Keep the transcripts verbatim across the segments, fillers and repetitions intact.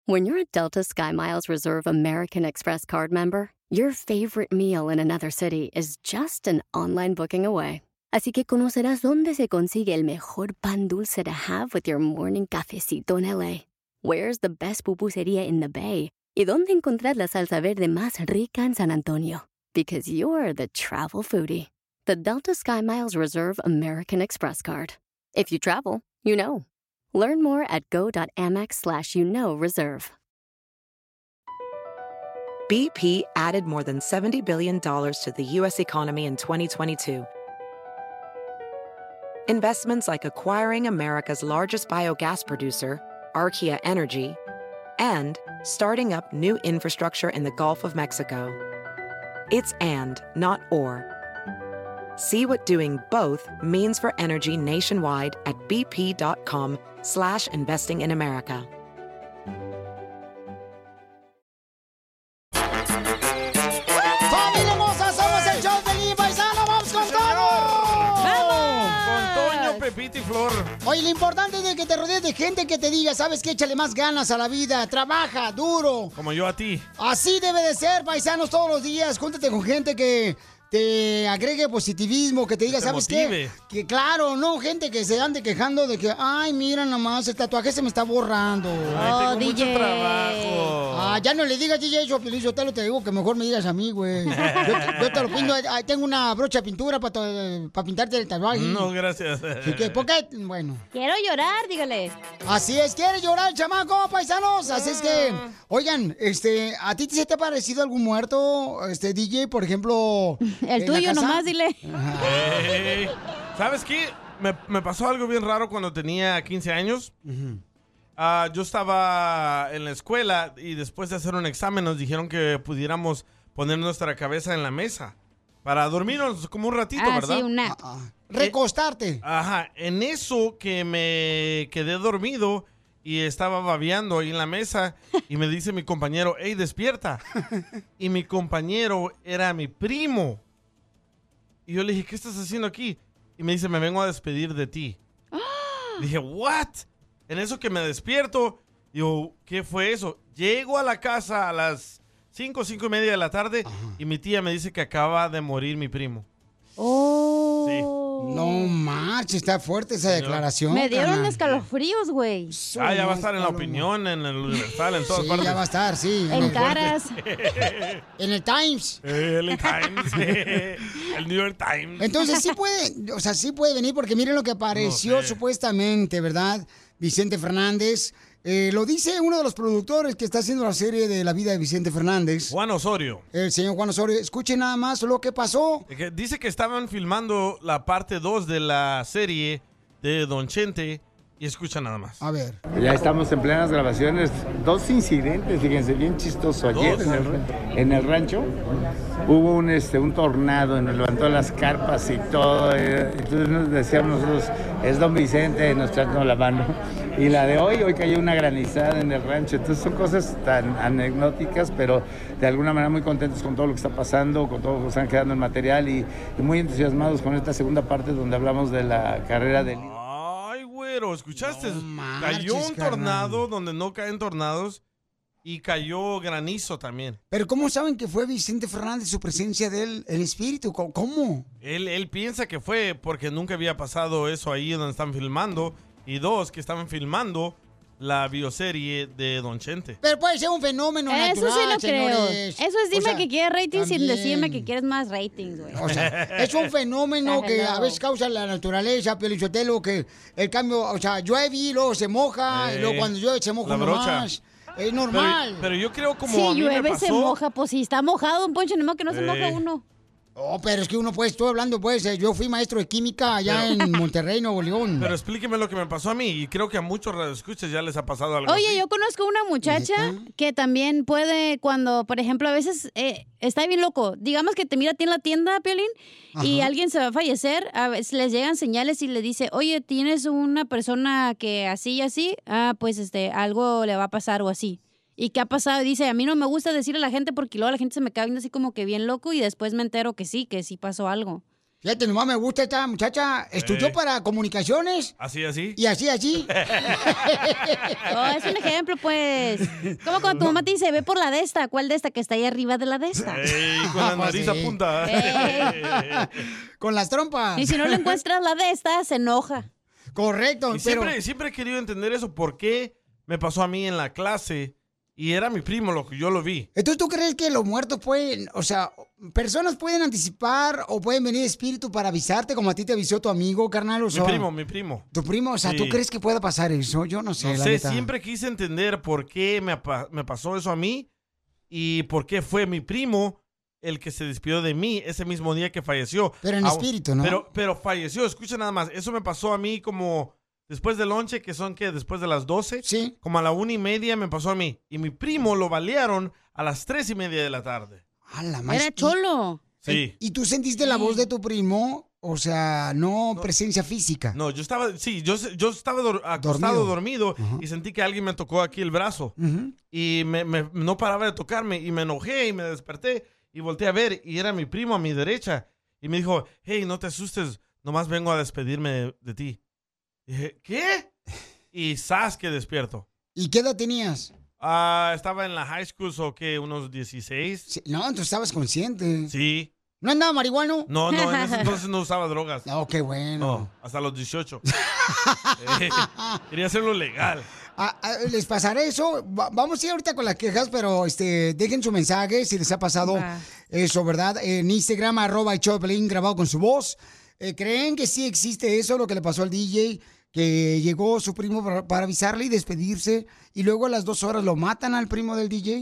When you're a Delta SkyMiles Reserve American Express card member, your favorite meal in another city is just an online booking away. Así que conocerás dónde se consigue el mejor pan dulce to have with your morning cafecito en L A. Where's the best pupusería in the Bay? Y dónde encontrar la salsa verde más rica en San Antonio. Because you're the travel foodie. The Delta SkyMiles Reserve American Express card. If you travel, you know. Learn more at go.amex slash you know reserve. B P added more than seventy billion dollars to the U S economy in twenty twenty-two. Investments like acquiring America's largest biogas producer, Archaea Energy, and starting up new infrastructure in the Gulf of Mexico. It's and, not or. See what doing both means for energy nationwide at bp.com slash investing in America. ¡Familia hermosa! ¡Somos el show de Paisano! ¡Vamos con todo! ¡Vamos! Con Toño, Pepito y Flor. Oye, lo importante es de que te rodees de gente que te diga, ¿sabes qué? Échale más ganas a la vida, trabaja duro. Como yo a ti. Así debe de ser, paisanos, todos los días. Júntate con gente que te agregue positivismo, que te diga, Que te ¿sabes motive. qué? Que claro, no gente que se ande quejando de que, ay, mira nomás, el tatuaje se me está borrando. Ay, tengo mucho trabajo. Ah, ya no le digas D J eso, Piolín Sotelo, te digo que mejor me digas a mí, güey. Yo, yo te lo pinto, ahí tengo una brocha de pintura para pintarte el tatuaje. No, gracias. Así que, ¿por qué? Bueno. Quiero llorar, dígale. Así es, ¿quiere llorar, chamaco, paisanos? Así es que, oigan, este, ¿a ti se te ha parecido algún muerto, este, D J, por ejemplo? El tuyo nomás, dile. Hey, ¿sabes qué? Me, me pasó algo bien raro cuando tenía quince años. Uh-huh. Uh, yo estaba en la escuela y después de hacer un examen nos dijeron que pudiéramos poner nuestra cabeza en la mesa para dormirnos como un ratito, ah, ¿verdad? Sí, un nap. Ah, ah. Recostarte. Eh, ajá, en eso que me quedé dormido y estaba babeando ahí en la mesa y me dice mi compañero, hey, despierta. Y mi compañero era mi primo. Y yo le dije, ¿qué estás haciendo aquí? Y me dice, me vengo a despedir de ti. Dije, ¿what? En eso que me despierto, digo, ¿qué fue eso? Llego a la casa a las cinco, cinco y media de la tarde. Ajá. Y mi tía me dice que acaba de morir mi primo. Oh. Sí. No marches, está fuerte esa declaración. Me dieron carnal. escalofríos, güey. Ah, ya va a estar en La Opinión, en el Universal, en todas sí, partes. ya va a estar, sí. En caras. En el Times. El Times. El New York Times. Entonces sí puede, o sea, sí puede venir porque miren lo que apareció No sé. supuestamente, ¿verdad? Vicente Fernández. Eh, lo dice uno de los productores que está haciendo la serie de la vida de Vicente Fernández. Juan Osorio. El señor Juan Osorio. Escuchen nada más lo que pasó. Que dice que estaban filmando la parte dos de la serie de Don Chente. Y escucha nada más. A ver. Ya estamos en plenas grabaciones. Dos incidentes, fíjense, bien chistoso. Ayer en el, en el rancho hubo un, este, un tornado, nos levantó las carpas y todo. Eh, entonces nos decíamos nosotros, es Don Vicente, nos echando la mano. Y la de hoy, hoy cayó una granizada en el rancho. Entonces son cosas tan anecdóticas, pero de alguna manera muy contentos con todo lo que está pasando, con todo lo que están quedando en material y, y muy entusiasmados con esta segunda parte donde hablamos de la carrera del... Pero, ¿escuchaste? No marches, cayó un carnal. tornado donde no caen tornados y cayó granizo también. Pero ¿cómo saben que fue Vicente Fernández, su presencia del el espíritu? ¿Cómo? Él, él piensa que fue porque nunca había pasado eso ahí donde están filmando. Y dos, que estaban filmando la bioserie de Don Chente. Pero puede ser un fenómeno Eso natural, sí lo creo. señores. Eso es dime O sea, que quieres ratings sin también. decirme que quieres más ratings, güey. O sea, es un fenómeno que a veces causa la naturaleza, Piolín Sotelo, que el cambio, o sea, llueve y luego se moja, Eh, y luego cuando llueve se moja la brocha. nomás. Es normal. Pero, pero yo creo como Si a mí me llueve pasó, se moja, pues si está mojado un poncho, ni modo que no se Eh. moja uno. Oh, pero es que uno pues, estoy hablando pues, eh, yo fui maestro de química allá en Monterrey, Nuevo León. Pero explíqueme lo que me pasó a mí y creo que a muchos radioescuchas ya les ha pasado algo Oye, así. yo conozco una muchacha que también puede cuando, por ejemplo, a veces eh, está bien loco. Digamos que te mira a ti en la tienda, Piolín, y Ajá. alguien se va a fallecer, a veces les llegan señales y le dice, oye, tienes una persona que así y así, ah, pues este, algo le va a pasar o así. ¿Y qué ha pasado? Y dice, a mí no me gusta decirle a la gente porque luego la gente se me queda viendo así como que bien loco y después me entero que sí, que sí pasó algo. Fíjate, nomás me gusta esta muchacha. Estudió Eh. para comunicaciones. Así, así. Y así, así. Oh, es un ejemplo, pues. Como cuando tu mamá te dice, ve por la de esta. ¿Cuál de esta que está ahí arriba de la de esta? Ey, con la Pues nariz sí. a punta. Con las trompas. Y si no le encuentras la de esta, se enoja. Correcto, Y pero... siempre, siempre he querido entender eso. ¿Por qué me pasó a mí en la clase? Y era mi primo lo que yo lo vi. Entonces, ¿tú crees que los muertos pueden, o sea, personas pueden anticipar o pueden venir espíritu para avisarte como a ti te avisó tu amigo, carnal? O Mi sea, primo, mi primo. Tu primo, o sea, ¿tú Sí. crees que pueda pasar eso? Yo no sé, No la sé, neta. siempre quise entender por qué me, apa- me pasó eso a mí y por qué fue mi primo el que se despidió de mí ese mismo día que falleció. Pero en Au- espíritu, ¿no? Pero, pero falleció, escucha nada más. Eso me pasó a mí como después del lonche, que son que después de las doce. Sí. Como a la una y media me pasó a mí. Y mi primo lo balearon a las tres y media de la tarde. A la más- Era cholo. Sí. ¿Y tú sentiste la voz de tu primo? O sea, no, presencia física. No, yo estaba, sí, yo, yo estaba dor- acostado, dormido, y sentí que alguien me tocó aquí el brazo. Ujú. Y me, me- no paraba de tocarme y me enojé y me desperté y volteé a ver y era mi primo a mi derecha. Y me dijo, hey, no te asustes, nomás vengo a despedirme de, de ti. Dije, ¿qué? Y ¡zas! Que despierto. ¿Y qué edad tenías? Ah, estaba en la high school, ¿o qué? ¿Unos dieciséis? Sí, no, entonces estabas consciente. Sí. ¿No andaba marihuano? No, no, en ese entonces no usaba drogas. No, qué bueno. No, hasta los dieciocho. Eh, quería hacerlo legal. Ah, ah, les pasará eso. Va- vamos a ir ahorita con las quejas, pero este, dejen su mensaje si les ha pasado Va. eso, ¿verdad? En Instagram, arroba el show de Pelín, grabado con su voz. Eh, ¿Creen que sí existe eso, lo que le pasó al D J? Que llegó su primo para, para avisarle y despedirse, y luego a las dos horas lo matan al primo del D J.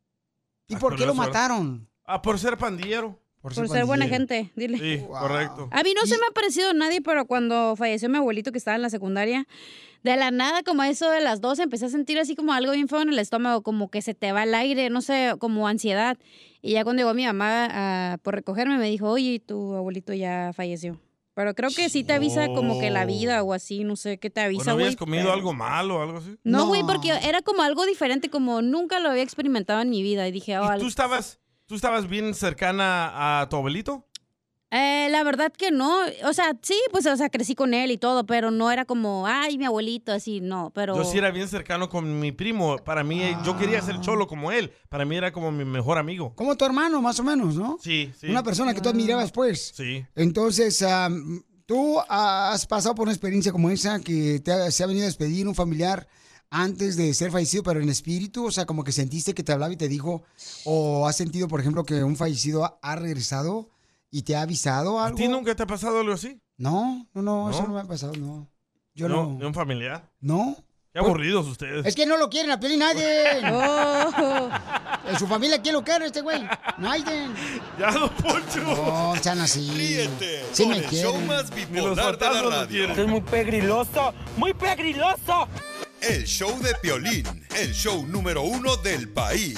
¿Y Ah, por qué lo curioso, ¿verdad? mataron? Ah, por ser pandillero. Por ser buena gente, dile. Sí, correcto. A mí no se me ha parecido nadie, pero cuando falleció mi abuelito que estaba en la secundaria, de la nada, como a eso de las doce, empecé a sentir así como algo bien feo en el estómago, como que se te va el aire, no sé, como ansiedad. Y ya cuando llegó mi mamá ah, por recogerme, me dijo, oye, tu abuelito ya falleció. Pero creo que sí te avisa como que la vida o así, no sé qué te ¿O avisa, no güey. habías comido pero- algo malo o algo así? No, güey, porque era como algo diferente, como nunca lo había experimentado en mi vida. Y dije, oh, ¿Y algo- tú estabas, tú estabas bien cercana a tu abuelito? Eh, la verdad que no, o sea, sí, pues, o sea, crecí con él y todo, pero no era como, ay, mi abuelito, así, no, pero... Yo sí era bien cercano con mi primo. Para mí, eh, yo quería Ah. ser cholo como él. Para mí era como mi mejor amigo. Como tu hermano, más o menos, ¿no? Sí, sí. Una persona que tú admirabas, pues. Sí. Entonces, am, tú has pasado por una experiencia como esa, que te ha- se ha venido a despedir un familiar antes de ser fallecido, pero en espíritu, o sea, como que sentiste que te hablaba y te dijo, o has sentido, por ejemplo, que un fallecido ha- ha regresado y te ha avisado ¿A algo. ti nunca te ha pasado algo así? No, no, no, eso ¿No? no me ha pasado, no. Yo no. no. ¿De un familiar? No. Qué aburridos ustedes. Es que no lo quieren a Piolín nadie. Oh. En su familia, ¿quién lo quiere este güey? Nadie. Ya, don Poncho. No, sean así. Ríete Sí con me el show quieren. más Ni los bipolar de la fantasmas lo radio. quieren. Es muy pegriloso, muy pegriloso. El show de Piolín, el show número uno del país.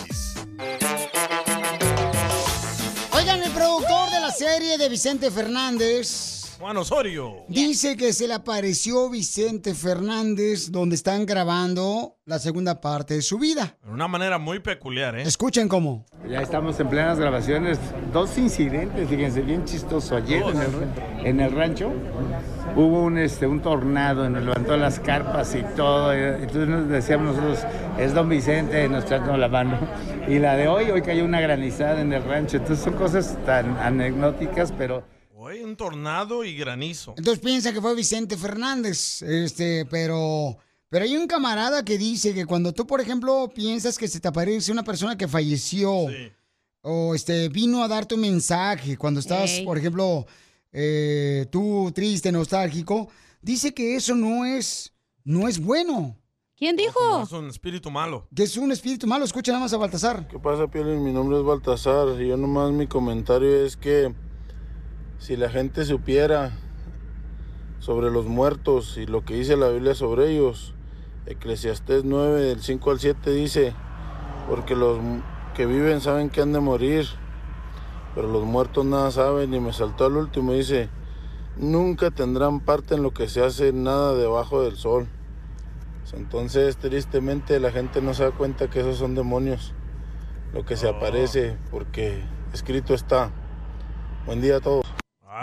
Oigan, el productor de la serie de Vicente Fernández Juan Osorio. dice que se le apareció Vicente Fernández donde están grabando la segunda parte de su vida. De una manera muy peculiar, ¿eh? Escuchen cómo. Ya estamos en plenas grabaciones. Dos incidentes, fíjense, bien chistoso. Ayer en el, en el rancho hubo un, este, un tornado, nos levantó las carpas y todo. Entonces nos decíamos nosotros, es don Vicente, nos trató la mano. Y la de hoy, hoy cayó una granizada en el rancho. Entonces son cosas tan anecdóticas, pero... Hoy un tornado y granizo. Entonces piensa que fue Vicente Fernández, este, pero, pero hay un camarada que dice que cuando tú, por ejemplo, piensas que se te aparece una persona que falleció Sí. o este vino a darte un mensaje cuando estás, Ey. por ejemplo, eh, tú triste, nostálgico, dice que eso no es, no es bueno, ¿Quién Como dijo? Es un espíritu malo. que es un espíritu malo. Escucha nada más a Baltasar. ¿Qué pasa, Piolín? Mi nombre es Baltasar y yo nomás mi comentario es que si la gente supiera sobre los muertos y lo que dice la Biblia sobre ellos, Eclesiastés nueve, del cinco al siete dice, porque los que viven saben que han de morir, pero los muertos nada saben, y me saltó al último y dice, nunca tendrán parte en lo que se hace nada debajo del sol. Entonces, tristemente, la gente no se da cuenta que esos son demonios, lo que se Oh. aparece, porque escrito está. Buen día a todos.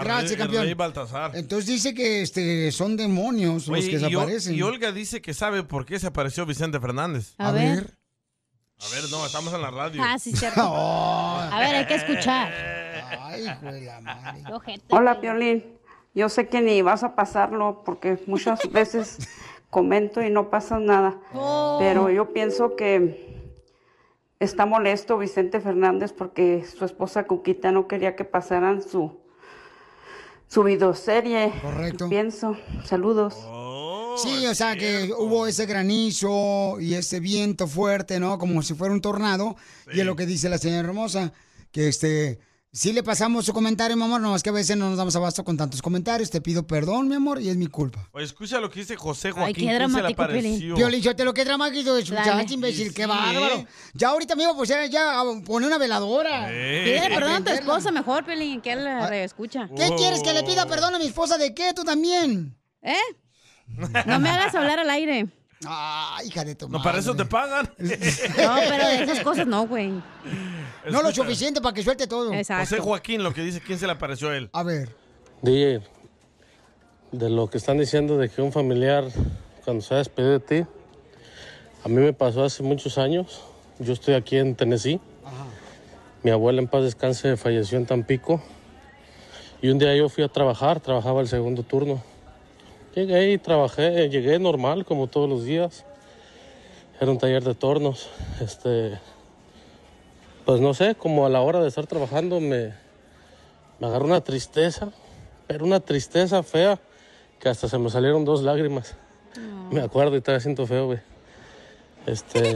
Gracias, el campeón. rey Baltasar. Entonces dice que este, son demonios los Oye, que y, Ol- desaparecen. y Olga dice que sabe por qué se apareció Vicente Fernández. A, ver. A ver, no, estamos en la radio. Ah, sí, cierto. A ver, hay que escuchar. Ay, hijo de la madre. Hola, Piolín. Yo sé que ni vas a pasarlo porque muchas veces comento y no pasa nada. Oh. Pero yo pienso que está molesto Vicente Fernández porque su esposa Cuquita no quería que pasaran su, su videoserie. Correcto. Pienso. Saludos. Sí, o sea que hubo ese granizo y ese viento fuerte, ¿no? Como si fuera un tornado. Y es lo que dice la señora hermosa, que este... Sí le pasamos su comentario, mi amor, nomás que a veces no nos damos abasto con tantos comentarios. Te pido perdón, mi amor, y es mi culpa. Oye, escucha lo que dice José Ay, Joaquín. qué ¿Quién se le dramático, apareció? Piolín, yo te lo que dramático de su Dale. muchacho, imbécil, Sí, qué sí, bárbaro. ¿eh? Ya ahorita me iba a poner, ya a poner una veladora. Eh. Pídele perdón a tu Entenderla. esposa mejor, Pelín, que él la escucha. ¿Qué Oh. quieres que le pida perdón a mi esposa de qué? Tú también. ¿Eh? No me hagas hablar al aire. Ah, hija de tu No, madre. para eso te pagan. No, pero de esas cosas no, güey. No lo suficiente para que suelte todo. Exacto. José Joaquín, lo que dice, ¿quién se le apareció a él? A ver. D J, de lo que están diciendo de que un familiar cuando se ha despedido de ti, a mí me pasó hace muchos años. Yo estoy aquí en Tennessee. Mi abuela en paz descanse falleció en Tampico. Y un día yo fui a trabajar, trabajaba el segundo turno. Llegué y trabajé, llegué normal como todos los días. Era un taller de tornos. Este, pues no sé, como a la hora de estar trabajando me, me agarró una tristeza, pero una tristeza fea que hasta se me salieron dos lágrimas. Me acuerdo y todavía siento feo, güey. Este,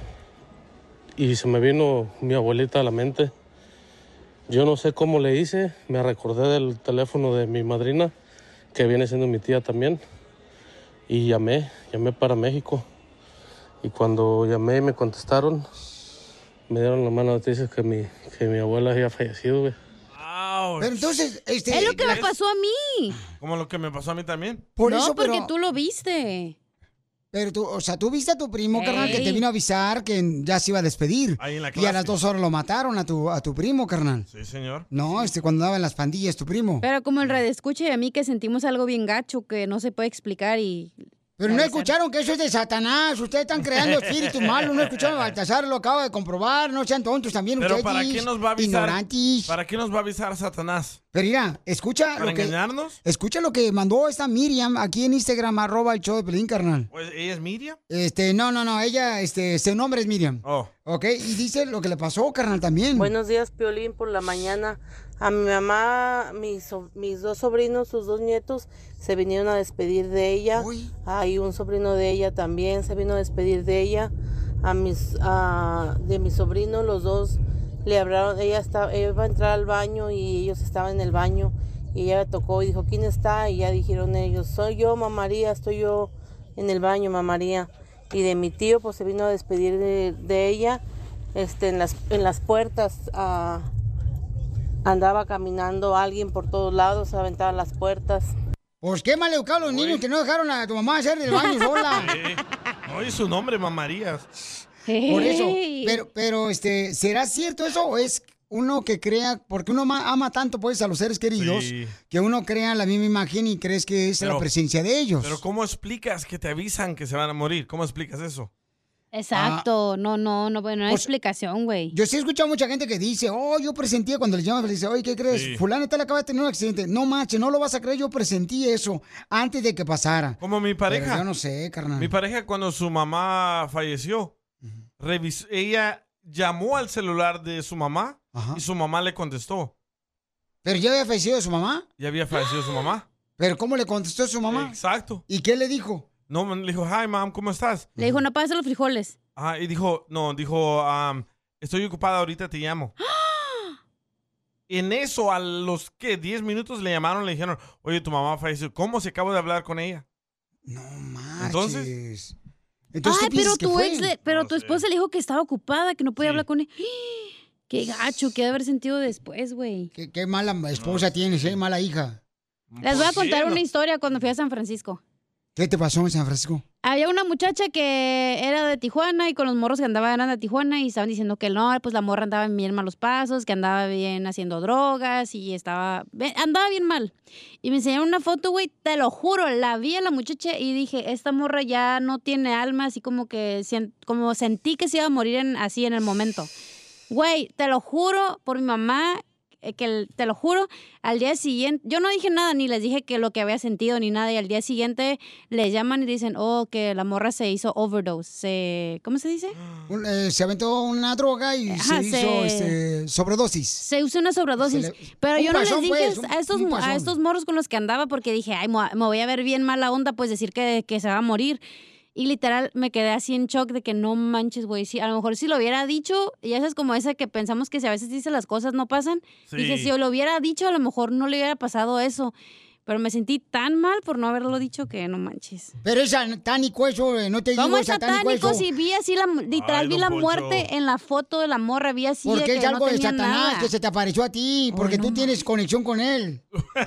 y se me vino mi abuelita a la mente. Yo no sé cómo le hice, me recordé del teléfono de mi madrina, que viene siendo mi tía también, y llamé, llamé para México. Y cuando llamé y me contestaron, me dieron la mala noticia que mi, que mi abuela había fallecido, güey. Pero entonces, este... Es lo que me pasó a mí. Como lo que me pasó a mí también. Por no, eso, porque pero... tú lo viste. Pero tú, o sea, tú viste a tu primo, Ey. carnal, que te vino a avisar que ya se iba a despedir. Ahí en la Y a clase. las dos horas lo mataron a tu, a tu primo, carnal. Sí, señor. No, este, cuando andaba en las pandillas, tu primo. Pero como el radio escucha y a mí que sentimos algo bien gacho que no se puede explicar y... Pero no avisar. escucharon que eso es de Satanás. Ustedes están creando espíritus malos. No escucharon a Baltasar, lo acaba de comprobar. No sean tontos también Pero ustedes. ¿para qué nos va a avisar? Ignorantes. ¿Para qué nos va a avisar Satanás? Pero mira, escucha ¿Para lo que... engañarnos? Escucha lo que mandó esta Miriam aquí en Instagram, arroba el show de Pelín, carnal. Pues, ¿ella es Miriam? Este, no, no, no, ella, este, su nombre es Miriam. Oh. Ok, y dice lo que le pasó, carnal, también. Buenos días, Piolín, por la mañana. A mi mamá, mis, so- mis dos sobrinos, sus dos nietos, se vinieron a despedir de ella. Hay un sobrino de ella también se vino a despedir de ella. A mis, a- de mi sobrino, los dos le hablaron. Ella estaba, ella iba a entrar al baño y ellos estaban en el baño. Y ella tocó y dijo, ¿quién está? Y ya dijeron ellos, soy yo, mamá María, estoy yo en el baño, mamá María. Y de mi tío, pues se vino a despedir de, de ella. Este, en las, en las puertas, ah, andaba caminando alguien por todos lados, se aventaban las puertas. Pues qué mal educados los niños que no dejaron a tu mamá hacer del baño sola. Eh, Oye, su nombre, Mamarías. Por eso. Pero, pero, este, ¿será cierto eso o es uno que crea, porque uno ma- ama tanto pues a los seres queridos, Sí. que uno crea la misma imagen y crees que es la Pero- presencia de ellos? Pero ¿cómo explicas que te avisan que se van a morir? ¿Cómo explicas eso? Exacto, no, no, no, bueno, no hay Pues, explicación, güey. Yo sí he escuchado a mucha gente que dice, oh, yo presentía cuando les llaman, le dice, oye, ¿qué crees? Sí. Fulano tal acaba de tener un accidente. No manches, no lo vas a creer, yo presentí eso antes de que pasara. Como mi pareja. Pero yo no sé, carnal. Mi pareja cuando su mamá falleció, revis- ella llamó al celular de su mamá y su mamá le contestó. ¿Pero ya había fallecido su mamá? Ya había fallecido su mamá. ¿Pero cómo le contestó su mamá? Exacto. ¿Y qué le dijo? No, le dijo, hi, mom, ¿cómo estás? Le dijo, no pases los frijoles. Ah, y dijo, no, dijo, um, estoy ocupada, ahorita te llamo. En eso, a los que diez minutos le llamaron, le dijeron, oye, tu mamá falleció. ¿Cómo se acabó de hablar con ella? No manches. Entonces, Entonces, Ay, ¿qué pero piensas que tu fue? ex, le- pero tu esposa le dijo que estaba ocupada, que no podía hablar con él. Qué gacho, qué de haber sentido después, güey. Qué, qué mala esposa tienes, ¿eh? Mala hija. Les voy a ¿Por qué? contar No. una historia cuando fui a San Francisco. ¿Qué te pasó en San Francisco? Había una muchacha que era de Tijuana y con los morros que andaban eran de Tijuana y estaban diciendo que no, pues la morra andaba en bien malos pasos, que andaba bien haciendo drogas y estaba... Andaba bien mal. Y me enseñaron una foto, güey, te lo juro, la vi a la muchacha y dije, esta morra ya no tiene alma, así como que como sentí que se iba a morir en, así en el momento. Güey, te lo juro por mi mamá... que el, te lo juro, al día siguiente, yo no dije nada, ni les dije que lo que había sentido ni nada, y al día siguiente les llaman y dicen, oh, que la morra se hizo overdose, se, ¿cómo se dice? Un, eh, se aventó una droga y Ajá, se hizo se- este, sobredosis. Se usó una sobredosis, Se le- pero un yo no pasón, les dije pues, un- a, estos, un mo- a pasón. estos morros con los que andaba porque dije, ay, me voy a- me voy a ver bien mala onda, pues decir que, que se va a morir. Y literal me quedé así en shock de que no manches, güey. Sí, a lo mejor si lo hubiera dicho, ya es como esa que pensamos que si a veces dice las cosas no pasan. Sí. Dije, si lo hubiera dicho, a lo mejor no le hubiera pasado eso. Pero me sentí tan mal por no haberlo dicho que no manches. Pero es satánico eso, eh, no te digo ¿Cómo es satánico, satánico? eso. Si vi así, la, literal, Ay, vi don la Poncho. muerte en la foto de la morra, vi así de Porque que es algo no de tenía Satanás nada. que se te apareció a ti, porque tú tienes conexión con él.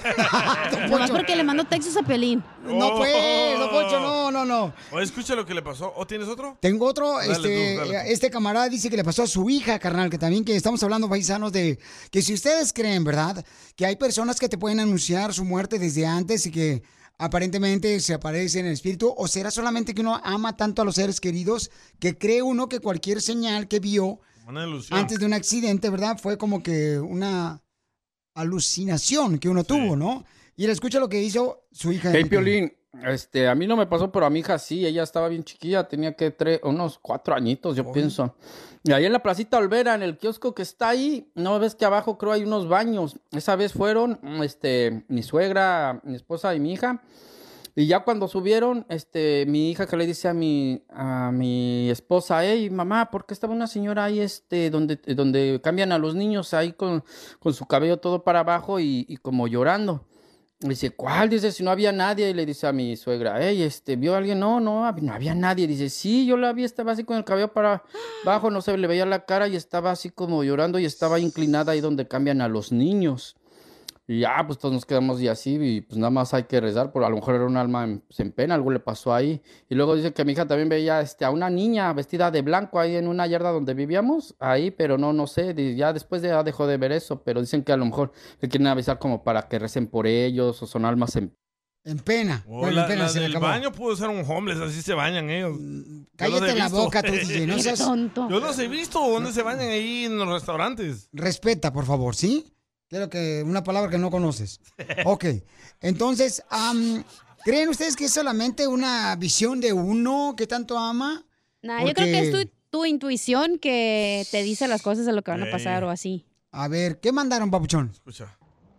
Nomás porque le mando textos a Pelín. No, pues, don Poncho, no, no, no. O escucha lo que le pasó. ¿O tienes otro? Tengo otro, Dale este, tú, dale tú. este camarada dice que le pasó a su hija, carnal, que también que estamos hablando, paisanos, de que si ustedes creen, ¿verdad? Que hay personas que te pueden anunciar su muerte desde antes y que aparentemente se aparece en el espíritu, o será solamente que uno ama tanto a los seres queridos que cree uno que cualquier señal que vio Una ilusión. antes de un accidente, ¿verdad? Fue como que una alucinación que uno tuvo, ¿no? Y le escucha lo que hizo su hija. Hey, Enrique. Piolín, este, a mí no me pasó, pero a mi hija sí, ella estaba bien chiquilla, tenía que tres, unos cuatro añitos, yo pienso. Y ahí en la placita Olvera, en el kiosco que está ahí, no ves que abajo creo hay unos baños. Esa vez fueron, este, mi suegra, mi esposa y mi hija. Y ya cuando subieron, este, mi hija que le dice a mi, a mi esposa, hey, mamá, ¿por qué estaba una señora ahí, este, donde, donde cambian a los niños ahí con, con su cabello todo para abajo y, y como llorando? Le dice, ¿cuál? Dice, si no había nadie. Y le dice a mi suegra, hey, este, ¿vio a alguien? No, no, no había nadie. Dice, sí, yo la vi, estaba así con el cabello para abajo, no se le veía la cara y estaba así como llorando y estaba inclinada ahí donde cambian a los niños. Y ya, pues todos nos quedamos y así, y pues nada más hay que rezar, porque a lo mejor era un alma en, pues, en pena, algo le pasó ahí. Y luego dice que mi hija también veía este, a una niña vestida de blanco ahí en una yarda donde vivíamos, ahí, pero no, no sé, y ya después de, ya dejó de ver eso, pero dicen que a lo mejor le quieren avisar como para que recen por ellos, o son almas en En pena. Oh, Bueno, la, en pena la se le del acabó. baño pudo ser un homeless, así se bañan ellos. Cállate la boca, tú, D J, no seas tonto. Yo los he visto dónde se bañan ahí en los restaurantes. Respeta, por favor, ¿sí? Quiero que una palabra que no conoces. Ok, entonces, am, ¿creen ustedes que es solamente una visión de uno que tanto ama? Nah, yo creo que es Porque- tu, tu intuición que te dice las cosas de lo que van a pasar o así. A ver, ¿qué mandaron, papuchón? Escucha.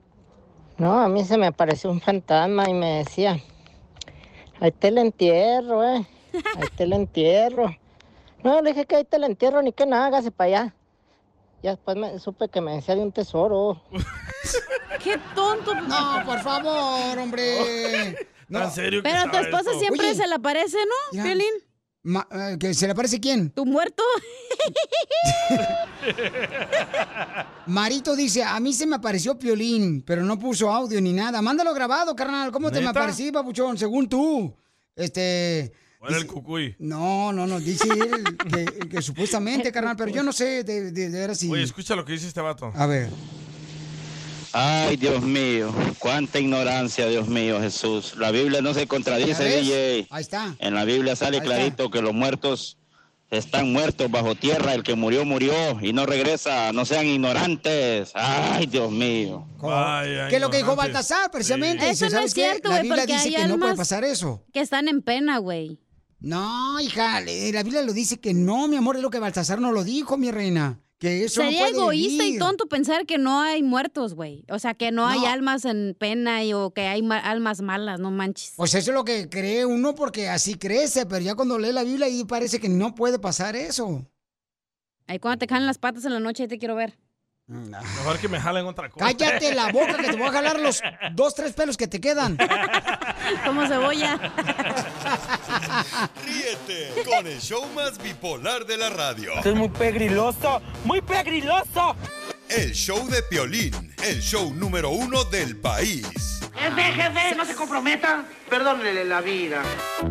No, a mí se me apareció un fantasma y me decía, ahí te el entierro, eh, ahí te el entierro. No, le dije que ahí te el entierro ni que nada, hágase para allá. Ya después me supe que me decía de un tesoro. ¡Qué tonto! No, por favor, hombre. No. ¿En serio? Pero tu esposa siempre Oye. se le aparece, ¿no, Ya. Piolín? Ma- eh, ¿que se le aparece quién? ¿Tu muerto? Marito dice, a mí se me apareció Piolín, pero no puso audio ni nada. Mándalo grabado, carnal. ¿Cómo te me ¿Neta? aparecí, papuchón? Según tú. Este... ¿O era el cucuy? No, no, no, dice él que, que supuestamente, carnal, pero yo no sé de, de, de veras si... Oye, escucha lo que dice este vato. A ver. Ay, Dios mío, cuánta ignorancia, Dios mío, Jesús. La Biblia no se contradice, ¿Ya ves? D J. Ahí está. En la Biblia sale Ahí clarito que los muertos están muertos bajo tierra. El que murió, murió y no regresa. No sean ignorantes. Ay, Dios mío. Vaya, ¿Qué es lo que dijo ignorantes. Baltasar, precisamente? Eso Dice, no ¿sabes es qué? cierto, La güey, Biblia porque dice hay que no puede almas pasar eso. Que están en pena, güey. No, hija, le- la Biblia lo dice que no, mi amor, es lo que Baltasar no lo dijo, mi reina. Que eso Sería no puede egoísta vivir. y tonto pensar que no hay muertos, güey. O sea, que no, hay No. almas en pena y, o que hay ma- almas malas, no manches. Pues eso es lo que cree uno porque así crece, pero ya cuando lee la Biblia ahí parece que no puede pasar eso. Ahí cuando te caen las patas en la noche, ahí te quiero ver. Mejor que me jalen otra cosa. Cállate la boca que te voy a jalar los dos, tres pelos que te quedan. Como cebolla. Ríete con el show más bipolar de la radio. Esto es muy pegriloso, muy pegriloso. El show de Piolín, el show número uno del país. Jefe, jefe, no se comprometa. Perdónele la vida.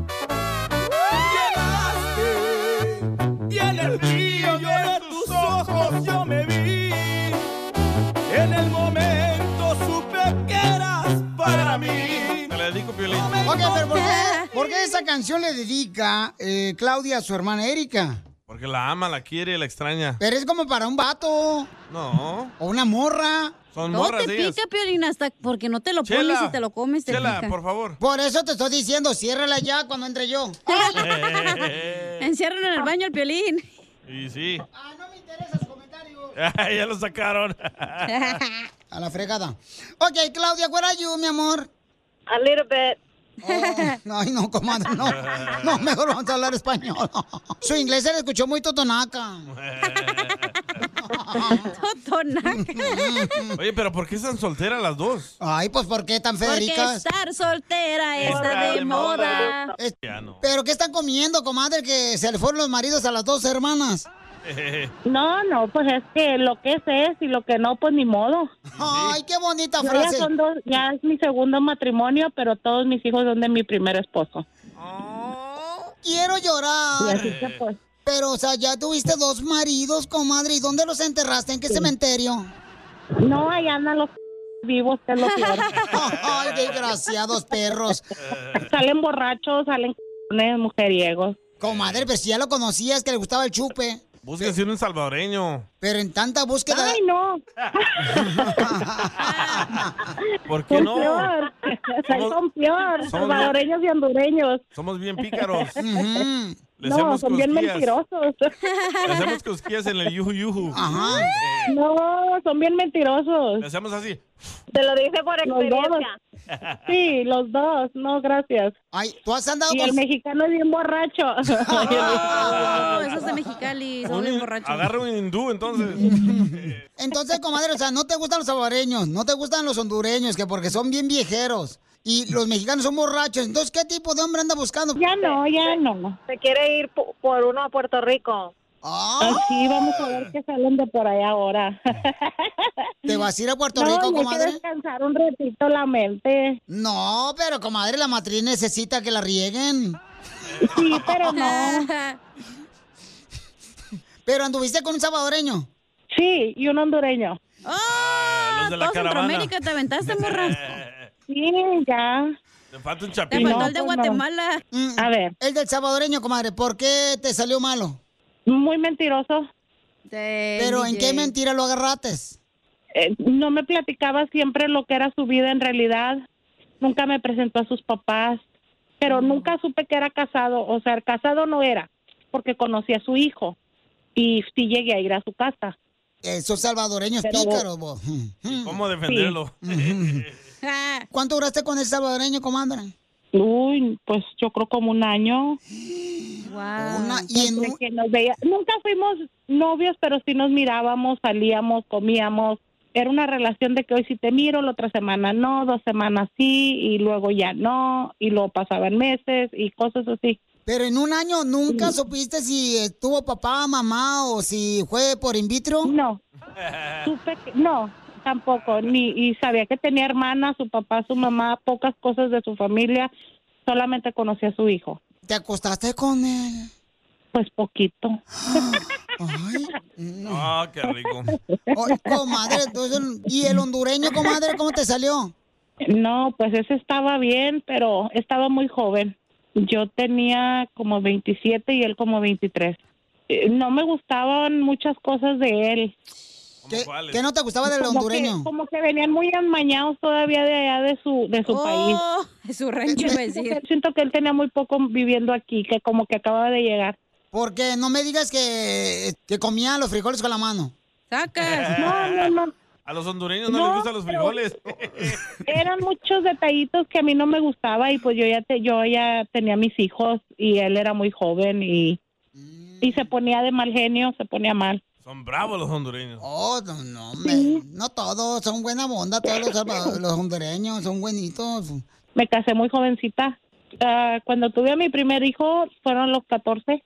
Y en el brillo de tus ojos yo me vi. En el momento supe que eras para mí. Te la dedico, Piolín. Ok, pero ¿por qué, por qué esa canción le dedica eh, Claudia a su hermana Erika? Porque la ama, la quiere, la extraña. Pero es como para un vato. No. O una morra. Son No morras te ellas. pica, Piolín, hasta porque no te lo Chela, pones y te lo comes, te Chela, pica. por favor. Por eso te estoy diciendo, ciérrala ya cuando entre yo. Encierran en el baño al Piolín. Y sí. Ah, no me interesa su comentario. Ya lo sacaron. A la fregada. Ok, Claudia, where are you, mi amor? A little bit. Oh, ay, no, comadre, no. No, mejor vamos a hablar español. Su inglés se le escuchó muy totonaca. Totonaca. Oye, pero ¿por qué están solteras las dos? Ay, pues ¿por qué tan Porque federicas? estar soltera está de moda. Es- Ya no. ¿Pero qué están comiendo, comadre, que se le fueron los maridos a las dos hermanas? No, no, pues es que lo que es es y lo que no, pues ni modo. Ay, qué bonita Yo frase. Ya, son dos, ya es mi segundo matrimonio, pero todos mis hijos son de mi primer esposo. Quiero llorar. Y así que, pues, Pero, o sea, ya tuviste dos maridos, comadre. ¿Y dónde los enterraste? ¿En qué cementerio? no, allá andan los vivos, que es lo peor. Ay, desgraciados perros. Salen borrachos, salen c***ones, mujeriegos. Comadre, pero si ya lo conocías, que le gustaba el chupe. Búsquense un salvadoreño. Pero en tanta búsqueda... Ay, no. ¿Por qué Son no? peor. Somos- Son peor, somos salvadoreños y hondureños. Somos bien pícaros. Le No, hacemos son bien cosquillas. mentirosos. Le hacemos cosquillas en el yuju yuju. Ajá. No, son bien mentirosos. Le hacemos así. Te lo dice por experiencia. Sí, los dos. No, gracias. Ay, ¿tú has andado Y con- el mexicano es bien borracho. Oh, eso es de Mexicali, son bien borrachos. Agarra un hindú, entonces. Entonces, comadre, o sea, no te gustan los salvadoreños, no te gustan los hondureños, que porque son bien viejeros. Y los mexicanos son borrachos. Entonces, ¿qué tipo de hombre anda buscando? Ya no, ya no. Se quiere ir po- por uno a Puerto Rico. Así vamos a ver qué salen de por allá ahora. ¿Te vas a ir a Puerto No, Rico, y hay que comadre? descansar un ratito la mente. No, pero comadre, la matriz necesita que la rieguen. Sí, pero no. ¿Pero anduviste con un salvadoreño? Sí, y un hondureño. ¡Oh! Los de la Todo caravana. Centroamérica te aventaste, morra. Sí, ya. Te falta un Te chapín. faltó el de Guatemala. A ver. El del salvadoreño, comadre, ¿por qué te salió malo? Muy mentiroso. ¿Pero en qué mentira lo agarrates? Eh, no me platicaba siempre lo que era su vida en realidad. Nunca me presentó a sus papás. Pero nunca supe que era casado. O sea, casado no era, porque conocí a su hijo. Y sí llegué a ir a su casa. Esos salvadoreños Pero- pícaros, vos. ¿Cómo defenderlo? ¿Cuánto duraste con el salvadoreño, comadre? Uy, pues yo creo como un año. Una- y en Entre que nos veía- Nunca fuimos novios, pero sí nos mirábamos, salíamos, comíamos. Era una relación de que hoy sí te miro, la otra semana no, dos semanas sí, y luego ya no, y luego pasaban meses y cosas así. Pero en un año nunca supiste si estuvo papá, mamá o si fue por in vitro. No. Supe que, no, tampoco, ni y sabía que tenía hermana, su papá, su mamá, pocas cosas de su familia, solamente conocía a su hijo. ¿Te acostaste con él? Pues poquito. Ah, qué rico. Oh, comadre, entonces, ¿y el hondureño, comadre, cómo te salió? No, pues ese estaba bien, pero estaba muy joven. Yo tenía como veintisiete y él como veintitrés. Eh, No me gustaban muchas cosas de él. ¿Qué, qué no te gustaba del Como hondureño? que, como que venían muy amañados todavía de allá de su de su Oh, país. de su rancho, iba a decir. Siento que él tenía muy poco viviendo aquí, que como que acababa de llegar. Porque no me digas que, que comía los frijoles con la mano. Sacas. No, no, no. A los hondureños no, No, les gustan los pero- frijoles. Eran muchos detallitos que a mí no me gustaba y pues yo ya te, yo ya tenía mis hijos y él era muy joven y y se ponía de mal genio, se ponía mal. Son bravos los hondureños. Oh, no, no, me- no todos, son buena onda, todos los, salva- los hondureños son buenitos. Me casé muy jovencita. Ah, cuando tuve a mi primer hijo fueron los catorce.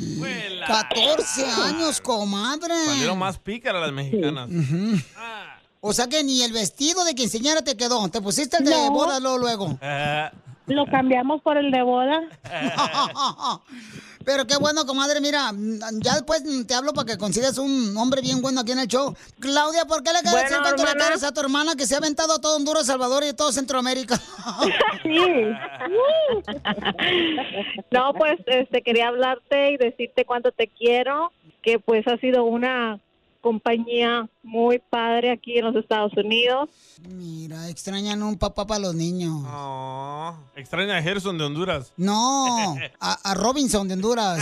catorce años, comadre. Salieron más pícaras las mexicanas. O sea que ni el vestido de quinceañera te quedó. Te pusiste el de No. boda luego, luego. Lo cambiamos por el de boda. Pero qué bueno, comadre. Mira, ya después te hablo para que consigas un hombre bien bueno aquí en el show. Claudia, ¿por qué le quieres decir Bueno, cuánto le hermana. quieres a tu hermana que se ha aventado a todo Honduras, Salvador y todo Centroamérica? Sí. No, pues este quería hablarte y decirte cuánto te quiero, que pues ha sido una compañía muy padre aquí en los Estados Unidos. Mira, extrañan un papá para los niños. Oh, extraña a Gerson de Honduras. No, a, a Robinson de Honduras.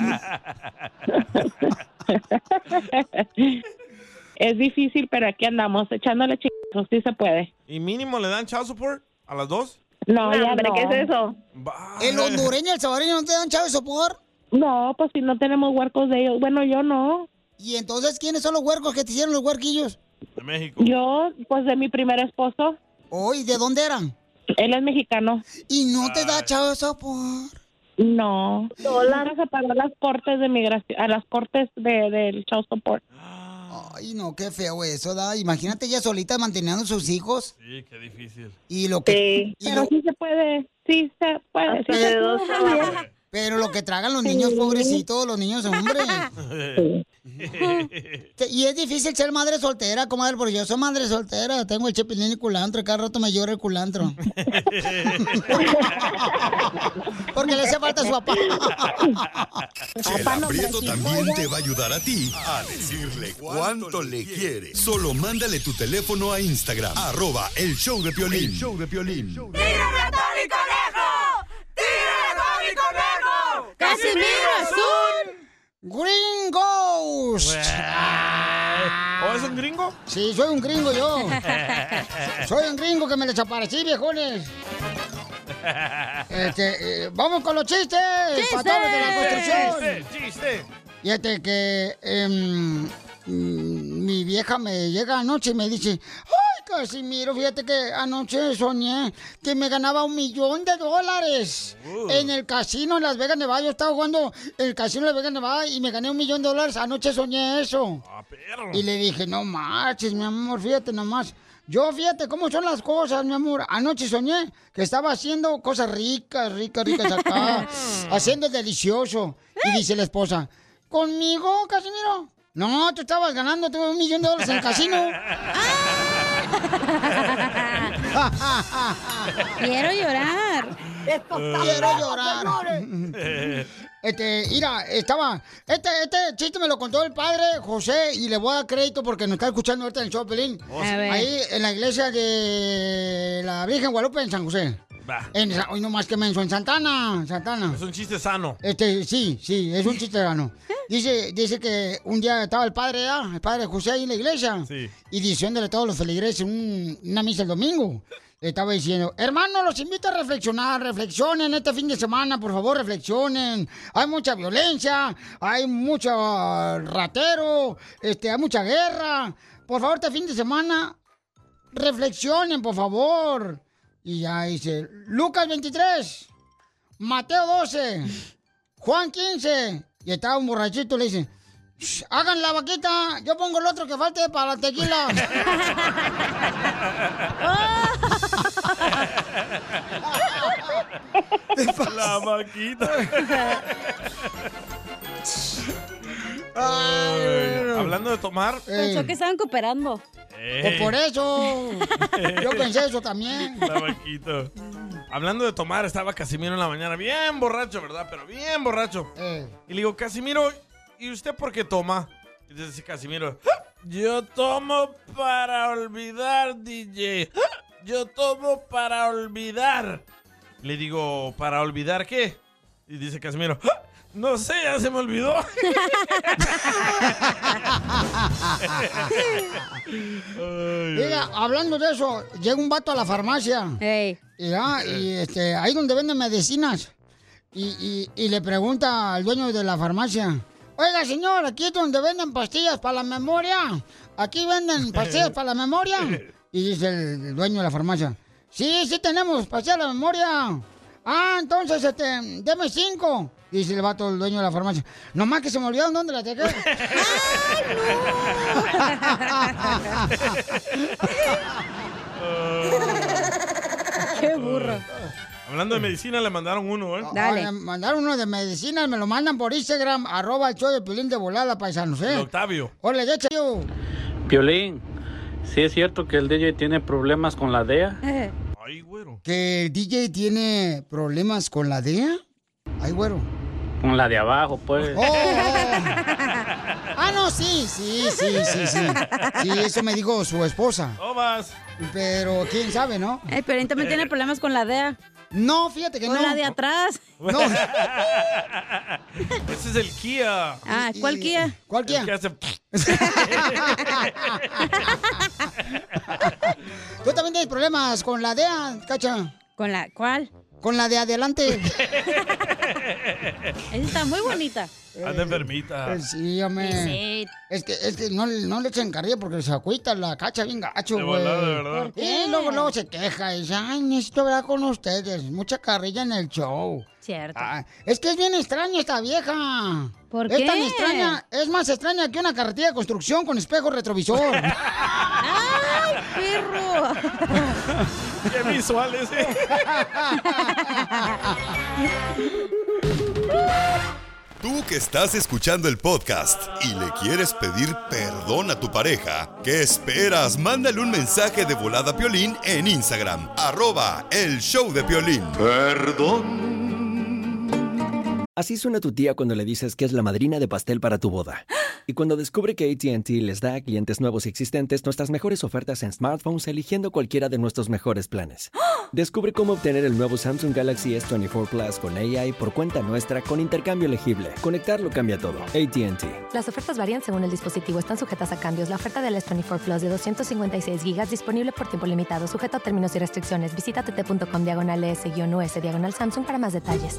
Es difícil, pero aquí andamos echándole chicos, sí se puede. ¿Y mínimo le dan child support a las dos? No, ya hombre, no. ¿qué es eso? ¿El hondureño y el salvadoreño no te dan chavo de sopor? No, pues si no tenemos huercos de ellos. Bueno, yo no. ¿Y entonces quiénes son los huercos que te hicieron los huerquillos? De México. Yo, pues de mi primer esposo. Oh, ¿y de dónde eran? Él es mexicano. ¿Y no te da chavo de sopor? No. Dólar. Nunca se pagó a las cortes de migración, a las cortes de, del child support. Ay, no, qué feo eso, da. Imagínate ella solita manteniendo a sus hijos. Sí, qué difícil. Y lo que... Sí, y pero lo- sí se puede, sí se puede. Sí se puede también. Pero lo que tragan los niños, Sí. pobrecitos, los niños, hombre. Y es difícil ser madre soltera, comadre, porque yo soy madre soltera. Tengo el chepilín y culantro, y cada rato me llora el culantro. Porque le hace falta a su papá. El aprieto también te va a ayudar a ti a decirle cuánto le quiere. Solo mándale tu teléfono a Instagram, arroba el show de Piolín. El show de Piolín. ¡Tírame a Tony Conejo! ¡Tírame a Tony Conejo! ¡Casimiro es un gringos! ¿O es un gringo? Sí, soy un gringo yo. Soy un gringo que me les aparecí, viejones. Este, eh, vamos con los chistes. ¡Chiste! Pastores de la construcción. ¡Chiste! ¡Chiste! Fíjate que em, mm, mi vieja me llega anoche y me dice, ay, Casimiro, fíjate que anoche soñé que me ganaba un millón de dólares Uh. en el casino en Las Vegas, Nevada. Yo estaba jugando en el casino de Las Vegas, Nevada y me gané un millón de dólares. Anoche soñé eso. Y le dije, no marches, mi amor, fíjate nomás. Yo, fíjate cómo son las cosas, mi amor. Anoche soñé que estaba haciendo cosas ricas, ricas, ricas acá. Haciendo el delicioso. Y dice la esposa, ¿conmigo, Casimiro? No, tú estabas ganando tuve un millón de dólares en el casino. Quiero llorar. Quiero llorar. Este, mira, estaba. Este, este chiste me lo contó el padre José y le voy a dar crédito porque nos está escuchando ahorita en el show, Pelín. Oh, sí. A ver. Ahí en la iglesia de la Virgen Guadalupe en San José. Va. En, Sa- hoy no más que menso, en Santana, Santana. Es un chiste sano. Este, sí, sí, es un chiste sano. Dice, dice que un día estaba el padre, ¿ah? el padre José ahí en la iglesia. Sí. Y diciéndole a todos los feligreses un- una misa el domingo. Le estaba diciendo, hermano, los invito a reflexionar, reflexionen este fin de semana, por favor, reflexionen. Hay mucha violencia, hay mucho ratero, este, hay mucha guerra. Por favor, este fin de semana, reflexionen, por favor. Y ya dice, Lucas veintitrés, Mateo doce, Juan quince. Y estaba un borrachito y le dice, "Shh, hagan la vaquita, yo pongo el otro que falte para la tequila." La vaquita. Ay, Hablando de tomar. Pensó que estaban cooperando. Pues por eso. Yo pensé eso también. La vaquita. Hablando de tomar, estaba Casimiro en la mañana, bien borracho, ¿verdad? Pero bien borracho. Y le digo, Casimiro, ¿y usted por qué toma? Y dice Casimiro, "Ah, yo tomo para olvidar, D J. Ah, Yo tomo para olvidar. Le digo, ¿para olvidar qué? Y dice Casimiro, "Ah, no sé, ya se me olvidó." Mira, hablando de eso, llega un vato a la farmacia. Y, ah, y, este, ahí donde venden medicinas. Y, y- y le pregunta al dueño de la farmacia, oiga, señor, aquí es donde venden pastillas para la memoria. Aquí venden pastillas para la memoria. Y dice el, el dueño de la farmacia, sí, sí tenemos pastillas para la memoria. Ah, entonces, este, deme cinco. Dice el vato, el dueño de la farmacia. Nomás que se me olvidaron dónde la dejé. ¡Qué burro! Hablando de medicina, le mandaron uno, ¿eh? Dale. Me mandaron uno de medicina, me lo mandan por Instagram, arroba el show de Piolín de volada, paisanos, ¿eh? El Octavio. Hola, ya yo. Piolín, ¿sí es cierto que el D J tiene problemas con la D E A? Ay, güero. ¿Que el D J tiene problemas con la D E A? Ay, güero. Con la de abajo, pues. Oh, oh. Ah, no, sí, sí, sí, sí, sí. Sí, eso me dijo su esposa. Tomas. Pero quién sabe, ¿no? El Piolín también tiene problemas con la D E A. No, fíjate que con no. Con la de atrás. No. Ese es el Kia. Ah, ¿cuál Kia? ¿Cuál Kia? El que hace... ¿Tú también tienes problemas con la D E A, Cacha? ¿Con la cuál? Con la de adelante. Esa está muy bonita. Anda enfermita. Eh, sí, hombre. Sí. Es que, es que no, no le echen carrilla porque se agüita la Cacha bien gacho, De güey. volada, de verdad. ¿Por qué? Y luego, luego se queja y dice, ay, necesito hablar con ustedes. Mucha carrilla en el show. Cierto. Ah, es que es bien extraña esta vieja. ¿Por es qué? tan extraña, es más extraña que una carretilla de construcción con espejo retrovisor. ¡Ay, perro! ¡Qué visuales, eh! Tú que estás escuchando el podcast y le quieres pedir perdón a tu pareja, ¿qué esperas? Mándale un mensaje de volada a Piolín en Instagram, arroba el show de Piolín. Perdón. Así suena tu tía cuando le dices que es la madrina de pastel para tu boda. Y cuando descubre que A T and T les da a clientes nuevos y existentes nuestras mejores ofertas en smartphones eligiendo cualquiera de nuestros mejores planes. Descubre cómo obtener el nuevo Samsung Galaxy S veinticuatro Plus con A I por cuenta nuestra con intercambio elegible. Conectarlo cambia todo. A T and T. Las ofertas varían según el dispositivo. Están sujetas a cambios. La oferta del S veinticuatro Plus de doscientos cincuenta y seis gigas disponible por tiempo limitado. Sujeto a términos y restricciones. Visita tt.com diagonal S-U S diagonal Samsung para más detalles.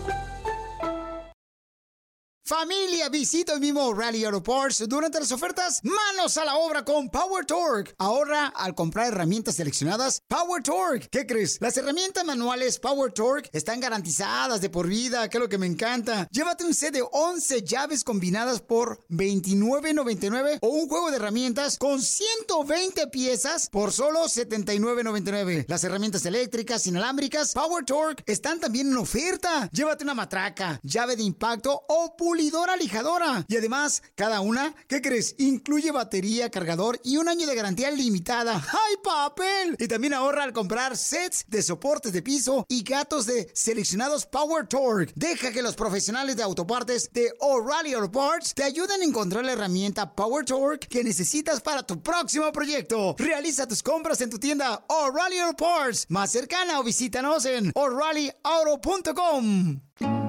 Familia, visita el mismo O'Reilly Auto Parts durante las ofertas. Manos a la obra con Power Torque. Ahorra al comprar herramientas seleccionadas Power Torque. ¿Qué crees? Las herramientas manuales Power Torque están garantizadas de por vida, que es lo que me encanta. Llévate un set de once llaves combinadas por veintinueve noventa y nueve o un juego de herramientas con ciento veinte piezas por solo setenta y nueve noventa y nueve. Las herramientas eléctricas inalámbricas Power Torque están también en oferta. Llévate una matraca, llave de impacto o pulidora lijadora. Y además, cada una, ¿qué crees? Incluye batería, cargador y un año de garantía limitada. ¡Ay, papel! Y también ahorra al comprar sets de soportes de piso y gatos de seleccionados Power Torque. Deja que los profesionales de autopartes de O'Reilly Auto Parts te ayuden a encontrar la herramienta Power Torque que necesitas para tu próximo proyecto. Realiza tus compras en tu tienda O'Reilly Auto Parts más cercana o visítanos en O'Reilly Auto punto com.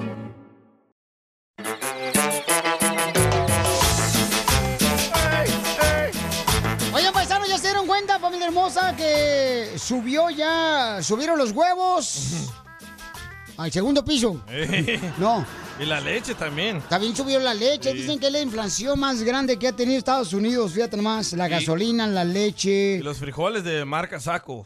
Oigan, paisanos, ¿ya se dieron cuenta, familia hermosa, que subió ya, subieron los huevos al segundo piso? No. Y la leche también. También subió la leche. Sí. Dicen que es la inflación más grande que ha tenido Estados Unidos. Fíjate nomás, la Y- gasolina, la leche. Y los frijoles de marca Saco.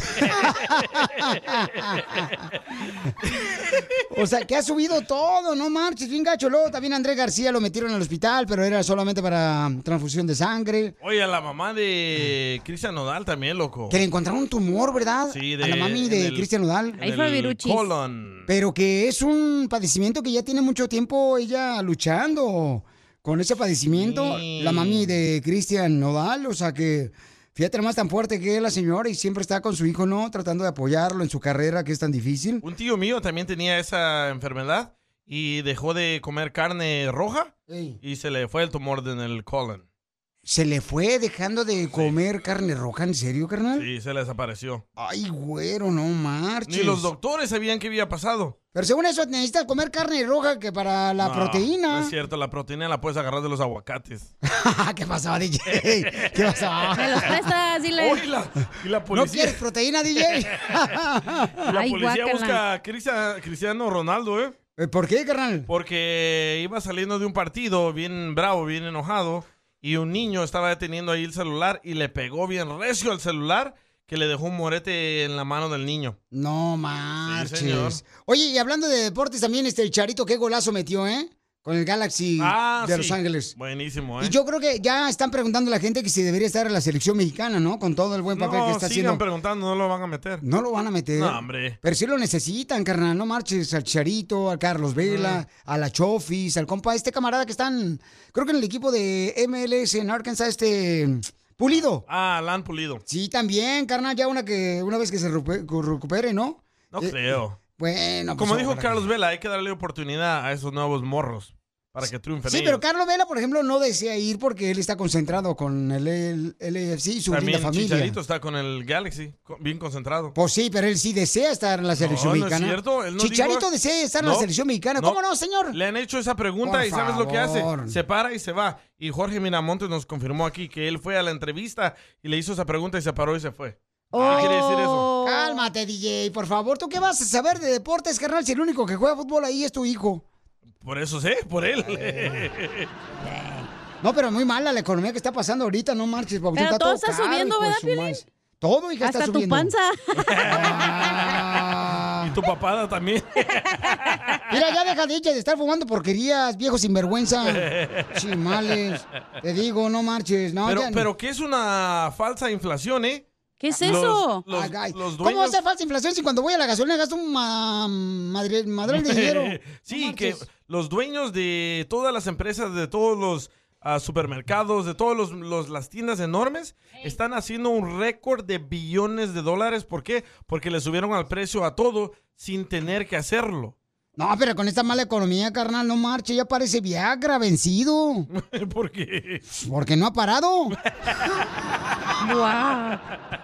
O sea, que ha subido todo, no marches, bien gacho. Luego también Andrés García lo metieron al hospital, pero era solamente para transfusión de sangre. Oye, a la mamá de Cristian Nodal también, loco. Que le encontraron un tumor, ¿verdad? Sí, de- a la mami de en el- Cristian Nodal. en Ahí fue el viruchis. colon. Pero que es un padecimiento que ya tiene mucho tiempo ella luchando con ese padecimiento. Sí. La mami de Cristian Nodal, o sea que... Fíjate nomás tan fuerte que es la señora y siempre está con su hijo, ¿no? Tratando de apoyarlo en su carrera, que es tan difícil. Un tío mío también tenía esa enfermedad y dejó de comer carne roja Ey. y se le fue el tumor en el colon. ¿Se le fue dejando de comer carne roja? ¿En serio, carnal? Sí, se le desapareció. Ay, güero, no marches. Ni los doctores sabían qué había pasado. Pero según eso necesitas comer carne roja que para la No, proteína. No es cierto, la proteína la puedes agarrar de los aguacates. ¿Qué pasó, D J? ¿Qué pasó? Me los prestas, dile. Oye, la- y la ¿No policía, quieres proteína, D J? y la Ay, policía guácala. busca a Cristian- Cristiano Ronaldo, ¿eh? ¿Por qué, carnal? Porque iba saliendo de un partido bien bravo, bien enojado, y un niño estaba deteniendo ahí el celular y le pegó bien recio al celular que le dejó un morete en la mano del niño. No Sí, marches. señor. Oye, y hablando de deportes también, este el Charito, qué golazo metió, ¿eh? Con el Galaxy Ah, de sí. Los Ángeles. Buenísimo, ¿eh? Y yo creo que ya están preguntando a la gente que si debería estar en la selección mexicana, ¿no? Con todo el buen papel no, que está sigan haciendo. preguntando, no lo van a meter. No lo van a meter. No, hombre. Pero sí lo necesitan, carnal. No marches al Charito, al Carlos Vela, a la Chofis, al compa, este camarada que están, creo que en el equipo de M L S en Arkansas, este Pulido. Ah, Alan Pulido. Sí, también, carnal, ya una que una vez que se recu- recupere, ¿no? No Eh, creo. Bueno, Como pues, dijo ojalá. Carlos Vela, hay que darle oportunidad a esos nuevos morros para que triunfen Sí, ellos. pero Carlos Vela, por ejemplo, no desea ir porque él está concentrado con el L A F C y su También linda familia. Chicharito está con el Galaxy, co- bien concentrado. Pues sí, pero él sí desea estar en la selección No, no es mexicana. cierto, él no Chicharito dijo- desea estar en No, la selección mexicana. no. ¿Cómo no, señor? Le han hecho esa pregunta Por y ¿sabes lo que hace? favor. Se para y se va. Y Jorge Miramontes nos confirmó aquí que él fue a la entrevista y le hizo esa pregunta y se paró y se fue. ¿Qué quiere decir eso? Cálmate, D J, por favor. ¿Tú qué vas a saber de deportes, carnal? Si el único que juega fútbol ahí es tu hijo. Por eso sé, por él. No, pero muy mala la economía que está pasando ahorita, no marches, papuchón. Pero todo está caro, subiendo, hijo de ¿verdad, su Piolín? maíz. Todo, hija, Hasta está tu subiendo. panza. Y tu papada también. Mira, ya deja de, de estar fumando porquerías, viejo sinvergüenza. Chimales. Te digo, no marches. No, pero, ya- pero ¿qué es una falsa inflación, eh? ¿Qué es Los- eso? los- Ay, ay. los ¿Cómo va a dueños- ser falsa inflación si cuando voy a la gasolina gasto un ma- madre, madral de dinero? Sí, No que marches. los dueños de todas las empresas, de todos los ah, supermercados, de todas los, los- las tiendas enormes, están haciendo un récord de billones de dólares. ¿Por qué? Porque le subieron al precio a todo sin tener que hacerlo. No, pero con esta mala economía, carnal, no marche. Ya parece Viagra vencido. ¿Por qué? Porque no ha parado. Guau.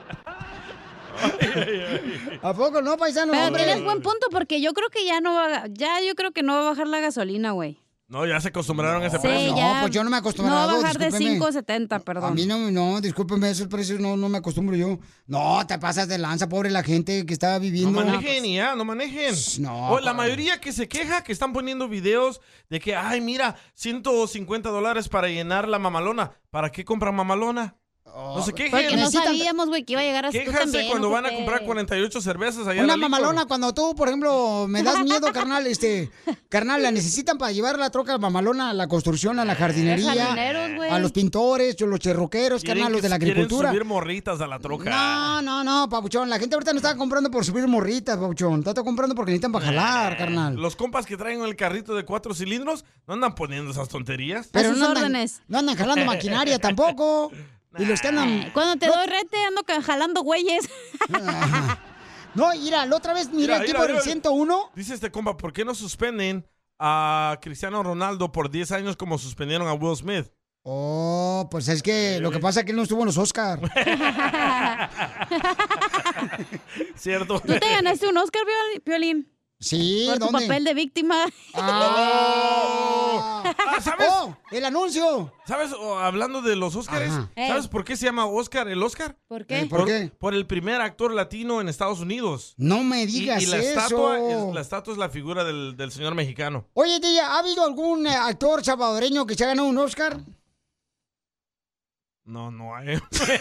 ¿A poco no, paisano? Pero Hombre. tienes buen punto porque yo creo que ya no va, ya yo creo que no va a bajar la gasolina, güey. No, ya se acostumbraron a ese Sí, precio. ya. No, pues yo no me he No va acostumbrado. a bajar de discúlpeme. cinco setenta, perdón. A mí no, no, discúlpeme, esos precios no, no me acostumbro yo. No, te pasas de lanza, pobre la gente que estaba No viviendo. manejen y ya, no manejen. no, O la pa- mayoría que se queja que están poniendo videos de que, ay, mira, ciento cincuenta dólares para llenar la mamalona. ¿Para qué compran mamalona? No se quejen. Porque no sabíamos, güey, que iba a llegar así. tú Quéjanse también, cuando van a ojete. comprar cuarenta y ocho cervezas allá en Una la Licor. mamalona, cuando tú, por ejemplo, me das miedo, carnal, este, carnal, la necesitan para llevar la troca mamalona a la construcción, a la jardinería, Los jardineros, güey. a los pintores, los cherroqueros, Quieren carnal, los que de la quieren agricultura. subir morritas a la troca. No, no, no, papuchón, la gente ahorita no está comprando por subir morritas, papuchón, está comprando porque necesitan para jalar, carnal. Los compas que traen el carrito de cuatro cilindros no andan poniendo esas tonterías. Pero sus no andan, órdenes. no andan jalando maquinaria tampoco. Y los que andan... Cuando te doy rete ando ca- jalando güeyes. No, mira, la otra vez miré Mira, el tipo mira, del mira. ciento uno. Dice este compa, ¿por qué no suspenden a Cristiano Ronaldo por diez años como suspendieron a Will Smith? Oh, pues es que lo que pasa es que él no estuvo en los Oscar. ¿Cierto? ¿Tú te ganaste un Oscar, Piol- Piolín? Sí, Por tu ¿dónde? papel de víctima. Ah, Ah, ¿sabes? ¡Oh! ¡El anuncio! ¿Sabes? O, hablando de los Oscars, Ajá. ¿sabes por qué se llama Oscar el Oscar? ¿Por qué? Eh, ¿Por qué? Por el primer actor latino en Estados Unidos. No me Y, digas y la, eso. estatua es, la estatua es la figura del, del señor mexicano. Oye, tía, ¿ha habido algún eh, actor salvadoreño que se ha ganado un Oscar? No, no hay.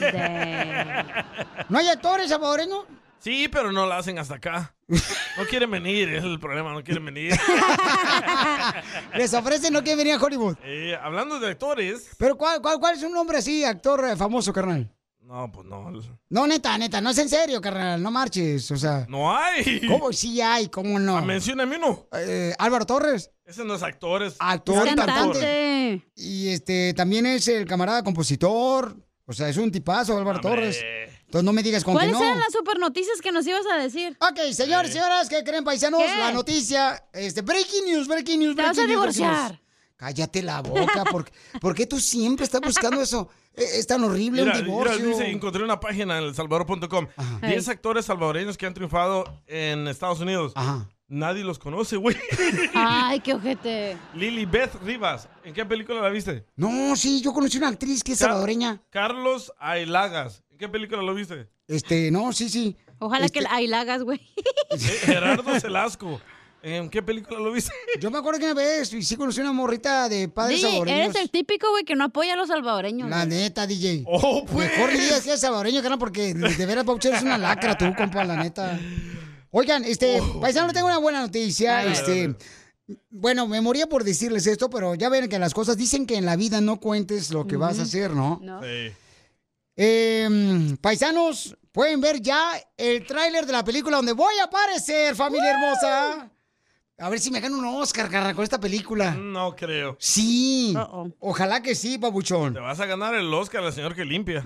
¿No hay actores salvadoreños? Sí, pero no la hacen hasta acá. No quieren venir, es el problema, no quieren venir. Les ofrecen, no quieren venir a Hollywood. Eh, hablando de actores, Pero ¿cuál, cuál, cuál es un nombre así, actor eh, famoso, carnal? no, pues no. No, neta, neta, no es en serio, carnal, no marches, o sea. No hay. ¿Cómo sí hay? ¿Cómo no? Ah, mencióname uno. Eh, Álvaro Torres, Ese no es actor, es actor, Es cantante. cantante. Y este, también es el camarada compositor. O sea, es un tipazo, Álvaro Hombre. Torres. Entonces no me digas con que ¿Cuáles no. eran las super noticias que nos ibas a decir? Ok, señores, Eh. señoras, ¿qué creen, paisanos? ¿Qué? La noticia, este, breaking news, breaking news, Te vas breaking a news, breaking divorciar. news. Cállate la boca, ¿por, ¿por qué tú siempre estás buscando eso? Eh, Es tan horrible Mira, un mira, divorcio. dice, encontré una página en el salvador punto com. diez actores salvadoreños que han triunfado en Estados Unidos. Ajá. Nadie los conoce, güey. Ay, qué ojete. Lily Beth Rivas. ¿En qué película la viste? No, sí, yo conocí una actriz que es Car- salvadoreña. Carlos Ailagas. ¿En qué película lo viste? Este, no, sí, sí. Ojalá Este, que ahí la hagas, güey. Eh, Gerardo Celasco. ¿En qué película lo viste? Yo me acuerdo que una vez sí conocí una morrita de padres Sí, salvadoreños. eres el típico, güey, que no apoya a los salvadoreños. La güey. neta, D J. Oh, pues. Mejor ni digas que es salvadoreño, carnal, porque de veras, Pauchero, eres una lacra tú, compa, la neta. Oigan, este, Oh. paisano, tengo una buena noticia. Ay, este, ay, bueno, me moría por decirles esto, pero ya ven que las cosas dicen que en la vida no cuentes lo que vas a hacer, ¿no? Sí. Eh, paisanos, pueden ver ya el tráiler de la película donde voy a aparecer, familia hermosa. A ver si me gano un Oscar, carnal, con esta película. No creo. Sí. Ojalá que sí, papuchón. Te vas a ganar el Oscar al señor que limpia.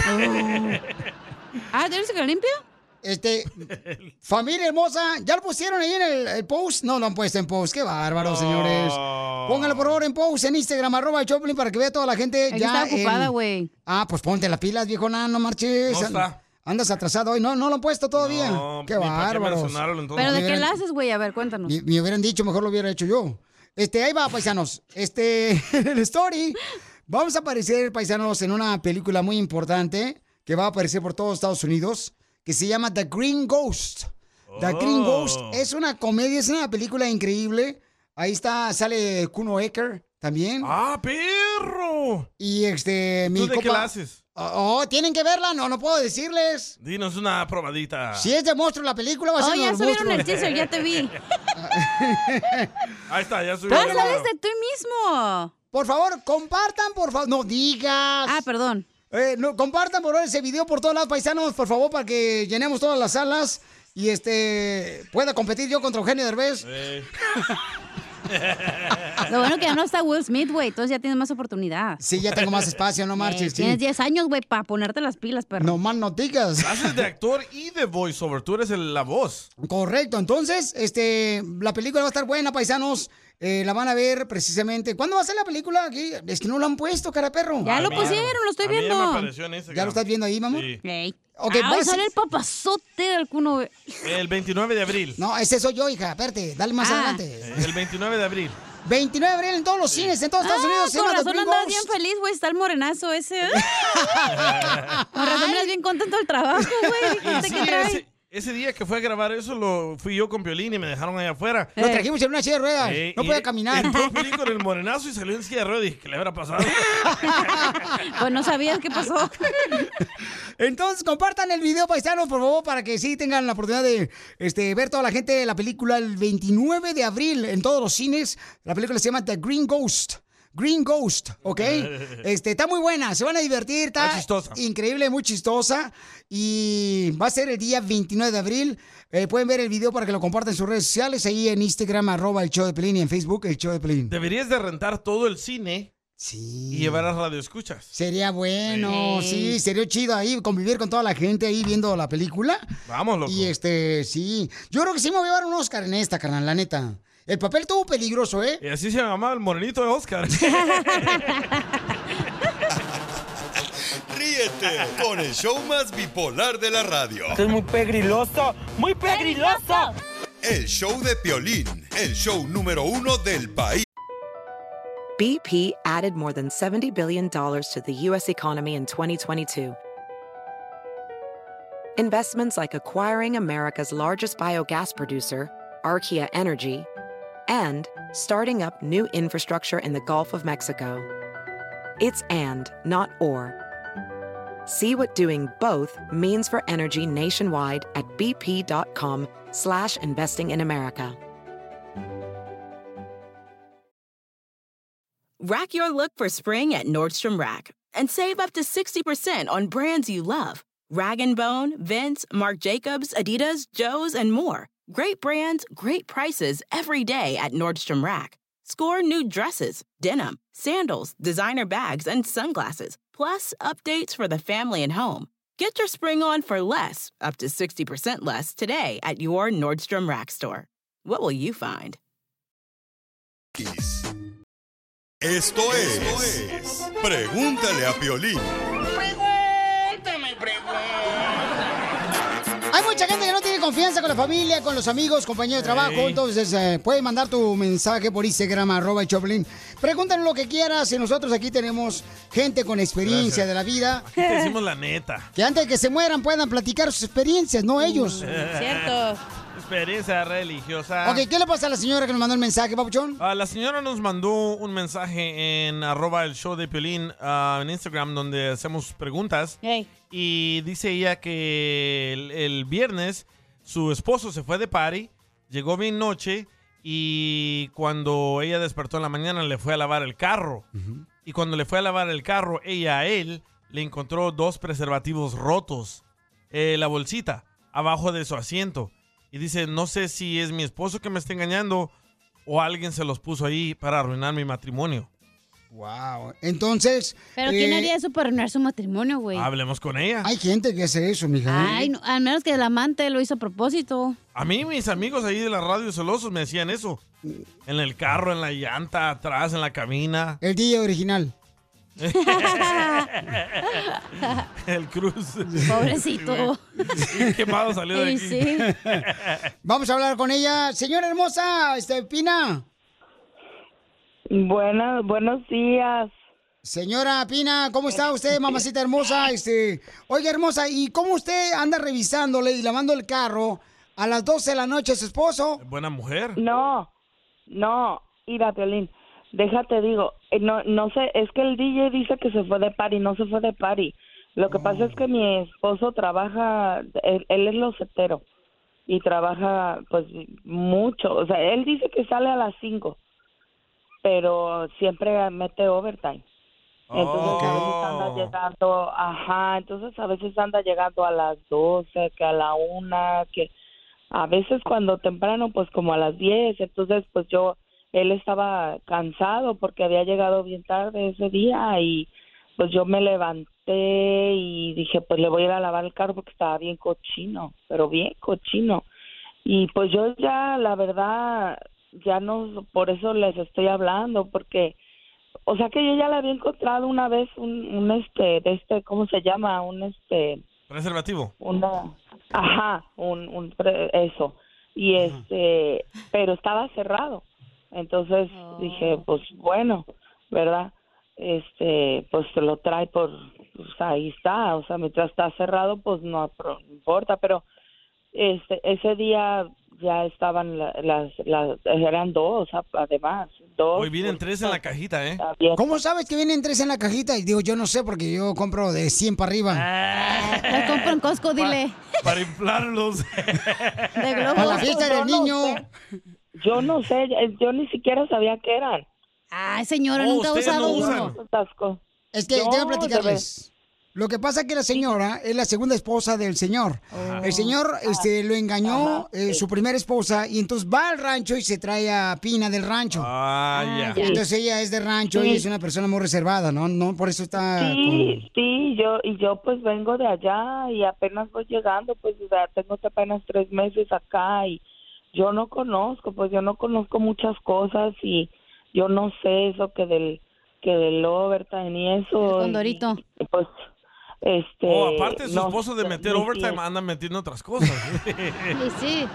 Ah, ¿tienes que limpia? Este, familia hermosa, ¿ya lo pusieron ahí en el, el post? No lo han puesto en post, qué bárbaro, No. señores. Pónganlo por favor en post en Instagram, arroba el Choplin, para que vea toda la gente. Es que ya está ocupada, en- güey. Ah, pues ponte las pilas, viejo, no, no marches. No está. Andas atrasado hoy, no, no lo han puesto todavía. No, qué ni para qué bárbaros. mencionarlo, entonces. ¿Pero de Me qué hubieran- la haces, güey? A ver, cuéntanos. Me, me hubieran dicho, mejor lo hubiera hecho yo. Este, ahí va, paisanos. Este, en el story, vamos a aparecer, paisanos, en una película muy importante que va a aparecer por todos Estados Unidos, que se llama The Green Ghost. The Green Oh. Ghost es una comedia, es una película increíble. Ahí está, sale Kuno Ecker también. ¡Ah, perro! Y este, mi ¿Tú de qué compa- la haces? Oh, oh, tienen que verla, no, no puedo decirles. Dinos una probadita. Si es de monstruo la película, va a Oh, ser ya de subieron monstruo. el teaser, ya te vi. Ahí está, ya subió. ¡Ah, sabes de tú mismo! Por favor, compartan, por favor. No digas. Ah, perdón. Eh, no, compartan por favor ese video por todos lados, paisanos, por favor, para que llenemos todas las salas y este pueda competir yo contra Eugenio Derbez. Eh. Lo bueno que ya no está Will Smith, güey. Entonces ya tienes más oportunidad. Sí, ya tengo más espacio, no Eh, marches. sí. Tienes diez años, güey, para ponerte las pilas, perro. No más no digas. Haces de actor y de voiceover. Tú eres el- la voz. Correcto, entonces, este, la película va a estar buena, paisanos. Eh, la van a ver precisamente. ¿Cuándo va a ser la película aquí? Es que no lo han puesto, cara perro. Ya lo pusieron, lo estoy A mí ya viendo. me apareció en Instagram. ¿Ya lo estás viendo ahí, mamá? Sí. Ey. Ok, Ay, vas- sale el papazote del cuno, güey. El veintinueve de abril. No, ese soy yo, hija. Espérate, dale más Ah. adelante. Eh, El veintinueve de abril. veintinueve de abril en todos los cines, en todos Estados Ah, Unidos. se con llama The razón Green andas Ghost. bien feliz, güey. Está el morenazo ese. Con razón andas bien contento del trabajo, güey. Y Dijiste sí, que trae. ese, ese día que fue a grabar eso, lo fui yo con Piolín y me dejaron allá afuera. Lo trajimos en una silla de ruedas. Eh, no y puede caminar. Entró Piolín con el morenazo y salió en silla de ruedas. Dije, ¿qué le habrá pasado? Pues no sabías qué pasó. Entonces, compartan el video, paisanos, por favor, para que sí tengan la oportunidad de este, ver toda la gente la película el veintinueve de abril en todos los cines. La película se llama The Green Ghost. Green Ghost, ¿ok? Este, está muy buena, se van a divertir, está Está chistosa. increíble, muy chistosa. Y va a ser el día veintinueve de abril. Eh, pueden ver el video para que lo compartan en sus redes sociales, ahí en Instagram, arroba el show de Pelín, y en Facebook, el show de Pelín. Deberías de rentar todo el cine Sí. y llevar a radio escuchas. Sería bueno, Sí. sí, sería chido ahí convivir con toda la gente ahí viendo la película. Vamos, loco. Y este, sí. Yo creo que sí me voy a llevar un Oscar en esta, carnal, la neta. El papel estuvo peligroso, ¿eh? Y así se llamaba el morenito de Oscar. Ríete con el show más bipolar de la radio. Esto es muy pegriloso, muy pegriloso. El show de Piolín, el show número uno del país. B P added more than seventy billion dollars to the U S economy in twenty twenty-two. Investments like acquiring America's largest biogas producer, Archaea Energy, and starting up new infrastructure in the Gulf of Mexico. It's and, not or. See what doing both means for energy nationwide at bp.com slash investing in America. Rack your look for spring at Nordstrom Rack and save up to sixty percent on brands you love. Rag and Bone, Vince, Marc Jacobs, Adidas, Joe's, and more. Great brands, great prices every day at Nordstrom Rack. Score new dresses, denim, sandals, designer bags, and sunglasses, plus updates for the family and home. Get your spring on for less, up to sixty percent less, today at your Nordstrom Rack store. What will you find? Esto es Pregúntale a Piolín. Pregúntame, pregúntame. Hay mucha gente que no tiene confianza con la familia, con los amigos, compañeros de trabajo. Ey. Entonces, eh, puedes mandar tu mensaje por Instagram, arroba el Choplin. Pregúntanos lo que quieras. Y nosotros aquí tenemos gente con experiencia Gracias. de la vida. Aquí te decimos la neta. Que antes de que se mueran puedan platicar sus experiencias, no ellos. Cierto. experiencia religiosa. Ok, ¿qué le pasa a la señora que nos mandó el mensaje, papuchón? Ah, la señora nos mandó un mensaje en arroba el show de Piolín ah, en Instagram donde hacemos preguntas. Hey. Y dice ella que el, el viernes su esposo se fue de party, llegó bien noche y cuando ella despertó en la mañana le fue a lavar el carro. Uh-huh. Y cuando le fue a lavar el carro, ella a él le encontró dos preservativos rotos, eh, la bolsita, abajo de su asiento. Y dice, no sé si es mi esposo que me está engañando o alguien se los puso ahí para arruinar mi matrimonio. Wow. Entonces... ¿Pero eh, quién haría eso para arruinar su matrimonio, güey? Hablemos con ella. Hay gente que hace eso, mija. Ay, no, al menos que el amante lo hizo a propósito. A mí, mis amigos ahí de la radio celosos me decían eso. En el carro, en la llanta, atrás, en la cabina. El D J original. El Cruz. Pobrecito. Qué quemado salió de aquí. Sí. Vamos a hablar con ella. Señora hermosa, este, Pina. Buenas, buenos días. Señora Pina, ¿cómo está usted, mamacita hermosa? Este, oiga, hermosa, ¿y cómo usted anda revisándole y lavando el carro a las doce de la noche a su esposo? Buena mujer. No, no, mira, Piolín, déjate digo, eh, no, no sé, es que el D J dice que se fue de party, no se fue de party. Lo que oh. pasa es que mi esposo trabaja, él, él es locetero y trabaja pues mucho, o sea, él dice que sale a las cinco, pero siempre mete overtime. Entonces oh. a veces anda llegando, ajá, entonces a veces anda llegando a las doce, que a la una, que a veces cuando temprano pues como a las diez, entonces pues yo, él estaba cansado porque había llegado bien tarde ese día y pues yo me levanté y dije pues le voy a ir a lavar el carro porque estaba bien cochino, pero bien cochino. Y pues yo ya la verdad ya no, por eso les estoy hablando porque o sea que yo ya le había encontrado una vez un, un este, de este, ¿cómo se llama? Un este... Preservativo. Una, ajá, un, un, eso. Y ajá. este, pero estaba cerrado. Entonces oh. dije, pues bueno, ¿verdad? Este, pues se lo trae por, pues ahí está. O sea, mientras está cerrado, pues no, no importa. Pero este, ese día ya estaban las, las, las eran dos, además. Dos. Hoy vienen tres en la cajita, ¿eh? ¿Cómo sabes que vienen tres en la cajita? Y digo, yo no sé, porque yo compro de cien para arriba. Ah, lo compro en Costco, dile. Pa, para inflarlos. De globo. Para la fiesta del yo niño. No sé, yo no sé, yo ni siquiera sabía qué eran. Ay, señora, oh, nunca he usado uno. Es que no, tengo que platicarles. Lo que pasa es que la señora es la segunda esposa del señor. Oh. El señor este, lo engañó, eh, su primera esposa, y entonces va al rancho y se trae a Pina del rancho. Ah, ya. Yeah. Entonces ella es de rancho sí. y es una persona muy reservada, ¿no? No, por eso está... Sí, con... sí, yo, y yo pues vengo de allá y apenas voy llegando, pues o sea, tengo apenas tres meses acá y yo no conozco, pues yo no conozco muchas cosas y yo no sé eso que del, que del overtime y eso. El condorito. Y, pues... Este, oh, aparte su no, esposo de meter overtime anda metiendo otras cosas. Sí, sí.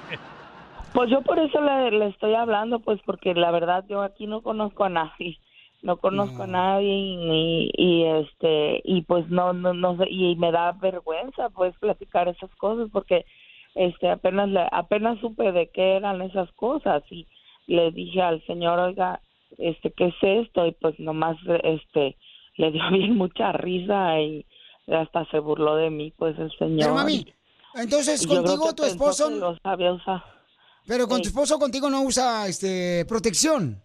Pues yo por eso le, le estoy hablando, pues porque la verdad yo aquí no conozco a nadie, no conozco no. a nadie y, y este y pues no no no sé y me da vergüenza pues platicar esas cosas porque este apenas le, apenas supe de qué eran esas cosas y le dije al señor, oiga, este qué es esto y pues nomás este le dio bien mucha risa y hasta se burló de mí, pues el señor. Pero mami, entonces contigo tu esposo lo sabía usar. Pero con sí. tu esposo contigo no usa este protección.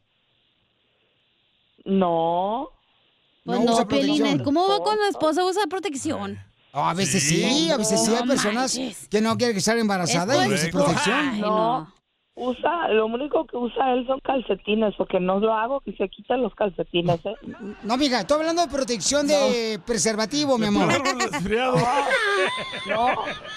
No. Pues no, no Piolín, ¿cómo va con la esposa usa protección? Oh, a veces sí, sí a veces sí hay no personas manches. que no quieren estar embarazadas y usan protección. Ay, no. Usa, lo único que usa él son calcetines, porque no lo hago que se quitan los calcetines, ¿eh? No, amiga, estoy hablando de protección no. de preservativo, mi amor. No,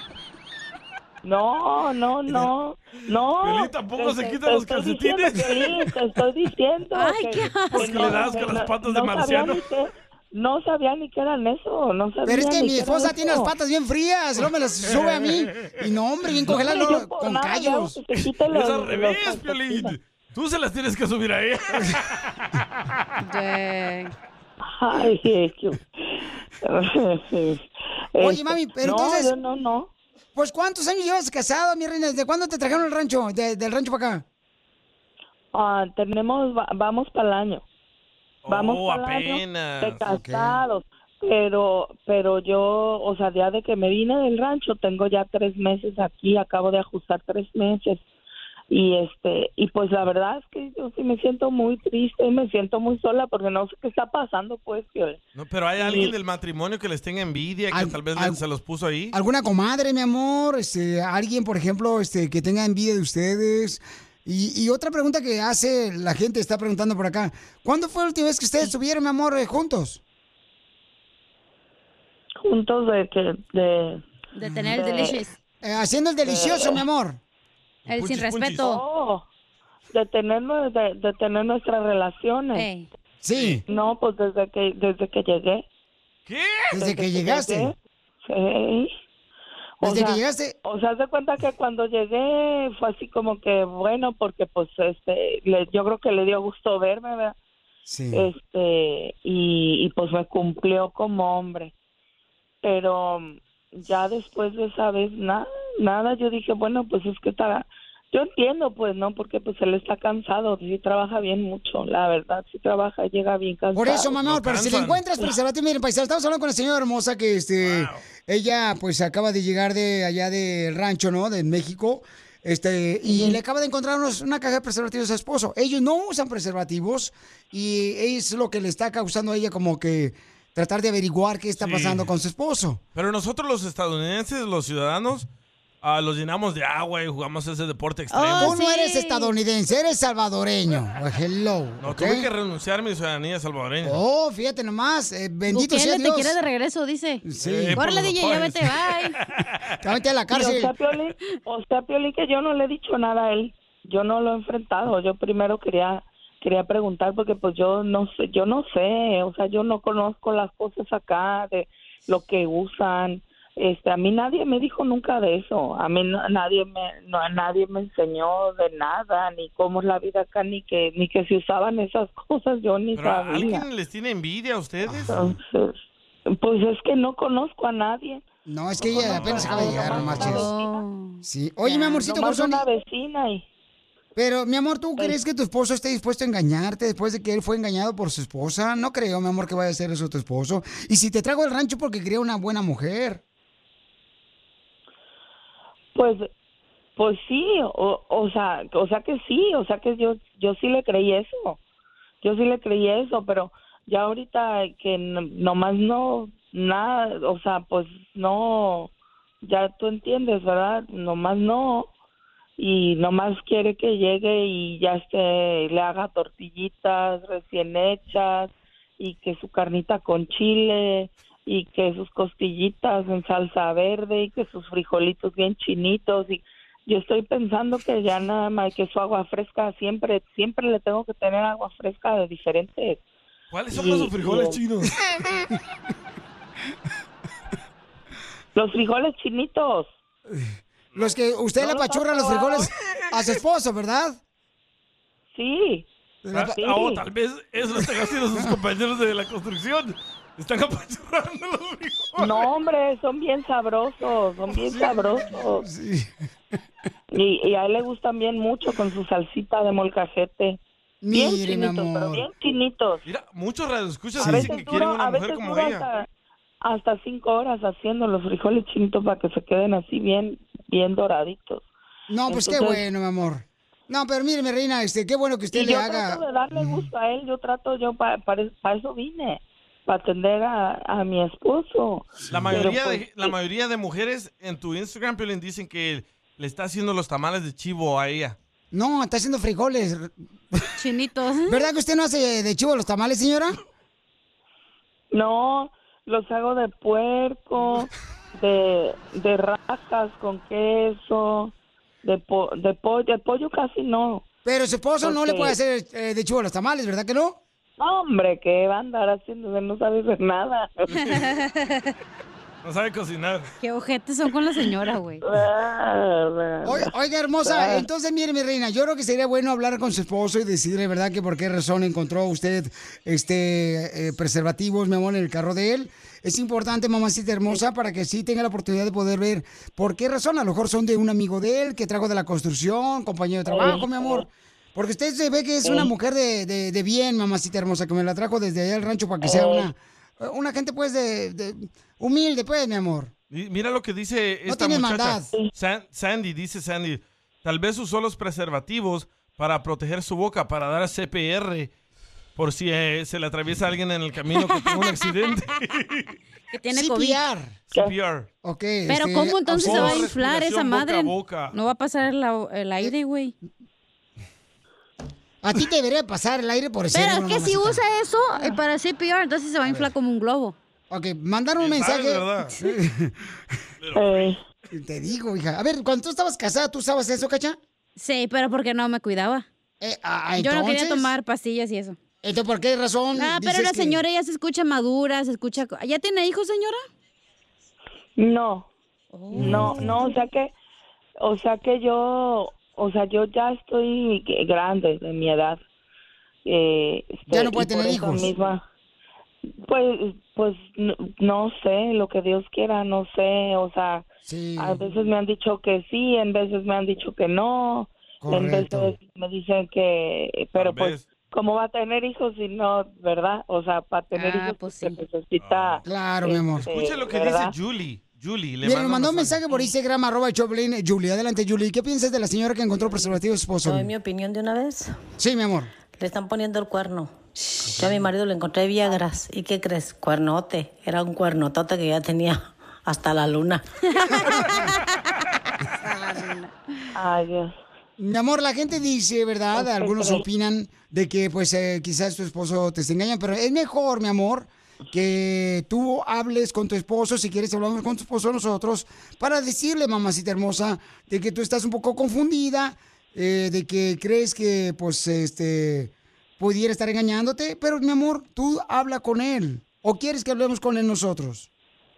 no, no, no, no. Piolín tampoco se quitan los calcetines. Diciendo, te estoy diciendo. Ay, que, qué asco. Porque le das con las patas de marciano. No sabía ni qué eran eso, no sabía. Pero es que mi esposa tiene las patas bien frías, luego me las sube a mí. Y no, hombre, bien congeladas no, con nada, callos. Es al revés, Piolín. Tú se las tienes que subir a ella. Ay, qué... Oye, mami, pero no, entonces... No, no, no. Pues, ¿cuántos años llevas casado, mi reina? ¿Desde cuándo te trajeron el rancho, de- del rancho para acá? Ah, tenemos, va- vamos para el año. Vamos Oh, para el año apenas. de casados. Pero, pero yo, o sea, ya de que me vine del rancho, tengo ya tres meses aquí, acabo de ajustar tres meses. Y este, y pues la verdad es que yo sí me siento muy triste, me siento muy sola porque no sé qué está pasando, pues, Piolín. No, pero hay alguien del matrimonio que les tenga envidia, que tal vez al- se los puso ahí. ¿Alguna comadre, mi amor? Este, alguien, por ejemplo, este, que tenga envidia de ustedes. Y, y otra pregunta que hace la gente, está preguntando por acá. ¿Cuándo fue la última vez que ustedes estuvieron, mi amor, eh, juntos? Juntos de que, de... De tener el delicious. Eh, haciendo el delicioso, Eh, mi amor. El sin respeto. Oh, de tener, nue- de, de tener nuestras relaciones. Sí. No, pues desde que, desde que llegué. ¿Qué? Desde que llegaste. llegué, sí. O Desde sea, que llegaste. O sea, haz de cuenta que cuando llegué fue así como que bueno, porque pues este, le- yo creo que le dio gusto verme, ¿verdad? Sí. Este, y, y pues me cumplió como hombre. Pero ya después de esa vez, nada, nada, yo dije, bueno, pues es que está, yo entiendo, pues, ¿no? Porque pues él está cansado, sí trabaja bien mucho, la verdad, sí trabaja, llega bien cansado. Por eso, mamá, pero si le encuentras preservativo, miren, paisano, estamos hablando con la señora hermosa que, este, ella, pues, acaba de llegar de allá del rancho, ¿no? De México, este, y le acaba de encontrar unos- una caja de preservativos a su esposo. Ellos no usan preservativos y es lo que le está causando a ella como que tratar de averiguar qué está Sí. pasando con su esposo. Pero nosotros los estadounidenses, los ciudadanos, ah, los llenamos de agua y jugamos ese deporte extremo. Tú no eres estadounidense, eres salvadoreño. Hello. No, ¿ok? tuve que renunciar a mi ciudadanía salvadoreña. Oh, fíjate nomás, eh, bendito Bukele sea te Dios. quiere de regreso, dice. Sí. Eh, Córrele, por los D J, ya pobres. vete, bye. Te vete a la Sí, cárcel. o sea, Piolín, o sea, Piolín, que yo no le he dicho nada a él. Yo no lo he enfrentado. Yo primero quería quería preguntar porque pues yo no sé, yo no sé, o sea, yo no conozco las cosas acá de lo que usan. Este, a mí nadie me dijo nunca de eso. A mí no- nadie me no, nadie me enseñó de nada, ni cómo es la vida acá, ni que ni que se usaban esas cosas, yo ni ¿Pero a sabía. alguien les tiene envidia a ustedes? Entonces, pues es que no conozco a nadie. No, es que ella apenas acaba de llegar, no marches. Sí. Oye, mi amorcito Nomás corazón. una vecina y Pero, mi amor, ¿tú crees que tu esposo esté dispuesto a engañarte después de que él fue engañado por su esposa? No creo, mi amor, que vaya a hacer eso tu esposo. Y si te trago el rancho porque quería una buena mujer. Pues, pues sí, o, o sea, o sea que sí, o sea que yo, yo sí le creí eso, yo sí le creí eso, pero ya ahorita que no- nomás no, nada, o sea, pues no, ya tú entiendes, ¿verdad? Nomás no, y nomás quiere que llegue y ya esté, le haga tortillitas recién hechas, y que su carnita con chile, y que sus costillitas en salsa verde y que sus frijolitos bien chinitos y yo estoy pensando que ya nada más que su agua fresca siempre siempre le tengo que tener agua fresca de diferentes. ¿Cuáles son Y- los frijoles y- chinos? Los frijoles chinitos. Los que usted ¿No le los has apachurra los probado? frijoles a su esposo, ¿verdad? Sí. Ah, Sí. oh, tal vez eso lo están haciendo sus compañeros de la construcción. Están apachurrando los frijoles. No, hombre, son bien sabrosos, son bien sabrosos. Y, y a él le gustan bien mucho con su salsita de molcajete. Bien Miren, chinitos, amor. pero bien chinitos. Mira, muchos radioescuchas A dicen veces que quieren duro, una a mujer veces como duro ella. hasta, hasta cinco horas haciendo los frijoles chinitos para que se queden así bien, bien doraditos. No, pues qué Entonces- bueno, mi amor. No, pero mire, mi reina, este, qué bueno que usted Y le yo haga. trato de darle gusto a él, yo trato, yo para eso vine, para atender a, a mi esposo. La mayoría, Pero, pues, de, la mayoría de mujeres en tu Instagram, Piolín, dicen que le está haciendo los tamales de chivo a ella. No, está haciendo frijoles. Chinitos. ¿Verdad que usted no hace de chivo los tamales, señora? No, los hago de puerco, de, de rajas con queso, de, po, de pollo, de pollo casi no. Pero su esposo no le Porque- puede hacer eh, de chivo los tamales, ¿verdad que no? No, hombre, ¿qué va a andar haciendo? No sabe hacer nada. No sabe cocinar. Qué ojetes son con la señora, güey. Oiga, oiga, hermosa, entonces mire, mi reina, yo creo que sería bueno hablar con su esposo y decirle, ¿verdad?, que por qué razón encontró usted este eh, preservativos, mi amor, en el carro de él. Es importante, mamacita hermosa, para que sí tenga la oportunidad de poder ver por qué razón. A lo mejor son de un amigo de él que trajo de la construcción, compañero de trabajo, mi amor. Porque usted se ve que es una mujer de, de, de bien, mamacita hermosa, que me la trajo desde allá al rancho para que sea una, una gente, pues, de, de humilde, pues, mi amor. Y mira lo que dice No esta tiene muchacha. maldad. San- Sandy, dice Sandy, tal vez usó los preservativos para proteger su boca, para dar C P R, por si eh, se le atraviesa alguien en el camino que tiene un accidente. Que tiene C P COVID. R. C P R. Ok. Pero este, ¿cómo entonces se va a inflar esa respiración boca madre? a boca. No va a pasar la- el aire, güey. A ti te debería pasar el aire por ser Pero es una que si mamacita. usa eso eh, para C P R, entonces se va a inflar como un globo. Ok, mandar un Sí, mensaje. sabes, Te digo, hija. A ver, cuando tú estabas casada, ¿tú usabas eso, Cacha? Sí, pero porque no me cuidaba. ah, Yo no quería ¿entonces? tomar pastillas y eso. Entonces, ¿por qué razón? Ah, pero dices la que- señora ya se escucha madura, se escucha... co- ¿Ya tiene hijos, señora? No, no, no, o sea que, o sea que yo, o sea, yo ya estoy grande de mi edad. Eh, Ya no este, puede y por tener eso hijos. misma, pues, pues no, no sé, lo que Dios quiera, no sé, o sea, a veces me han dicho que sí, en veces me han dicho que no, en Correcto. veces me dicen que, pero Tal pues, ¿cómo va a tener hijos si no, verdad? O sea, para tener Ah, hijos pues se necesita... Claro, mi amor. Escucha lo que ¿verdad? dice Julie. Julie, le Mira, manda me un mandó un mensaje por Instagram, arroba el Choplin. Julie, adelante, Julie. ¿Qué piensas de la señora que encontró preservativo de su esposo? ¿Doy mi opinión de una vez? Sí, mi amor. Le están poniendo el cuerno. Yo a mi marido le encontré Viagras. ¿Y qué crees? Cuernote. Era un cuernotote que ya tenía hasta la luna. Ay, Dios. Mi amor, la gente dice, ¿verdad? Algunos opinan de que, pues, eh, quizás tu esposo te esté engañando, pero es mejor, mi amor, que tú hables con tu esposo, si quieres hablamos con tu esposo nosotros, para decirle, mamacita hermosa, de que tú estás un poco confundida, eh, de que crees que, pues, este, pudiera estar engañándote, pero, mi amor, tú habla con él, ¿o quieres que hablemos con él nosotros?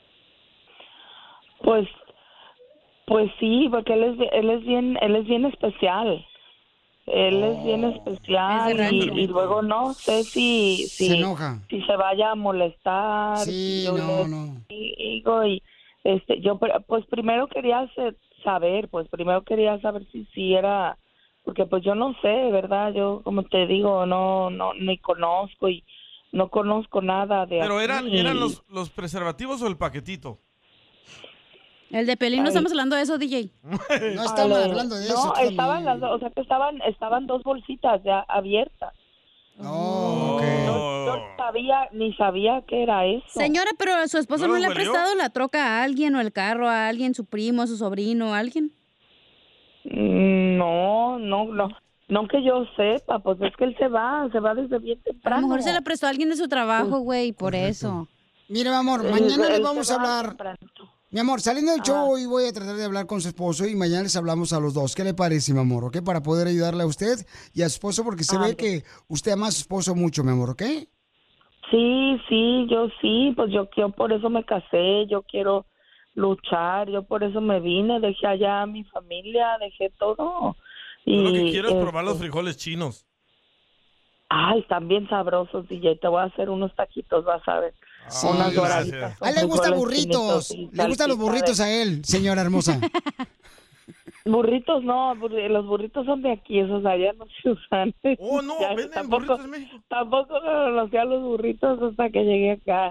Pues, pues sí, porque él es, él es bien, él es bien especial. Él es bien especial Es de y, rancho. y luego no sé si, si Se enoja. si se vaya a molestar. Sí, yo no, le no. digo y este, yo pr- pues primero quería se- saber, pues primero quería saber si si era, porque pues yo no sé, verdad, yo como te digo no no ni conozco y no conozco nada de. Pero aquí. eran, eran los, los preservativos o el paquetito. El de Pelín, no Ay. estamos hablando de eso, D J. No estamos Ale, hablando de no, eso. tú estaban también. las dos, o sea que estaban estaban dos bolsitas ya abiertas. Oh, ok. Yo ni sabía ni sabía que era eso. Señora, pero su esposo ¿No no, los le ha huelió? prestado la troca a alguien o el carro a alguien, su primo, su sobrino, a alguien. Mm, No, no, no. No que yo sepa, pues es que él se va, se va desde bien A temprano. lo mejor se le prestó a alguien de su trabajo, güey, por eso. Mire, mi amor, Él- mañana él le se vamos a va hablar. Mi amor, saliendo del show, hoy voy a tratar de hablar con su esposo y mañana les hablamos a los dos. ¿Qué le parece, mi amor? ¿Ok? Para poder ayudarle a usted y a su esposo, porque se ve que usted ama a su esposo mucho, mi amor, ¿ok? Sí, sí, yo sí, pues yo, yo por eso me casé, yo quiero luchar, yo por eso me vine, dejé allá a mi familia, dejé todo. Yo lo que Y, quiero es probar este, los frijoles chinos. Ay, están bien sabrosos, D J, te voy a hacer unos taquitos, vas a ver. Sí, unas gracias. doraditas. A él le gustan frijoles burritos. chinitos y Le gustan los salsita burritos de- a él, señora hermosa. Burritos no, burri- los burritos son de aquí, esos allá no se usan. Oh, no, Ya, venden tampoco, burritos en México. Tampoco conocía los burritos hasta que llegué acá.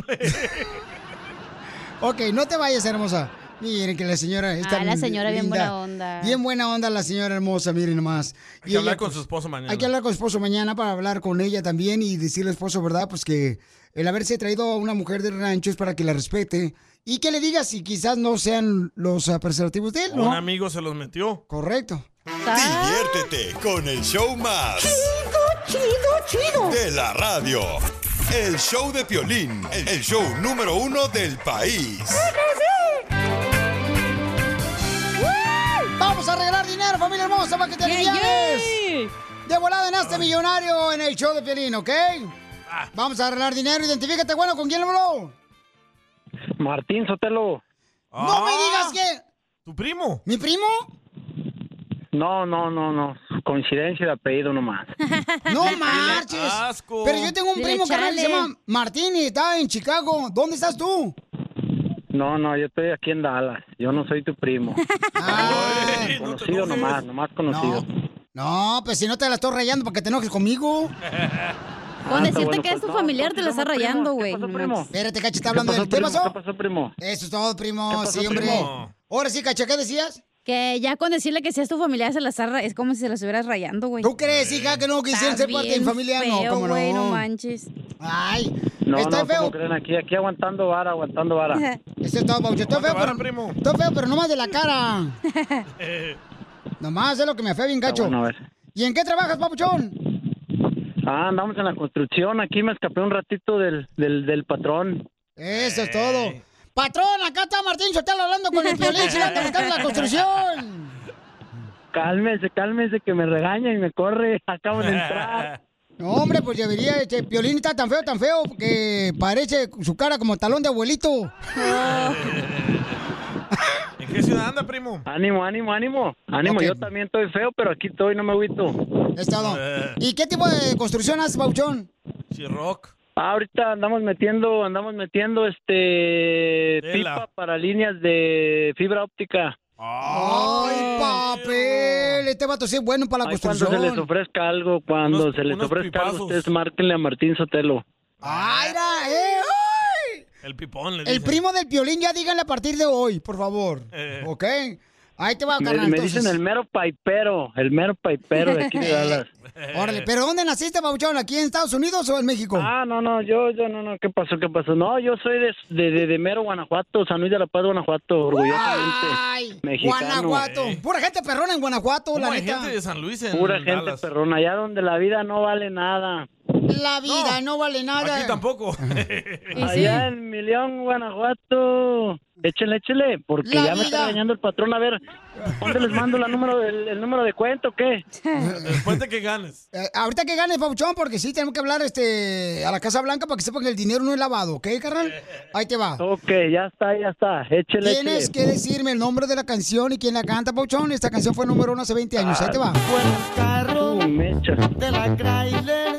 Ok, no te vayas, hermosa. Miren que la señora es Ah, tan la señora bien linda. buena onda. Bien buena onda la señora hermosa, miren nomás. Hay que hablar con su esposo mañana. Hay que hablar con su esposo mañana para hablar con ella también y decirle al esposo, ¿verdad? Pues que el haberse traído a una mujer del rancho es para que la respete y que le diga si quizás no sean los ah, preservativos de él, ¿no? Un amigo se los metió. Correcto. Diviértete con el show más Chido, chido, chido. de la radio. El show de Piolín, el show número uno del país. Vamos a regalar dinero, familia hermosa, para que te Yeah, alivianes. De volada en este millonario en el show de Piolín, ¿ok? Vamos a regalar dinero. Identifícate, bueno, ¿con quién habló? Martín Sotelo. ¡No me digas que! ¿Tu primo? ¿Mi primo? No, no, no, no. Coincidencia de apellido nomás. ¡No marches! Asco. Pero yo tengo un Dile, primo, carnal, que se chale. llama Martín y está en Chicago. ¿Dónde estás tú? No, no, yo estoy aquí en Dallas. Yo no soy tu primo. Conocido nomás, nomás conocido. No, pues si no te la estoy rayando para que te enojes conmigo. Con Ah, está decirte bueno, que es pues tu no, familiar te la entonces está somos primos. rayando, güey. ¿Qué pasó, primo? Espérate, Cacha, está ¿Qué hablando pasó, del... ¿Qué primo? pasó? ¿Qué pasó, primo? Eso es todo, primo. ¿Qué pasó, Sí, hombre. primo? Ahora sí, Cacha, ¿qué decías? Que ya con decirle que si es tu familiar se la está ra- es como si se la estuvieras rayando, güey. ¿Tú crees, hija, que no quisieran Está ser parte de mi bien familia? No, feo, cómo no. güey, no manches. Ay, No, estoy no, feo. ¿cómo creen? Aquí, aquí aguantando vara, aguantando vara. Esto es todo, Paucho. Estoy feo, pero... Estoy feo, pero nomás de la cara. Nomás es lo que me afea bien gacho. Bueno, a ver. ¿Y en qué trabajas, papuchón? Ah, andamos en la construcción. Aquí me escapé un ratito del, del, del patrón. Eso es todo. Patrón, acá está Martín Sotelo hablando con el Piolín, si anda buscando la construcción. Cálmese, cálmese, que me regaña y me corre. Acabo de entrar. No, hombre, pues debería, este Piolín está tan feo, tan feo, que parece su cara como talón de abuelito. ¿En qué ciudad anda, primo? Ánimo, ánimo, ánimo. Ánimo, Ok. yo también estoy feo, pero aquí estoy, no me agüito. Es todo. ¿Y qué tipo de construcción haces, Pauchón? Chirroc. Ah, ahorita andamos metiendo, andamos metiendo este Tela. pipa para líneas de fibra óptica. Ay, papel. Este vato sí es bueno para la Ay, cuando construcción. se les ofrezca algo, cuando Unos- se les unos ofrezca algo, pipazos. ustedes márquenle a Martín Sotelo. Ay, ra, eh, ay. El pipón, le El dicen. primo del Piolín, ya díganle a partir de hoy, por favor. Eh. ¿Ok? Ahí te va, Me, carnal. me entonces. dicen el mero paipero, el mero paipero de aquí de Dallas. Órale, ¿pero dónde naciste, Pauchón? ¿Aquí en Estados Unidos o en México? Ah, no, no, yo, yo, no, no, ¿qué pasó, qué pasó? No, yo soy de, de, de, de mero Guanajuato, San Luis de la Paz, Guanajuato, orgullosamente Ay, mexicano. Guanajuato. Pura gente perrona en Guanajuato, la ¿Cómo hay neta. gente de San Luis en Pura gente Dallas? perrona, allá donde la vida no vale nada. La vida no, vale nada. Aquí tampoco. Allá en Milión, Guanajuato. Échele, échele, porque La ya me vida. está regañando el patrón. A ver, ¿dónde les mando la número del, el número de cuenta o qué? Después de que ganes. Eh, ahorita que ganes, Pauchón, porque sí, tenemos que hablar este, a la Casa Blanca para que sepan que el dinero no es lavado, ¿ok, carnal? Ahí te va. Ok, ya está, ya está. Échele, Tienes échele. que decirme el nombre de la canción y quién la canta, Pauchón. Esta canción fue número uno hace veinte años. Ahí te va. Carro de la Chrysler,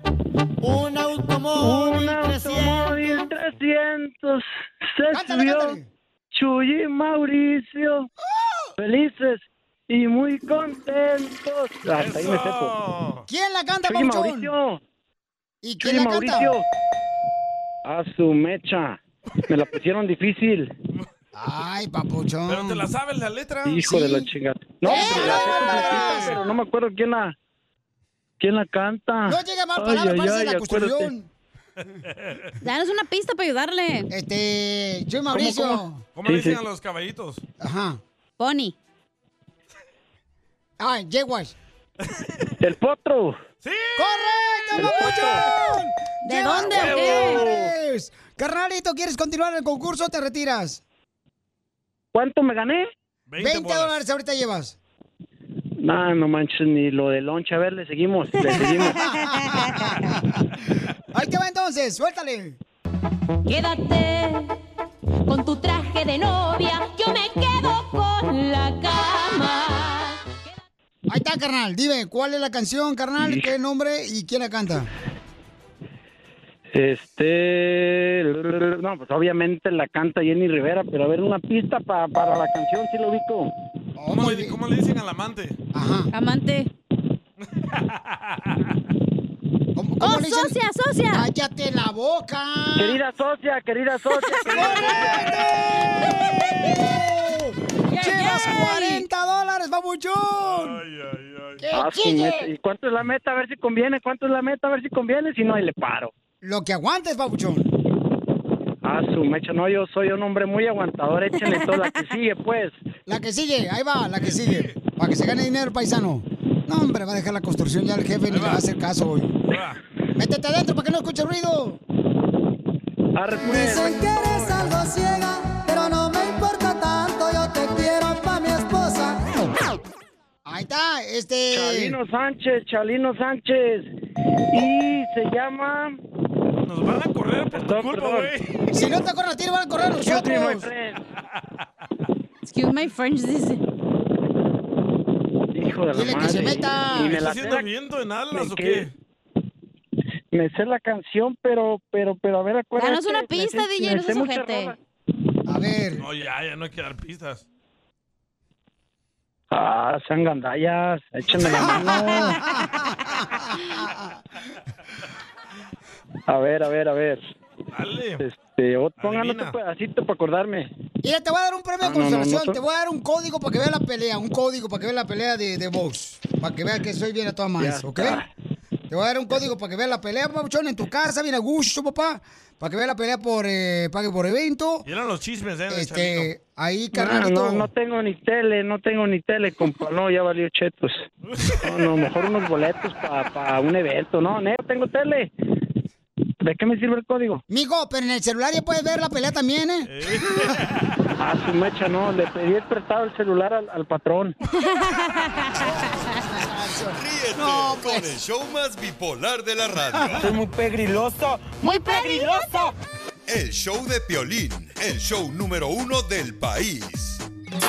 un automóvil Un automóvil trescientos se Cántale, subió cántale. Chuy y Mauricio, felices y muy contentos. Hasta ahí me sepo. ¿Quién la canta, Chuy y Pauchón? Mauricio. ¿Y Chuy quién y la Mauricio. canta? A su mecha. Me la pusieron difícil. Ay, papuchón. ¿Pero te la sabes la letra? Hijo Sí. de la chingada. No, pero la sé completita, pero no me acuerdo quién la quién la canta. No llega mal Ay, palabra, ay, parece ay, la acuérdate. construcción. Danos una pista para ayudarle. Este, yo Mauricio. cómo? ¿Cómo Sí, le dicen sí. a los caballitos? Ajá. Pony. Ay, Yeguas. El potro. ¡Sí! ¡Correcto, papuchón! ¿De Llevas dónde o huevos. qué? dólares. Carnalito, ¿quieres continuar el concurso o te retiras? ¿Cuánto me gané? veinte dólares ahorita llevas. No, no manches, ni lo de loncha. A ver, le seguimos, le seguimos. Ahí te va entonces, suéltale. Quédate con tu traje de novia, yo me quedo con la cama. Ahí está, carnal. Dime, ¿cuál es la canción, carnal? ¿Qué nombre y quién la canta? Este... No, pues obviamente la canta Jenny Rivera, pero a ver, una pista pa- para la canción, sí lo ubico. ¿Cómo, le, cómo le dicen al amante? Ajá. Amante. ¿Cómo, ¡Oh, le dicen? socia, socia! ¡Cállate la boca! Querida socia, querida socia. ¡Llevas cuarenta dólares, babuchón! ¡Qué Ah, su chille! meta. ¿Y cuánto es la meta? A ver si conviene. ¿Cuánto es la meta? A ver si conviene. Si no, ahí le paro. Lo que aguantes, babuchón. Ah, su mecha. No, yo soy un hombre muy aguantador. Échenle toda la que sigue, pues. La que sigue, ahí va, la que sigue. Para que se gane dinero, paisano. No, hombre, va a dejar la construcción ya el jefe, ni le va a hacer caso hoy. Métete adentro para que no escuche ruido. Arre, pues. Dicen que eres algo ciega, pero no me importa tanto, yo te quiero pa' mi esposa. Ahí está, este... Chalino Sánchez, Chalino Sánchez. Y se llama Nos van a correr por tu culpa, güey. Si no te corren a ti, van a correr a nosotros. Excuse my French, dice. Hijo de la Dile madre. que se meta. Y me ¿Está la haciendo sé- viento en alas me o quedé- qué? Me sé la canción, pero, pero, pero, a ver, acuérdate. Danos una me pista, sé- D J, me no sé seas muchas ojete. rolas. A ver. No, ya, ya no hay que dar pistas. Ah, sean gandallas, échenme la mano. A ver, a ver, a ver. Dale. Este, o- pongan Adivina. otro pedacito para acordarme. Mira, te voy a dar un premio de No, no, no, consolación. no, Te voy a dar un código para que veas la pelea. Un código para que veas la pelea de, de box. Para que veas que soy bien a toda más, Ya ¿ok? está. Te voy a dar un código para que veas la pelea, papuchón, en tu casa, bien a gusto, papá. Para que veas la pelea por, eh, pague por evento. Y eran los chismes, ¿eh? de Este, ahí, No, carnalito. no, no tengo ni tele, no tengo ni tele, compa. No, ya valió chetos. No, no, mejor unos boletos para pa un evento. No, no tengo tele. ¿De qué me sirve el código? Mijo, pero en el celular ya puedes ver la pelea también, ¿eh? Ah, su mecha, no. Le pedí el prestado el celular al, al patrón. Ríete No, con pues. el show más bipolar de la radio. Soy muy pegriloso, muy pegriloso. El show de Piolín, el show número uno del país.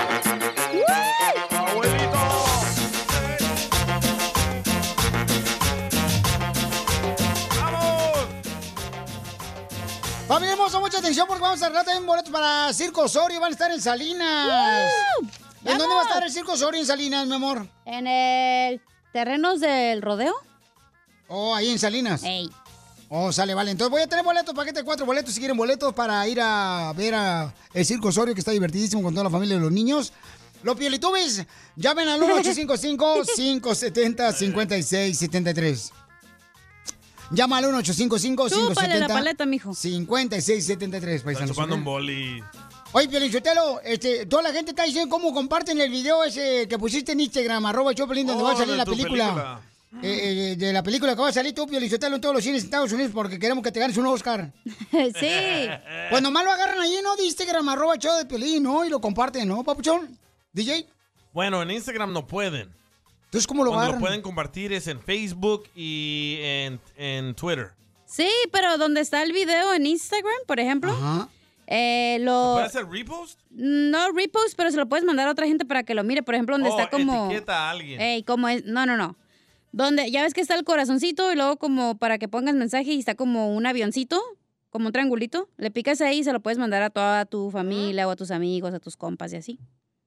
Familia hermosa, mucha atención porque vamos a arreglar también boletos para Circo Osorio. Van a estar en Salinas. ¿En dónde va a estar el Circo Osorio en Salinas, mi amor? En el terrenos del rodeo. Oh, ahí en Salinas. Ey. Oh, sale, vale. Entonces voy a tener boletos, paquete de cuatro boletos. Si quieren boletos para ir a ver a el Circo Osorio, que está divertidísimo con toda la familia y los niños. Los Piolitubis, llamen al uno ocho cinco cinco, cinco siete cero, cinco seis siete tres. Llama al uno ocho cinco cinco, cinco siete Chúpale la cero, paleta, mijo. cinco seis siete tres, Está paisanos. chupando ¿ok? un boli. Oye, Piolichotelo, este, toda la gente está diciendo cómo comparten el video ese que pusiste en Instagram, arroba Choplin, donde Oh, va a salir de la tu película. película. Eh, eh, de la película que va a salir tú, Piolichotelo, en todos los cines de Estados Unidos, porque queremos que te ganes un Oscar. Sí. Pues nomás lo agarran ahí, ¿no? De Instagram, arroba show de Piolín, ¿no? Y lo comparten, ¿no, papuchón? ¿D J? Bueno, en Instagram no pueden. Entonces, ¿cómo lo Donde agarran? lo pueden compartir es en Facebook y en, en Twitter. Sí, pero donde está el video en Instagram, por ejemplo. Ajá. Eh, lo... ¿Puede hacer repost? No repost, pero se lo puedes mandar a otra gente para que lo mire. Por ejemplo, donde Oh, está como... etiqueta a alguien. Ey, como es... No, no, no. Donde ya ves que está el corazoncito y luego como para que pongas mensaje y está como un avioncito, como un triangulito. Le picas ahí y se lo puedes mandar a toda tu familia o a tus amigos, a tus compas y así.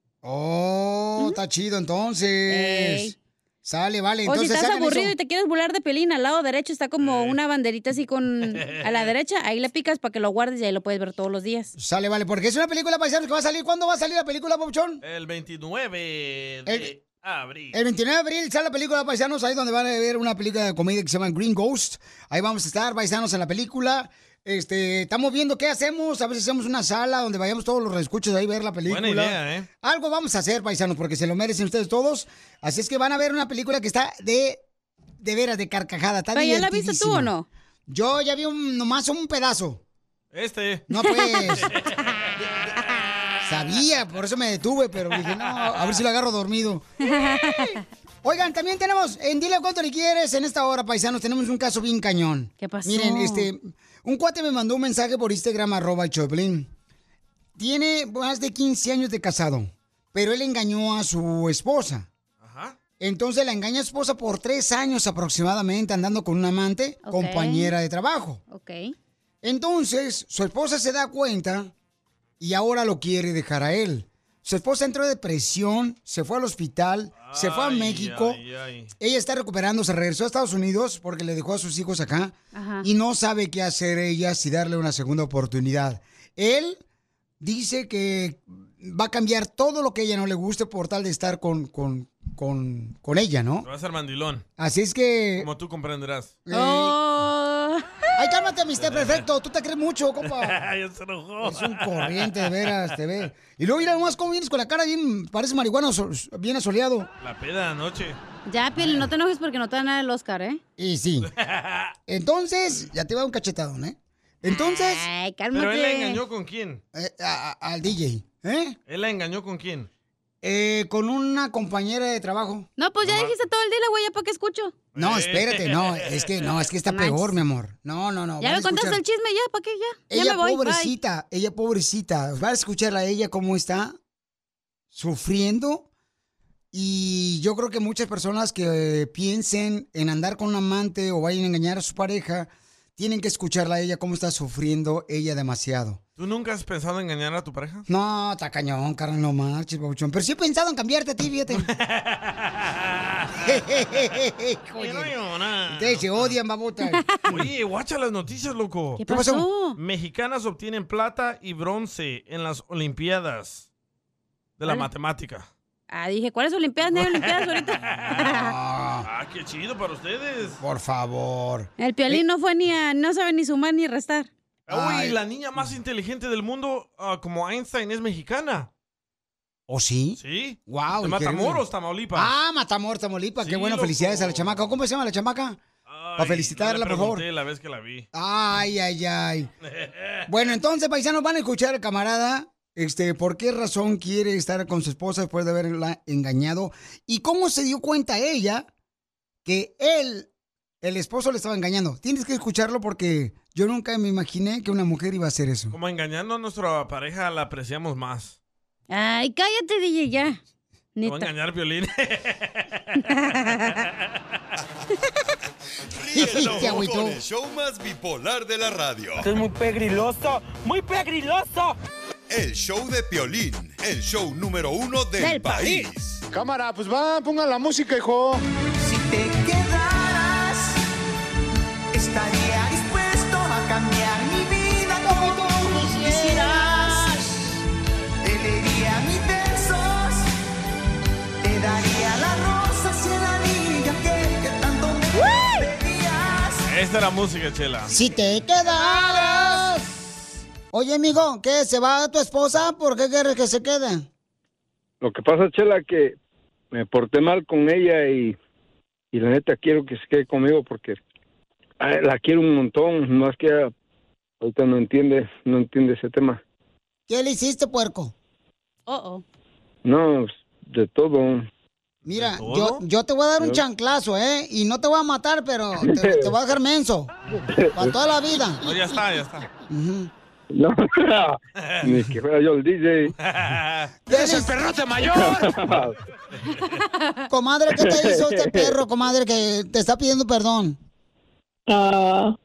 Oh, está chido entonces. Ey. Sale, vale. O si Entonces, estás sacan aburrido eso. y te quieres burlar de Pelín, al lado derecho está como una banderita así con... A la derecha, ahí le picas para que lo guardes y ahí lo puedes ver todos los días. Sale, vale, porque es una película, paisanos, que va a salir. ¿Cuándo va a salir la película, papuchón? El veintinueve de El- abril. El veintinueve de abril sale la película, paisanos, ahí donde van a ver una película de comedia que se llama Green Ghost. Ahí vamos a estar, paisanos, en la película. Este, estamos viendo qué hacemos. A veces hacemos una sala donde vayamos todos los reescuchos ahí a ver la película. Buena idea, ¿eh? Algo vamos a hacer, paisanos, porque se lo merecen ustedes todos. Así es que van a ver una película que está de, de veras, de carcajada. Está ¿Pero ya la viste tú o divertidísima. no? Yo ya vi un, nomás un pedazo. Este. No, pues. Sabía, por eso me detuve, pero dije, no, a ver si lo agarro dormido. Oigan, también tenemos, en Dile Cuánto Le Quieres, en esta hora, paisanos, tenemos un caso bien cañón. ¿Qué pasó? Miren, este, un cuate me mandó un mensaje por Instagram, arroba Choplin. Tiene más de quince años de casado, pero él engañó a su esposa. Ajá. Entonces la engaña a su esposa por tres años aproximadamente, andando con un amante, Ok. compañera de trabajo. Ok. Entonces, su esposa se da cuenta y ahora lo quiere dejar a él. Su esposa entró en depresión, se fue al hospital, se fue a Ay, México. ay, ay. Ella está recuperando, se regresó a Estados Unidos porque le dejó a sus hijos acá. Ajá. Y no sabe qué hacer ella si darle una segunda oportunidad. Él dice que va a cambiar todo lo que a ella no le guste por tal de estar con, con, con, con ella, ¿no? Te va a ser mandilón. Así es que... Como tú comprenderás. eh, Oh. Ay, cálmate, mister Perfecto. Tú te crees mucho, compa. ya se enojó. Es un corriente, de veras, te ve. Y luego mira nomás cómo vienes con la cara bien, parece marihuana, so- bien asoleado. La peda anoche. Ya, Piel, no te enojes porque no te dan nada el Oscar, ¿eh? Y sí. Entonces, ya te va un cachetadón, ¿eh? Entonces, Ay, cálmate. Pero él la engañó con quién. eh, a- a- al D J, ¿eh? Él la engañó con quién. Eh, con una compañera de trabajo. No, pues ya dijiste todo el día, güey, ¿ya para qué escucho? No, espérate, no, es que no, es que está peor, mi amor. No, no, no. Ya van me a contaste escuchar- el chisme, ya, ¿para qué ya? Ella ya me voy, pobrecita, ella pobrecita. Va a escucharla a ella cómo está sufriendo. Y yo creo que muchas personas que eh, piensen en andar con un amante o vayan a engañar a su pareja, tienen que escucharla a ella cómo está sufriendo ella demasiado. ¿Tú nunca has pensado en engañar a tu pareja? No, está cañón, carnal, no marches, babuchón. Pero sí he pensado en cambiarte a ti, fíjate. Ustedes se odian, babota. Oye, guacha las noticias, loco. ¿Qué pasó? ¿Qué pasó? Mexicanas obtienen plata y bronce en las Olimpiadas de la ¿Cuál? matemática. Ah, dije, ¿cuáles Olimpiadas? ¿No hay Olimpiadas ahorita? Ah, qué chido para ustedes. Por favor. El Piolín no fue ni a... No sabe ni sumar ni restar. Uy, la niña más inteligente del mundo, ah, como Einstein, es mexicana. ¿O sí? Sí. Wow. De Matamoros, Tamaulipas. Ah, Matamoros, Tamaulipas. Qué Sí, bueno, loco. felicidades a la chamaca. ¿Cómo se llama la chamaca? Para felicitarla, No le por favor. pregunté la vez que la vi. Ay, ay, ay. Bueno, entonces, paisanos, van a escuchar al camarada, este, por qué razón quiere estar con su esposa después de haberla engañado y cómo se dio cuenta ella que él, el esposo, le estaba engañando. Tienes que escucharlo porque yo nunca me imaginé que una mujer iba a hacer eso. Como engañando a nuestra pareja la apreciamos más. Ay, cállate, D J, ya. Te voy a Neta. engañar, Violín. Ríete con el show más bipolar de la radio. Esto es muy pegriloso, muy pegriloso. El show de Piolín, el show número uno del, Del país. Cámara, pues va, pongan la música, hijo. Si te quedaras, estaría dispuesto a cambiar mi vida como tú quisieras. Te leería mis versos, te daría las rosas y el anillo aquel que tanto me pedías. Esta era música, Chela. Si te quedaras. Oye, amigo, ¿qué? ¿Se va tu esposa? ¿Por qué quieres que se quede? Lo que pasa, Chela, que me porté mal con ella y, y la neta quiero que se quede conmigo porque ay, la quiero un montón, más que ella ahorita no entiende, no entiende ese tema. ¿Qué le hiciste, puerco? Oh, oh. No, de todo. Mira, todo? yo, yo te voy a dar un Yo- chanclazo, ¿eh? Y no te voy a matar, pero te, te voy a dejar menso. Para toda la vida. No, ya está, ya está. No, ni que fuera yo el D J. ¡Es el perrote mayor! Comadre, ¿qué te hizo este perro, comadre, que te está pidiendo perdón? Ah,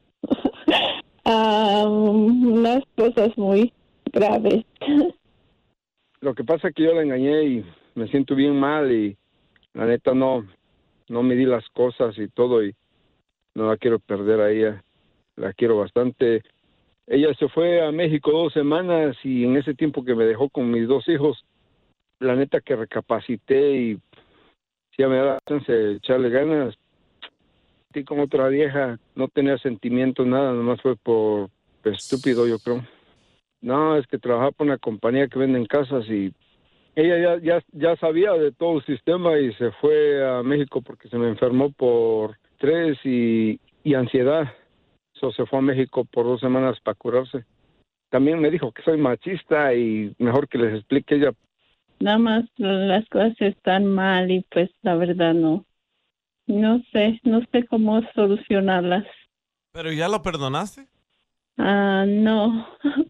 ah, unas cosas muy graves. Lo que pasa es que yo la engañé y me siento bien mal y la neta no, no me di las cosas y todo y no la quiero perder a ella. La quiero bastante. Ella se fue a México dos semanas y en ese tiempo que me dejó con mis dos hijos, la neta que recapacité y si ya me da chance de echarle ganas. Y con otra vieja no tenía sentimientos, nada, nomás fue por estúpido, yo creo. No, es que trabajaba por una compañía que venden casas y ella ya, ya, ya sabía de todo el sistema y se fue a México porque se me enfermó por estrés y, y ansiedad. So, se fue a México por dos semanas para curarse. También me dijo que soy machista y mejor que les explique ella. Nada más las cosas están mal y pues la verdad no. No sé, no sé cómo solucionarlas. ¿Pero ya lo perdonaste? Ah, no.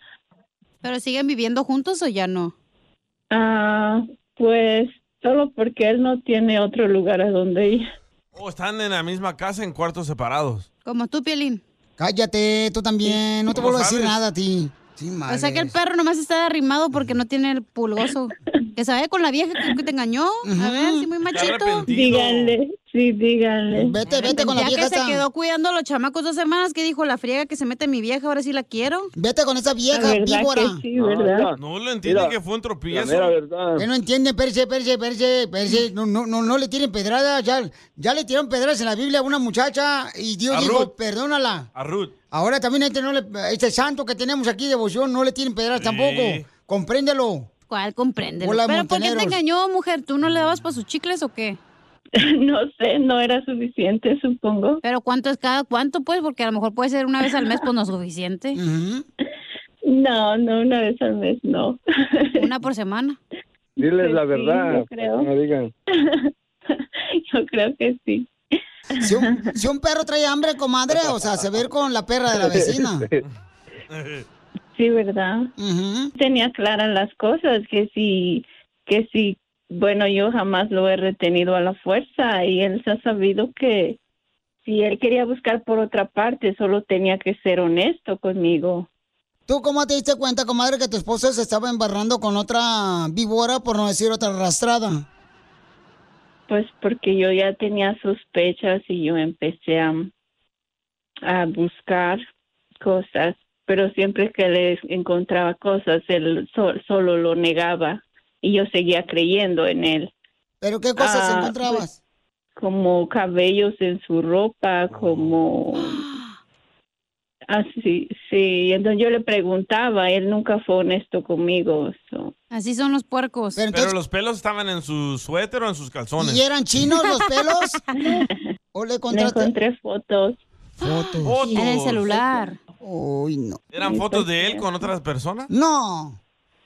¿Pero siguen viviendo juntos o ya no? Ah, pues solo porque él no tiene otro lugar a donde ir. ¿O están en la misma casa en cuartos separados? Como tú, Piolín. Cállate, tú también. No te ¿Cómo vuelvo a decir sabes? nada a ti. Sí, O sea que el perro nomás está arrimado porque no tiene el pulgoso. Que se vaya con la vieja que, que te engañó. A ver, si muy machito. Díganle, sí, díganle. Vete, vete con la Ya vieja que se esa. quedó cuidando a los chamacos dos semanas, que dijo la friega que se mete mi vieja, ahora sí la quiero. Vete con esa vieja, La verdad víbora. que sí, ¿verdad? No lo entiende Mira, que fue un tropiezo. Que no entiende, perse, perse, perse, perse. No, no, no, no le tiren pedradas. Ya, ya le tiraron pedradas en la Biblia a una muchacha y Dios A dijo, Ruth. perdónala. A Ruth. Ahora también este, no le, este santo que tenemos aquí de devoción no le tiren pedradas tampoco. Compréndelo. ¿Cuál comprende? Hola, ¿Pero por qué te montaneros. engañó, mujer? ¿Tú no le dabas para sus chicles o qué? No sé, no era suficiente, supongo. ¿Pero cuánto es cada cuánto, pues? Porque a lo mejor puede ser una vez al mes, pues no es suficiente. No, no, una vez al mes, no. ¿Una por semana? Diles la Sí, verdad, yo creo. para que no digan. Yo creo que sí. Si un, si un perro trae hambre, comadre, o sea, se ve con la perra de la vecina. Sí, ¿verdad? Tenía claras las cosas, que si, que si, bueno, yo jamás lo he retenido a la fuerza y él se ha sabido que si él quería buscar por otra parte, solo tenía que ser honesto conmigo. ¿Tú cómo te diste cuenta, comadre, que tu esposo se estaba embarrando con otra víbora, por no decir otra arrastrada? Pues porque yo ya tenía sospechas y yo empecé a, a buscar cosas, pero siempre que le encontraba cosas, él so- solo lo negaba y yo seguía creyendo en él. ¿Pero qué cosas Ah, encontrabas? pues, como cabellos en su ropa, como... Así, sí. Entonces yo le preguntaba, él nunca fue honesto conmigo. so. Así son los puercos. Pero los pelos estaban en su suéter o en sus calzones. ¿Y eran chinos los pelos? ¿O le Le encontraste? encontré fotos. Fotos. Fotos. En el celular. Uy, no. ¿Eran fotos de él con otras personas? No.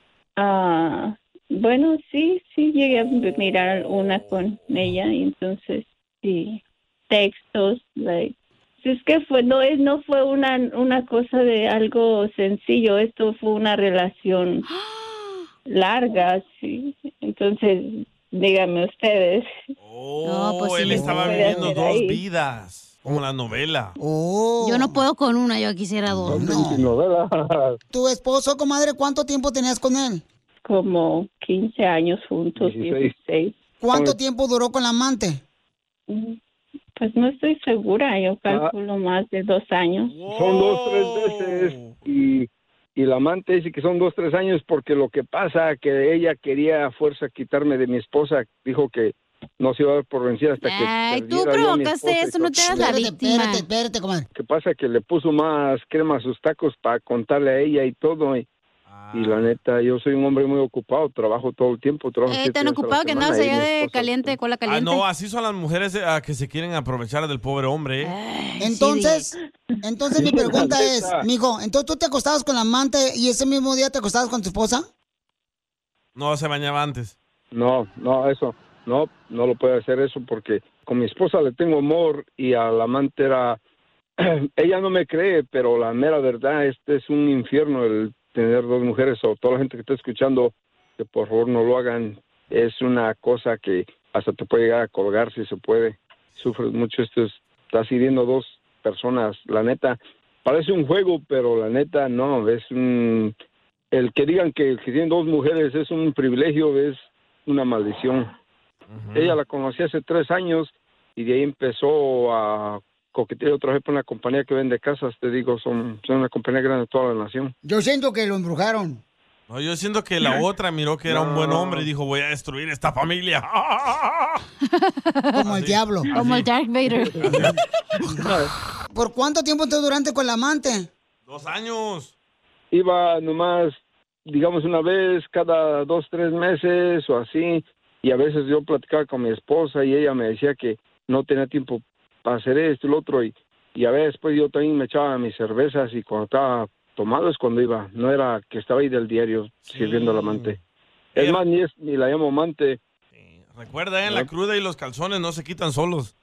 Ah, bueno, sí, sí, llegué a mirar una con ella y entonces, sí, textos, like, es que fue, no es, no fue una, una cosa de algo sencillo, esto fue una relación larga, sí, entonces, díganme ustedes. Oh, pues sí. él estaba Puede viviendo hacer dos ahí. vidas, como la novela. Oh. Yo no puedo con una, yo quisiera dos. Novela. ¿Tu esposo, comadre, cuánto tiempo tenías con él? Como quince años juntos, dieciséis. ¿Cuánto tiempo duró con la amante? Pues no estoy segura, yo calculo más de dos años. Son dos, tres veces y, y la amante dice que son dos, tres años porque lo que pasa que ella quería a fuerza quitarme de mi esposa, dijo que no se iba a dar por vencida hasta que Ay, tú perdiera yo a mi provocaste esposa y eso, no te hagas la Espérate, víctima. espérate, espérate, comadre. Lo que pasa que le puso más crema a sus tacos para contarle a ella y todo y, y la neta, yo soy un hombre muy ocupado, trabajo todo el tiempo, trabajo Eh, siete tan días a la ocupado que semana, andabas y allá mi de esposa- caliente, cola Ah, caliente. no, así son las mujeres eh, que se quieren aprovechar del pobre hombre. ¿eh? Entonces, entonces mi pregunta La es, neta. mijo, entonces tú te acostabas con la amante y ese mismo día te acostabas con tu esposa? No, se bañaba antes. No, no, eso, no, no lo puede hacer eso porque con mi esposa le tengo amor y a la amante era, ella no me cree, pero la mera verdad, este es un infierno el tener dos mujeres o toda la gente que está escuchando, que por favor no lo hagan, es una cosa que hasta te puede llegar a colgar si se puede, sufres mucho, esto es, estás hiriendo dos personas, la neta, parece un juego, pero la neta no, es un, el que digan que, que tienen dos mujeres es un privilegio, es una maldición. Ella la conocí hace tres años y de ahí empezó a coquetear otra vez por una compañía que vende casas, te digo, son, son una compañía grande de toda la nación. Yo siento que lo embrujaron. No, yo siento que la otra miró que era un buen hombre y dijo, voy a destruir esta familia. Como el diablo. Como el Darth Vader. ¿Por cuánto tiempo te duraste con la amante? Dos años. Iba nomás, digamos, una vez cada dos, tres meses o así, y a veces yo platicaba con mi esposa y ella me decía que no tenía tiempo para hacer esto y lo otro, y, y a veces pues yo también me echaba mis cervezas y cuando estaba tomado es cuando iba, no era que estaba ahí del diario sirviendo al amante. Es más, ni, es, ni la llamo amante. Recuerda, ¿eh? La cruda y los calzones no se quitan solos.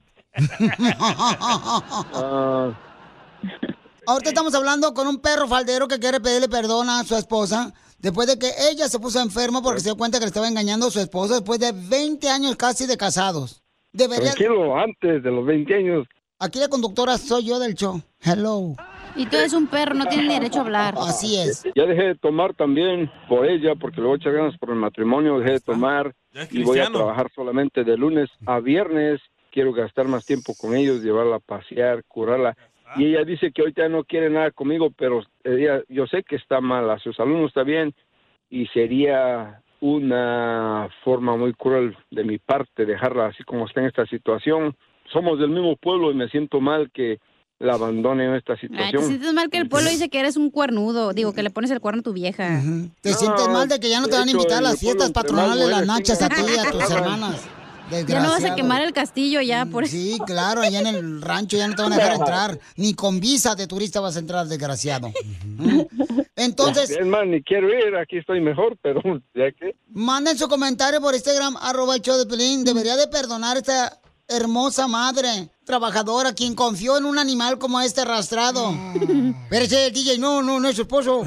Ah, Ahorita estamos hablando con un perro faldero que quiere pedirle perdón a su esposa después de que ella se puso enferma porque se dio cuenta que le estaba engañando a su esposo después de veinte años casi de casados. Debería... tranquilo, antes de los veinte años. Aquí la conductora soy yo del show. Hello. Y tú eres un perro, no tienes derecho a hablar. Así es. Ya dejé de tomar también por ella, porque le voy a echar ganas por el matrimonio, dejé de tomar y voy a cristiano. trabajar solamente de lunes a viernes. Quiero gastar más tiempo con ellos, llevarla a pasear, curarla. Y ella dice que ahorita no quiere nada conmigo, pero ella, yo sé que está mal, a su salud no está bien y sería una forma muy cruel de mi parte dejarla así como está en esta situación. Somos del mismo pueblo y me siento mal que la abandone en esta Ay, te situación. sientes mal que el pueblo dice que eres un cuernudo. Digo, que le pones el cuerno a tu vieja. Te sientes mal de que ya no te van a invitar a las fiestas patronales, las nachas a ti y a tus hermanas. Ya no vas a quemar el castillo ya, por eso. Sí, claro, allá en el rancho ya no te van a dejar entrar. Ni con visa de turista vas a entrar, desgraciado. Entonces... Es más, ni quiero ir, aquí estoy mejor, pero ya que... Manden su comentario por Instagram, arroba el show de Piolín. Debería de perdonar a esta hermosa madre trabajadora quien confió en un animal como este arrastrado. Espérese, el D J, no, no, no es su esposo.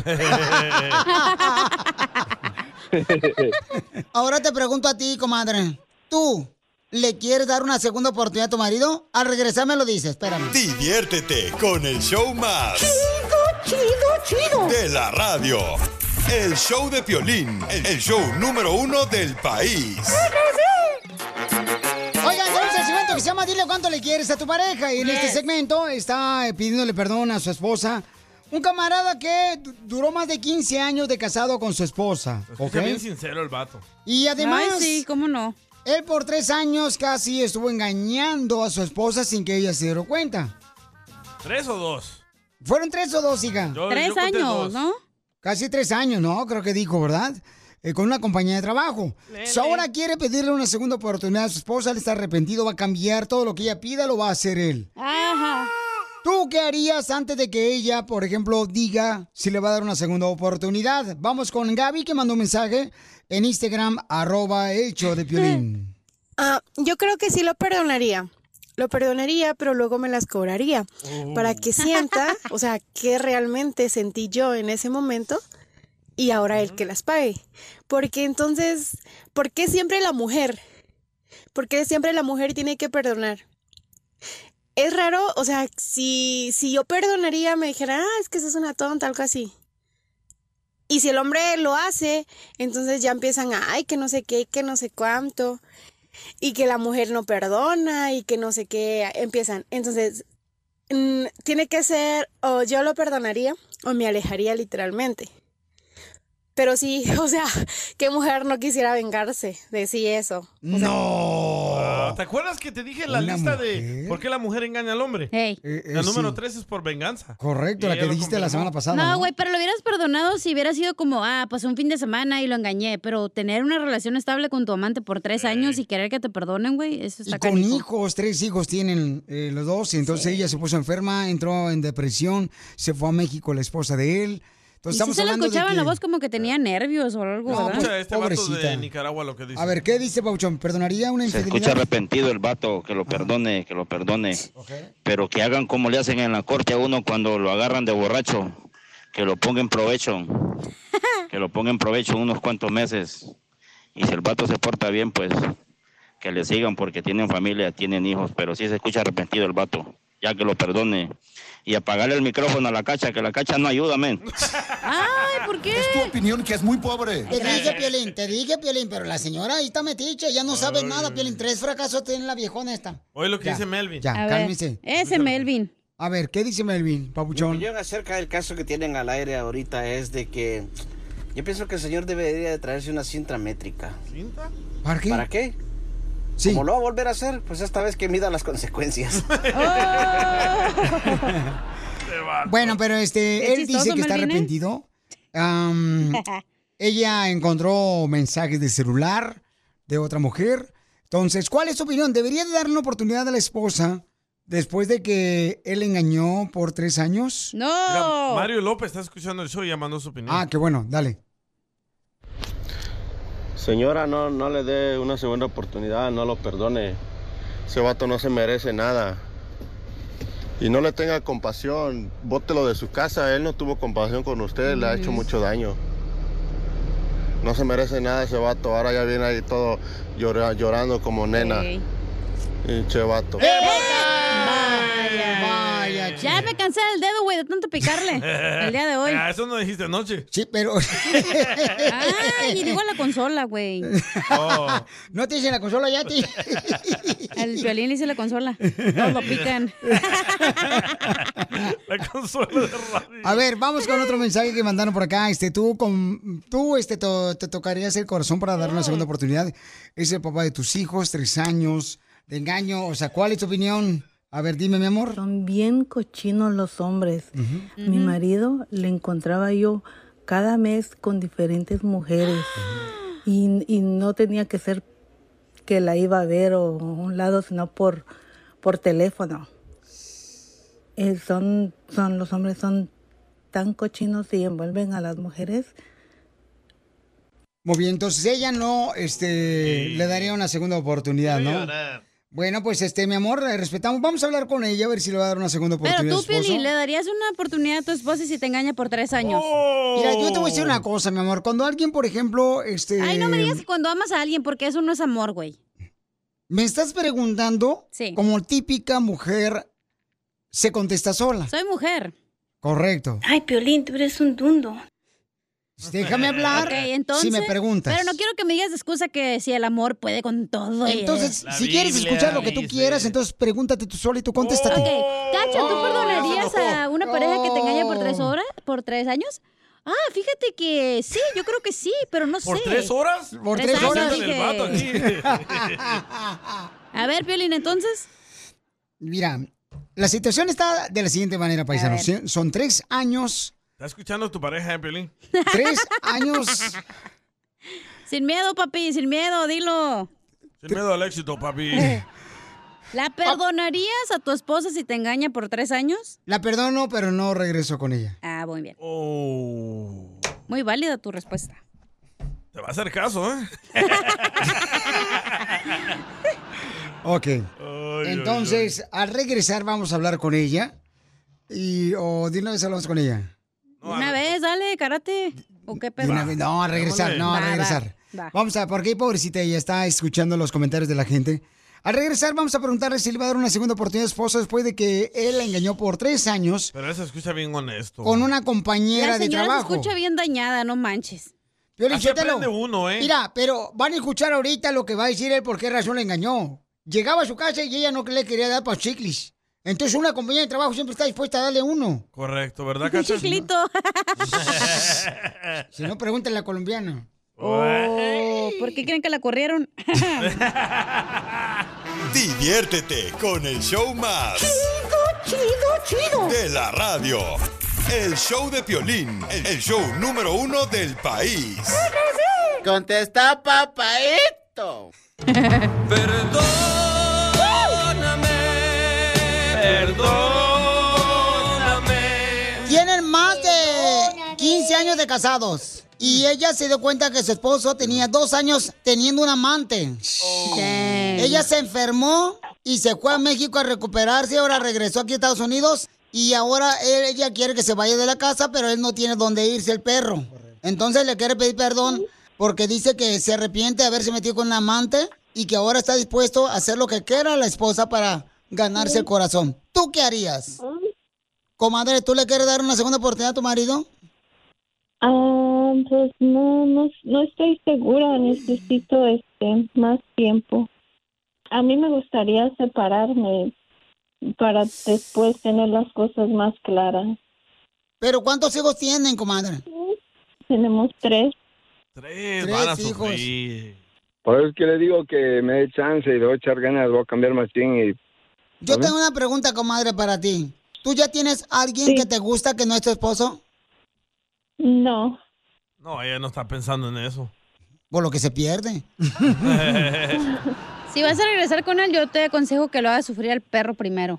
Ahora te pregunto a ti, comadre. ¿Tú le quieres dar una segunda oportunidad a tu marido? Al regresar me lo dices, espérame. Diviértete con el show más... Chido, chido, chido. De la radio. El show de Piolín, el show número uno del país. Oigan, tenemos el segmento que se llama Dile cuánto le quieres a tu pareja. Y en este segmento está pidiéndole perdón a su esposa. Un camarada que du- duró más de quince años de casado con su esposa. Escucha ¿Ok? bien sincero el vato. Y además... Ay, sí, ¿cómo no? Él por tres años casi estuvo engañando a su esposa sin que ella se diera cuenta. ¿Tres o dos? ¿Fueron tres o dos, hija? Yo- Tres yo conté años, dos. ¿no? Casi tres años, ¿no? Creo que dijo, ¿verdad? Eh, con una compañía de trabajo. So, ahora quiere pedirle una segunda oportunidad a su esposa. Él está arrepentido, va a cambiar todo lo que ella pida, lo va a hacer él. Ajá. ¿Tú qué harías antes de que ella, por ejemplo, diga si le va a dar una segunda oportunidad? Vamos con Gaby, que mandó un mensaje en Instagram, arroba el show de Piolín. Ah, yo creo que sí lo perdonaría. Lo perdonaría, pero luego me las cobraría. Oh. Para que sienta, o sea, qué realmente sentí yo en ese momento y ahora él que las pague. Porque entonces, ¿por qué siempre la mujer? ¿Por qué siempre la mujer tiene que perdonar? Es raro, o sea, si, si yo perdonaría, me dijera, ah, es que esa es una tonta, algo así. Y si el hombre lo hace, entonces ya empiezan, ay, que no sé qué, que no sé cuánto. Y que la mujer no perdona y que no sé qué, empiezan. Entonces, mm, tiene que ser, o yo lo perdonaría o me alejaría literalmente. Pero sí, o sea, ¿qué mujer no quisiera vengarse de sí eso? O sea, ¡No! Ah, ¿te acuerdas que te dije la ¿Una lista mujer? de por qué la mujer engaña al hombre? Hey. Eh, eh, La número sí. tres es por venganza. Correcto, Y la ella que lo dijiste la confirmó. semana pasada. No, ¿no? güey, pero lo hubieras perdonado si hubiera sido como, ah, pues un fin de semana y lo engañé. Pero tener una relación estable con tu amante por tres años y querer que te perdonen, güey, eso Y está con canijo. hijos, tres hijos tienen eh, los dos, y entonces ella se puso enferma, entró en depresión, se fue a México la esposa de él. Entonces Y sí estamos se le hablando de escuchaba que... la voz como que tenía nervios o algo, No, ¿verdad? pues, Escucha este vato pobrecita. de Nicaragua lo que dice. A ver, ¿qué dice Pauchón? ¿Perdonaría una Se infidelidad? escucha arrepentido el vato, que lo perdone, que lo perdone. Pero que hagan como le hacen en la corte a uno cuando lo agarran de borracho, que lo ponga en provecho, que lo ponga en provecho unos cuantos meses. Y si el vato se porta bien, pues que le sigan porque tienen familia, tienen hijos, pero sí se escucha arrepentido el vato, ya que lo perdone. Y apagarle el micrófono a la cacha, que la cacha no ayuda, men. Ay, ¿por qué? Es tu opinión que es muy pobre. Te dije, Piolín, te dije, Piolín, pero la señora ahí está metiche, ya no sabe nada, Piolín. Tres fracasos tiene la viejona esta. Oye lo que Ya, dice Melvin. Ya, A ver, cálmese. ese Melvin. A ver, ¿qué dice Melvin, Mi Papuchón? opinión acerca del caso que tienen al aire ahorita es de que yo pienso que el señor debería de traerse una cinta métrica. ¿Cinta? ¿Para qué? ¿Para qué? Sí. Como lo va a volver a hacer, pues esta vez que mida las consecuencias. Bueno, pero Qué este, él chistoso, dice que está Melvin, ¿eh? arrepentido. Am, ella encontró mensajes de celular de otra mujer. Entonces, ¿cuál es tu opinión? ¿Debería de darle una oportunidad a la esposa después de que él engañó por tres años? No. Mira, Mario López está escuchando el show y llamando su opinión. Ah, qué bueno, dale. Señora, no, no le dé una segunda oportunidad, no lo perdone. Ese vato no se merece nada. Y no le tenga compasión, bótelo de su casa. Él no tuvo compasión con usted, le ha hecho mucho daño. No se merece nada ese vato. Ahora ya viene ahí todo llora- llorando como nena. Ey. Pinche vato. Vaya. Vaya. Ya me cansé del dedo, güey, de tanto picarle el día de hoy. Ah, eso no dijiste anoche. Sí, pero... Ay, y digo a la consola, güey. ¿No te hice la consola ya, ti? Al Piolín le hice la consola. Todos lo pican. La consola de radio. A ver, vamos con otro mensaje que mandaron por acá. Este, tú, con, tú este, to- te tocarías el corazón para darle una segunda oportunidad. Es el papá de tus hijos, tres años de engaño. O sea, ¿cuál es tu opinión? A ver, dime, mi amor. Son bien cochinos los hombres. Mi marido le encontraba yo cada mes con diferentes mujeres y, y no tenía que ser que la iba a ver o a un lado, sino por, por teléfono. Eh, son, son, los hombres son tan cochinos y envuelven a las mujeres. Muy bien, entonces ella no este, Sí. le daría una segunda oportunidad, Voy a ¿no? llorar. Bueno, pues este, mi amor, eh, respetamos. Vamos a hablar con ella a ver si le va a dar una segunda Pero oportunidad tú, a su esposo. Piolín, ¿le darías una oportunidad a tu esposa si te engaña por tres años? Oh. Mira, yo te voy a decir una cosa, mi amor. Cuando alguien, por ejemplo, este... Ay, no me digas que cuando amas a alguien, porque eso no es amor, güey. Me estás preguntando, Sí. como típica mujer, se contesta sola. Soy mujer. Correcto. Ay, Piolín, tú eres un dundo. Déjame hablar Ok, entonces. si me preguntas. Pero no quiero que me digas de excusa que si el amor puede con todo. y- Entonces, La si quieres Biblia escuchar lo que tú dice. quieras, entonces pregúntate tú sola y tú contéstate. Ok, Cacho, ¿tú perdonarías a una pareja que te engaña por tres Oh. horas? ¿Por tres años? Ah, fíjate que sí, yo creo que sí, pero no ¿Por sé. tres horas? Por Tres tres años, horas. Dicen el vato aquí. A ver, Piolín, entonces. Mira, la situación está de la siguiente manera, paisanos. ver. Son tres años, ¿Estás escuchando a tu pareja, eh, Piolín? tres años, Sin miedo, papi, sin miedo, dilo. Sin miedo al éxito, papi. ¿La perdonarías a tu esposa si te engaña por tres años? la perdono, pero no regreso con ella. Ah, muy bien. Oh. Muy válida tu respuesta. Te va a hacer caso, ¿eh? Ok. Ay, Entonces, al regresar vamos a hablar con ella. Y, o de una vez hablamos con ella. Una vez, dale, karate. ¿O qué De pedo? una vez, no, a regresar, no, a Va, va, regresar. va. Vamos a, porque pobrecita ella está escuchando los comentarios de la gente. Al regresar vamos a preguntarle si le va a dar una segunda oportunidad a su esposo después de que él la engañó por tres años Pero eso escucha bien honesto. con una compañera La de señora se trabajo. escucha bien dañada, no manches. Piolín, Así Sotelo, aprende uno, ¿eh? Mira, pero van a escuchar ahorita lo que va a decir él por qué razón la engañó. Llegaba a su casa y ella no le quería dar para chicles. Entonces una compañera de trabajo siempre está dispuesta a darle uno. Correcto, ¿verdad, Un Cacho? chiclito. Si no, pregúntale a la colombiana. Oh, ¿por qué creen que la corrieron? Diviértete con el show más. Chido, chido, chido. De la radio. El show de Piolín. El show número uno del país. Contesta, papaito. Perdóname. Perdóname. Tienen más de quince años de casados. Y ella se dio cuenta que su esposo tenía dos años teniendo un amante. Ella se enfermó y se fue a México a recuperarse. Ahora regresó aquí a Estados Unidos. Y ahora él- ella quiere que se vaya de la casa, pero él no tiene dónde irse el perro. Entonces le quiere pedir perdón porque dice que se arrepiente de haberse metido con un amante y que ahora está dispuesto a hacer lo que quiera la esposa para ganarse el corazón. ¿Tú qué harías? Comadre, ¿tú le quieres dar una segunda oportunidad a tu marido? Ah, pues no, no, no estoy segura, necesito este más tiempo. A mí me gustaría separarme para después tener las cosas más claras. ¿Pero cuántos hijos tienen, comadre? Tenemos tres. Tres, Tres van a hijos. sufrir. Por eso es que le digo que me dé chance y le voy a echar ganas, voy a cambiar más bien y... Yo ¿sabes? tengo una pregunta, comadre, para ti. ¿Tú ya tienes alguien Sí. que te gusta que no es tu esposo? No. No, ella no está pensando en eso. Por lo que se pierde. Si vas a regresar con él, yo te aconsejo que lo hagas sufrir al perro primero.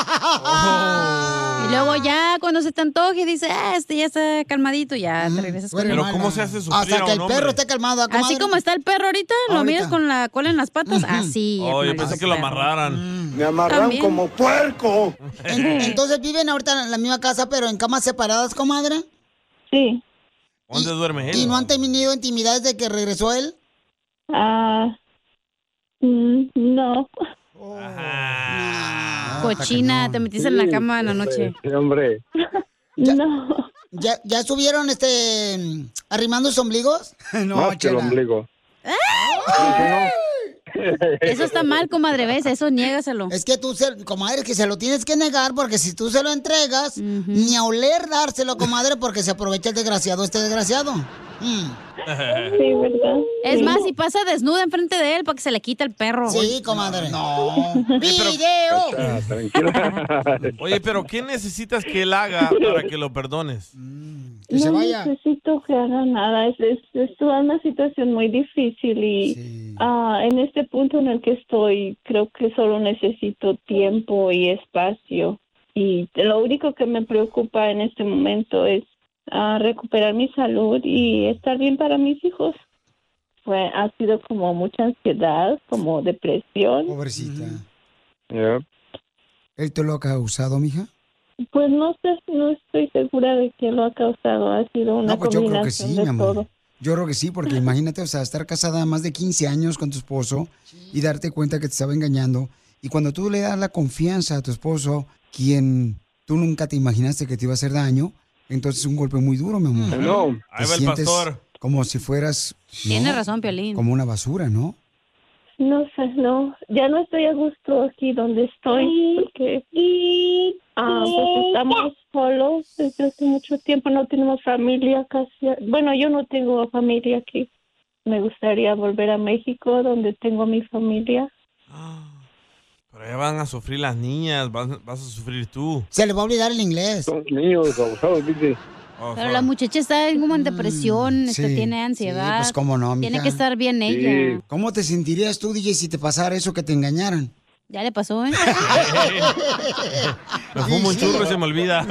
Y luego ya, cuando se te antoje, dices, ah, este ya está calmadito, ya te regresas con él. Pero ¿cómo se hace sufrir Hasta a que un el hombre? perro esté calmado, Así comadre. como está el perro ahorita, lo Ahorita. miras con la cola en las patas, así. Oh, yo hermano. pensé que lo amarraran. Me amarran También. como puerco. En- Entonces viven ahorita en la misma casa, pero en camas separadas, comadre. Sí. ¿Dónde duerme él? ¿Y no han tenido intimidades de que regresó él? Ah, mm, no. Cochina, te metiste en la cama en la noche. Sí, hombre. No. ¿Ya, ya estuvieron este, arrimando sus ombligos? Más que el ombligo. Eso está mal, comadre, ¿ves? Eso niégaselo. Es que tú, se, comadre, que se lo tienes que negar porque si tú se lo entregas, ni a oler dárselo, comadre, porque se aprovecha el desgraciado, este desgraciado. Sí, ¿verdad? Es Sí. más, si pasa desnuda enfrente de él para que se le quite el perro. Sí, comadre. No. ¡Video! Tranquila. Oye, pero ¿qué necesitas que él haga para que lo perdones? No necesito que haga nada. Es, es, es toda una situación muy difícil y ah, en este punto en el que estoy, creo que solo necesito tiempo y espacio. Y lo único que me preocupa en este momento es ah, recuperar mi salud y estar bien para mis hijos. Fue, ha sido como mucha ansiedad, como depresión. Pobrecita. Yeah. ¿Él te lo ha causado, mija? Pues no sé, no estoy segura de que lo ha causado. Ha sido una No, pues yo creo que combinación sí, de mi amor. todo. Yo creo que sí, porque imagínate, o sea, estar casada más de quince años con tu esposo y darte cuenta que te estaba engañando. Y cuando tú le das la confianza a tu esposo, quien tú nunca te imaginaste que te iba a hacer daño, entonces es un golpe muy duro, mi amor. No. Te Ahí va el sientes pastor. como si fueras... ¿no? Tiene razón, Piolín. Como una basura, ¿no? No sé, no, ya no estoy a gusto aquí donde estoy porque ah, pues estamos solos desde hace mucho tiempo, no tenemos familia casi. Bueno, yo no tengo familia aquí. Me gustaría volver a México donde tengo mi familia. Pero ya van a sufrir las niñas, vas, vas a sufrir tú. Se le va a olvidar el inglés. Son niños abusados, dice. Oh, Pero la muchacha está como en depresión, este, sí, tiene ansiedad. Sí, pues cómo no, mija. Tiene que estar bien ella. ¿Cómo te sentirías tú, D J, si te pasara eso que te engañaran? Ya le pasó, ¿eh? Me fumo un churro y se me olvida.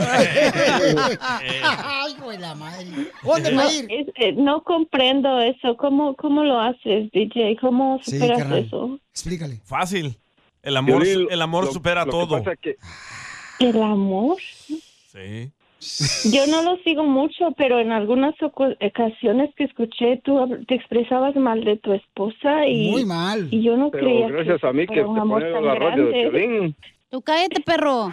Ay, güey, la madre. ¿Dónde No, va a ir? es- eh, no comprendo eso. ¿Cómo, cómo lo haces, D J? ¿Cómo Sí, superas carnal. eso? Explícale. Fácil. El amor, Piolín, el amor lo- supera lo que todo. pasa que- ¿El amor? Sí. Yo no lo sigo mucho, pero en algunas oco- ocasiones que escuché, tú hab- te expresabas mal de tu esposa y... Muy mal. Y yo no Pero creía gracias que a mí que fuera te un amor ponen tan la radio de grande. Piolín. Tú cállate, perro.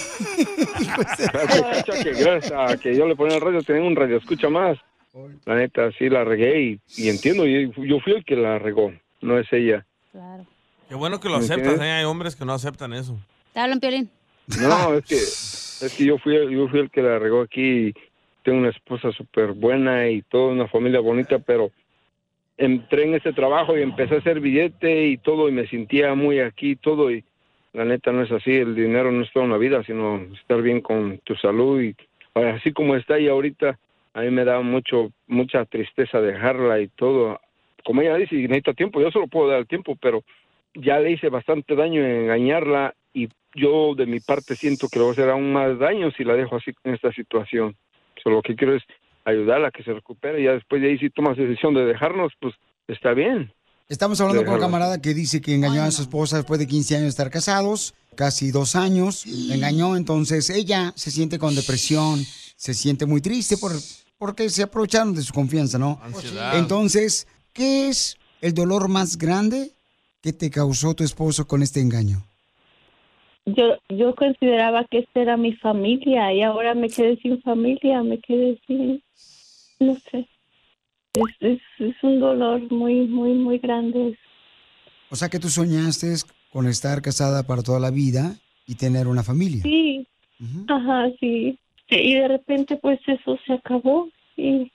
Escucha que gracias a que yo le ponía el radio, tenía un radio escucha más. La neta, sí la regué y, y entiendo, y yo fui el que la regó, no es ella. Qué bueno que lo ¿Me aceptas, entiendes? ¿eh? Hay hombres que no aceptan eso. Te hablan, Piolín. No, es que, es que yo fui, yo fui el que la regó aquí. Y tengo una esposa súper buena y toda una familia bonita, pero entré en ese trabajo y empecé a hacer billete y todo y me sentía muy aquí y todo y la neta no es así, el dinero no es toda una vida, sino estar bien con tu salud y así como está y ahorita a mí me da mucho mucha tristeza dejarla y todo. Como ella dice, necesita tiempo, yo solo puedo dar el tiempo, pero ya le hice bastante daño en engañarla y yo de mi parte siento que le voy a hacer aún más daño si la dejo así en esta situación. Solo lo que quiero es ayudarla a que se recupere y ya después de ahí si tomas decisión de dejarnos, pues está bien. Estamos hablando con un Déjalo. camarada que dice que engañó a su esposa después de quince años de estar casados, casi dos años, la engañó, entonces ella se siente con depresión, se siente muy triste por, porque se aprovecharon de su confianza, ¿no? Ansiedad. Entonces, ¿qué es el dolor más grande que te causó tu esposo con este engaño? Yo, yo consideraba que esta era mi familia y ahora me quedé sin familia, me quedé sin, no sé, es, es, es un dolor muy, muy, muy grande. O sea que tú soñaste con estar casada para toda la vida y tener una familia. Sí, ajá, sí. Y de repente pues eso se acabó y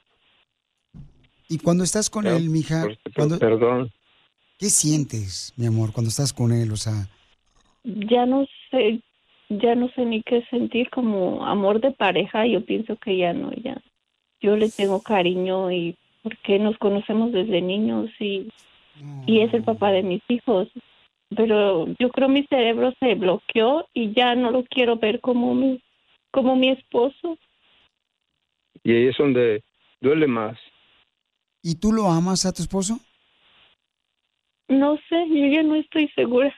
Y cuando estás con él, mija, cuando, Perdón. ¿qué sientes, mi amor, cuando estás con él? O sea, ya no sé, ya no sé ni qué sentir como amor de pareja, yo pienso que ya no, ya. Yo le tengo cariño y porque nos conocemos desde niños y, y es el papá de mis hijos. Pero yo creo mi cerebro se bloqueó y ya no lo quiero ver como mi, como mi esposo. Y ahí es donde duele más. ¿y tú lo amas a tu esposo? No sé, yo ya no estoy segura.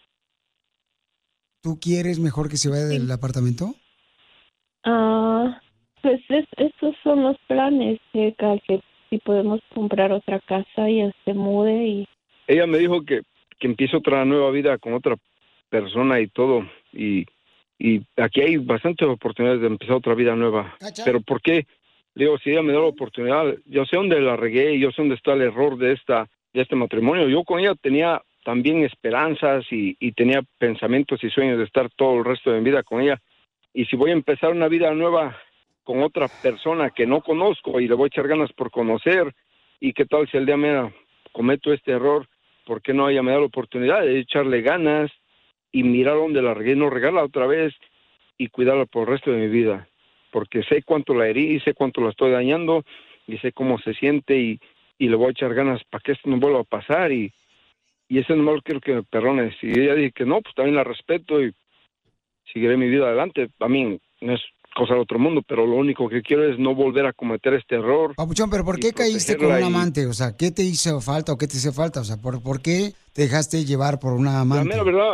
¿Tú quieres mejor que se vaya del apartamento? Ah, pues es, esos son los planes, que, que si podemos comprar otra casa y él se mude y Ella me dijo que, que empiece otra nueva vida con otra persona y todo. Y, y aquí hay bastantes oportunidades de empezar otra vida nueva. Pero ¿por qué? Le digo, si ella me da la oportunidad, yo sé dónde la regué, yo sé dónde está el error de esta de este matrimonio. Yo con ella tenía también esperanzas y, y tenía pensamientos y sueños de estar todo el resto de mi vida con ella. Y si voy a empezar una vida nueva con otra persona que no conozco y le voy a echar ganas por conocer. ¿Y qué tal si el día me cometo este error? ¿Por qué no ella me da la oportunidad de echarle ganas y mirar dónde la regué, no regarla otra vez y cuidarla por el resto de mi vida? Porque sé cuánto la herí, sé cuánto la estoy dañando y sé cómo se siente y, y le voy a echar ganas para que esto no vuelva a pasar y, y ese no quiero que me perdones. Y ella dice que no, pues también la respeto y seguiré mi vida adelante. A mí no es cosa del otro mundo, pero lo único que quiero es no volver a cometer este error. Papuchón, pero ¿por qué caíste con un amante? O sea, ¿qué te hizo falta o qué te hizo falta? O sea, ¿por, por qué te dejaste llevar por una amante? La mera verdad,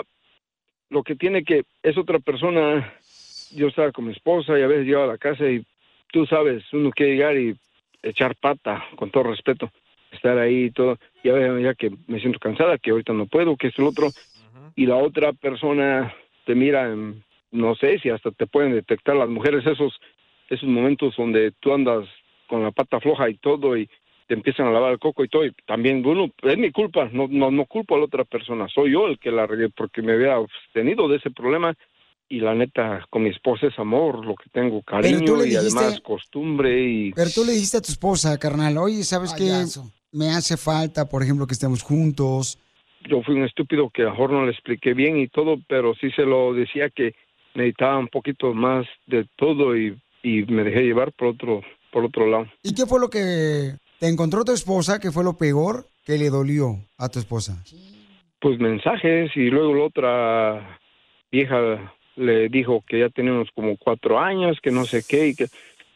lo que tiene que es otra persona. Yo estaba con mi esposa y a veces llegaba a la casa y tú sabes, uno quiere llegar y echar pata, con todo respeto, estar ahí y todo. Y a veces ya que me siento cansada, que ahorita no puedo, que es el otro. Uh-huh. Y la otra persona te mira, en, no sé si hasta te pueden detectar las mujeres esos, esos momentos donde tú andas con la pata floja y todo y te empiezan a lavar el coco y todo. Y también, bueno, es mi culpa, no, no, no culpo a la otra persona, soy yo el que la regué porque me había abstenido de ese problema. Y la neta, con mi esposa es amor, lo que tengo, cariño y dijiste, además costumbre. Y... Pero tú le dijiste a tu esposa, carnal, oye, ¿sabes qué? Me hace falta, por ejemplo, que estemos juntos. Yo fui un estúpido que a lo mejor no le expliqué bien y todo, pero sí se lo decía que necesitaba un poquito más de todo y, y me dejé llevar por otro, por otro lado. ¿Y qué fue lo que te encontró tu esposa? ¿Qué fue lo peor que le dolió a tu esposa? Pues mensajes y luego la otra vieja... le dijo que ya teníamos como cuatro años, que no sé qué, y que,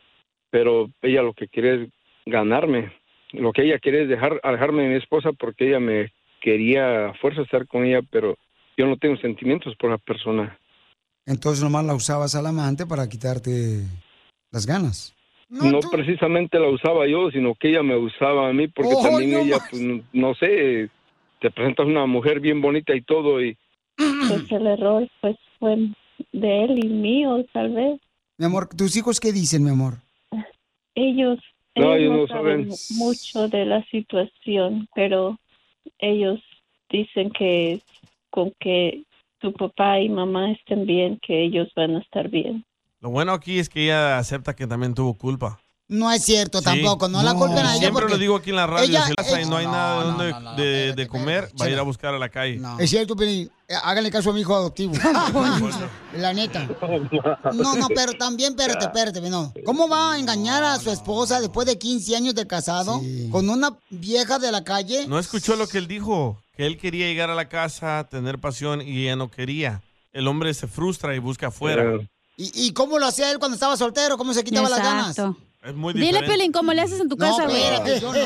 pero ella lo que quería es ganarme. Lo que ella quería es dejar, alejarme de mi esposa porque ella me quería a fuerza estar con ella, pero yo no tengo sentimientos por la persona. Entonces nomás la usabas al amante para quitarte las ganas. No, no precisamente la usaba yo, sino que ella me usaba a mí porque oh, también no ella, pues, no, no sé, te presentas una mujer bien bonita y todo y... Pues el error pues fue de él y mío, tal vez. Mi amor, ¿tus hijos qué dicen, mi amor? Ellos, no, ellos, ellos no no saben saben mucho de la situación, pero ellos dicen que con que tu papá y mamá estén bien, que ellos van a estar bien. Lo bueno aquí es que ella acepta que también tuvo culpa. No es cierto Sí. tampoco, no, la culpen a ella. Siempre porque lo digo aquí en la radio, ella- si la- ella- no hay nada no, donde no, no, no, de, espérate, de comer, espérate, va a ir a chela. buscar a la calle. Es cierto, Pelín. Eh, Háganle caso a mi hijo adoptivo. La neta. No, no, pero también, espérate, espérate, no. ¿Cómo va a engañar a su esposa después de quince años de casado con una vieja de la calle? No escuchó lo que él dijo, que él quería llegar a la casa, tener pasión y ella no quería. El hombre se frustra y busca afuera. ¿Y, y cómo lo hacía él cuando estaba soltero? ¿Cómo se quitaba las ganas? Es muy Dile, diferente. Pelín, ¿cómo le haces en tu No, casa, güey? espérate, yo no.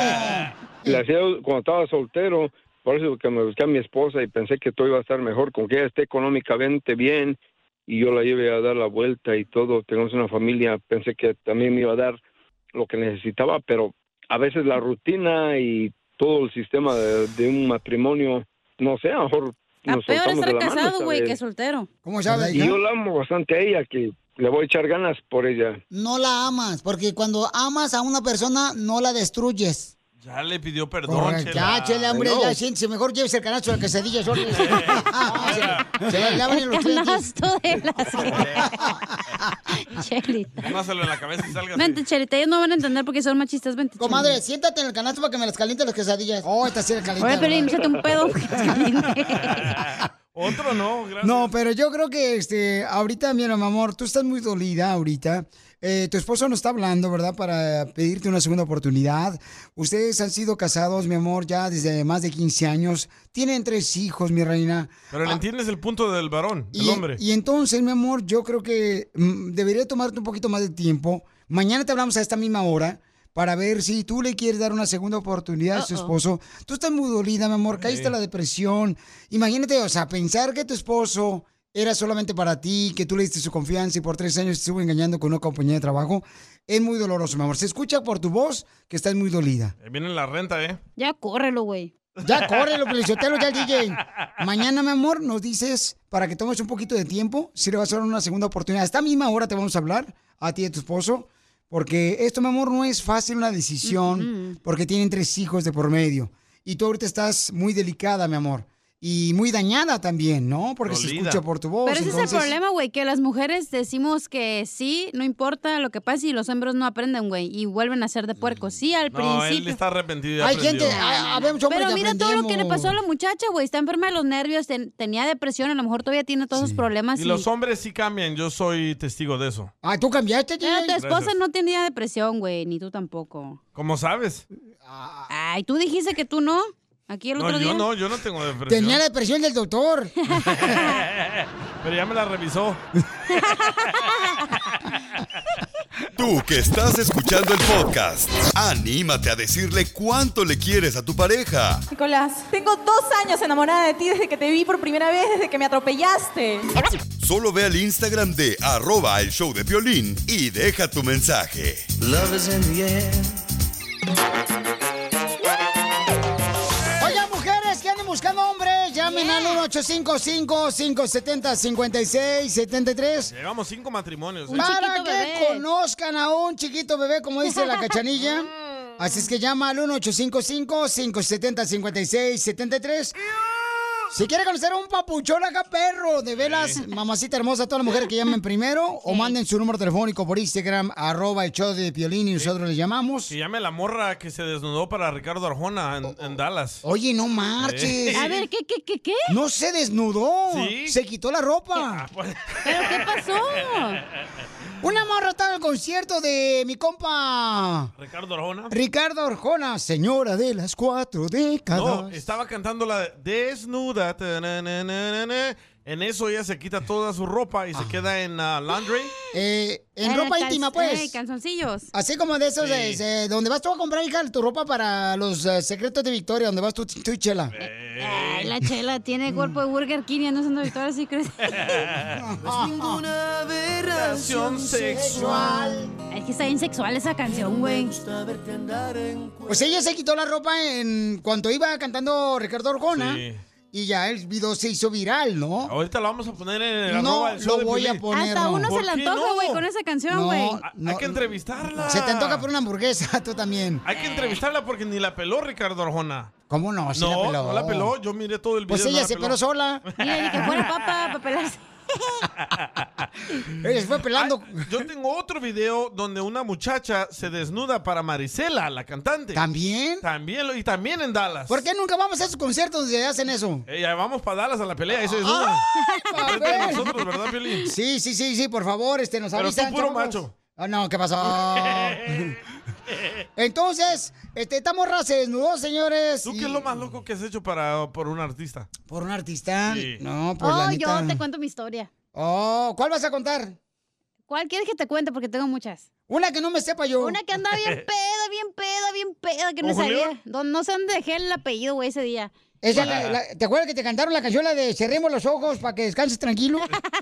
Le hacía cuando estaba soltero, por eso que me busqué a mi esposa y pensé que todo iba a estar mejor, con que ella esté económicamente bien y yo la lleve a dar la vuelta y todo, tenemos una familia, pensé que también me iba a dar lo que necesitaba, pero a veces la rutina y todo el sistema de, de un matrimonio, no sé, a lo mejor Está nos peor soltamos estar de la mano, casado, güey, ¿sabes? que soltero. ¿Cómo sabes? Y yo la amo bastante a ella, que le voy a echar ganas por ella. No la amas, porque cuando amas a una persona, no la destruyes. Ya le pidió perdón, Correcto. Chela. Ya, chela, hombre, No. ya siéntese. Mejor llévese el canasto de la quesadilla, Jorge. Se le abren los El dientes. canasto de las... Chelita. Póngaselo en la cabeza y salga. Vente, Chelita, ellos no van a entender porque son machistas. Vente, Comadre, Chelita. siéntate en el canasto para que me las caliente las quesadillas. Oh, esta sí la caliente. Oye, Pelín, échate un pedo. Otro no, gracias. No, pero yo creo que este, ahorita, mira, mi amor, tú estás muy dolida ahorita. Eh, tu esposo no está hablando, ¿verdad? Para pedirte una segunda oportunidad. Ustedes han sido casados, mi amor, ya desde más de quince años. Tienen tres hijos, mi reina. Pero le entiendes el punto del varón, del Y, hombre. y entonces, mi amor, yo creo que mm, debería tomarte un poquito más de tiempo. Mañana te hablamos a esta misma hora para ver si tú le quieres dar una segunda oportunidad a su Uh-oh. esposo. Tú estás muy dolida, mi amor, caíste en la depresión. Imagínate, o sea, pensar que tu esposo era solamente para ti, que tú le diste su confianza y por tres años te estuvo engañando con una compañía de trabajo, es muy doloroso, mi amor. Se escucha por tu voz que estás muy dolida. Ahí viene la renta, ¿eh? Ya córrelo, güey. Ya, córrelo, Pelizotelo, ya el D J. Mañana, mi amor, nos dices para que tomes un poquito de tiempo, si le vas a dar una segunda oportunidad. A esta misma hora te vamos a hablar, a ti y a tu esposo, porque esto, mi amor, no es fácil una decisión, Mm-mm. porque tienen tres hijos de por medio. Y tú ahorita estás muy delicada, mi amor. y muy dañada también, ¿no? Porque se Dolida. escucha por tu voz. Pero ese entonces... es el problema, güey, que las mujeres decimos que sí, no importa lo que pase, y los hombres no aprenden, güey, y vuelven a ser de puercos. Sí, al No, él principio. está arrepentido. Ya Hay aprendió. gente, a- habemos hombres Pero que mira todo lo que le aprendemos. pasó a la muchacha, güey. Está enferma de los nervios, ten- tenía depresión, a lo mejor todavía tiene todos esos problemas. Y los hombres sí cambian, yo soy testigo de eso. Ah, ¿tú cambiaste, Pero tu esposa Gracias. no tenía depresión, güey, ni tú tampoco. ¿Cómo sabes? Ay, tú dijiste que tú no. Aquí el No, otro yo día. no, yo no tengo depresión. Tenía la depresión del doctor. Pero ya me la revisó. Tú que estás escuchando el podcast, anímate a decirle cuánto le quieres a tu pareja. Nicolás, tengo dos años enamorada de ti desde que te vi por primera vez, desde que me atropellaste. Solo ve al Instagram de arroba el show de Piolín y deja tu mensaje. Oigan, mujeres que anden buscando hombres, llamen al uno ocho cinco cinco, cinco siete cero, cinco seis siete tres. Llevamos cinco matrimonios. ¿eh? Para que conozcan a un chiquito bebé, como dice la Cachanilla. Así es que llama al uno ocho cinco cinco, cinco siete cero, cinco seis siete tres. Si quiere conocer a un papuchón acá, perro, de veras, mamacita hermosa, todas las mujeres que llamen primero o manden su número telefónico por Instagram, arroba el show de Piolín y nosotros le llamamos. Que llame la morra que se desnudó para Ricardo Arjona en, en Dallas. Oye, no marches. A ver, ¿qué, qué, qué, qué? No se desnudó. ¿Sí? Se quitó la ropa. ¿Pero qué pasó? Una morra estaba en el concierto de mi compa Ricardo Arjona. Ricardo Arjona, señora de las cuatro décadas. No, estaba cantando la de Desnuda. ta, na, na, na, na, na. En eso ella se quita toda su ropa y se queda en uh, laundry. Eh, en Eh, ropa cal- íntima, pues. eh, calzoncillos. Así como de esos, Sí. de- de- donde vas tú a comprar, hija, tu ropa para los eh, secretos de Victoria, donde vas tú, tú y Chela. Ay, la Chela tiene cuerpo de Burger King y anda haciendo Victoria's Secret. No es ninguna aberración sexual. Es que está bien sexual esa canción, güey. Pues ella se quitó la ropa en cuanto iba cantando Ricardo Arjona. Sí. Y ya el video se hizo viral, ¿no? Ahorita lo vamos a poner en el No, arroba del show lo de voy a Piolín. poner. Hasta uno ¿Por se le qué antoja, no? güey, con esa canción, No, güey. Hay no, que entrevistarla. Se te antoja por una hamburguesa, tú también. Hay que entrevistarla porque ni la peló Ricardo Arjona. ¿Cómo no? Sí no, la peló. no la peló. Yo miré todo el video. Pues no ella la se peló. peló sola. Mira, ni que fuera papa para pelarse. Ella se fue pelando. Ay, yo tengo otro video donde una muchacha se desnuda para Marisela, la cantante. ¿También? También, lo- y también en Dallas. ¿Por qué nunca vamos a esos conciertos donde hacen eso? Eh, ya vamos para Dallas a la pelea, eso es una. a Enfrente de ver. nosotros, ¿verdad, Piolín? Sí, sí, sí, sí, por favor, este, nos Pero avisan. tú puro chavos. macho. Ah, no, ¿qué pasó? Entonces, este, esta morra se desnudó, señores. ¿Tú y- qué es lo más loco que has hecho para, por un artista? ¿Por un artista? Sí. No, pues la Oh, neta. yo te cuento mi historia. Oh, ¿cuál vas a contar? ¿Cuál quieres que te cuente? Porque tengo muchas. Una que no me sepa yo. Una que andaba bien peda, bien peda, bien peda, que no ¿Con sabía. Julián? No, no sé dónde dejé el apellido, güey, ese día. Esa, la- la- ¿Te acuerdas que te cantaron la canción la de Cerremos los ojos para que descanses tranquilo?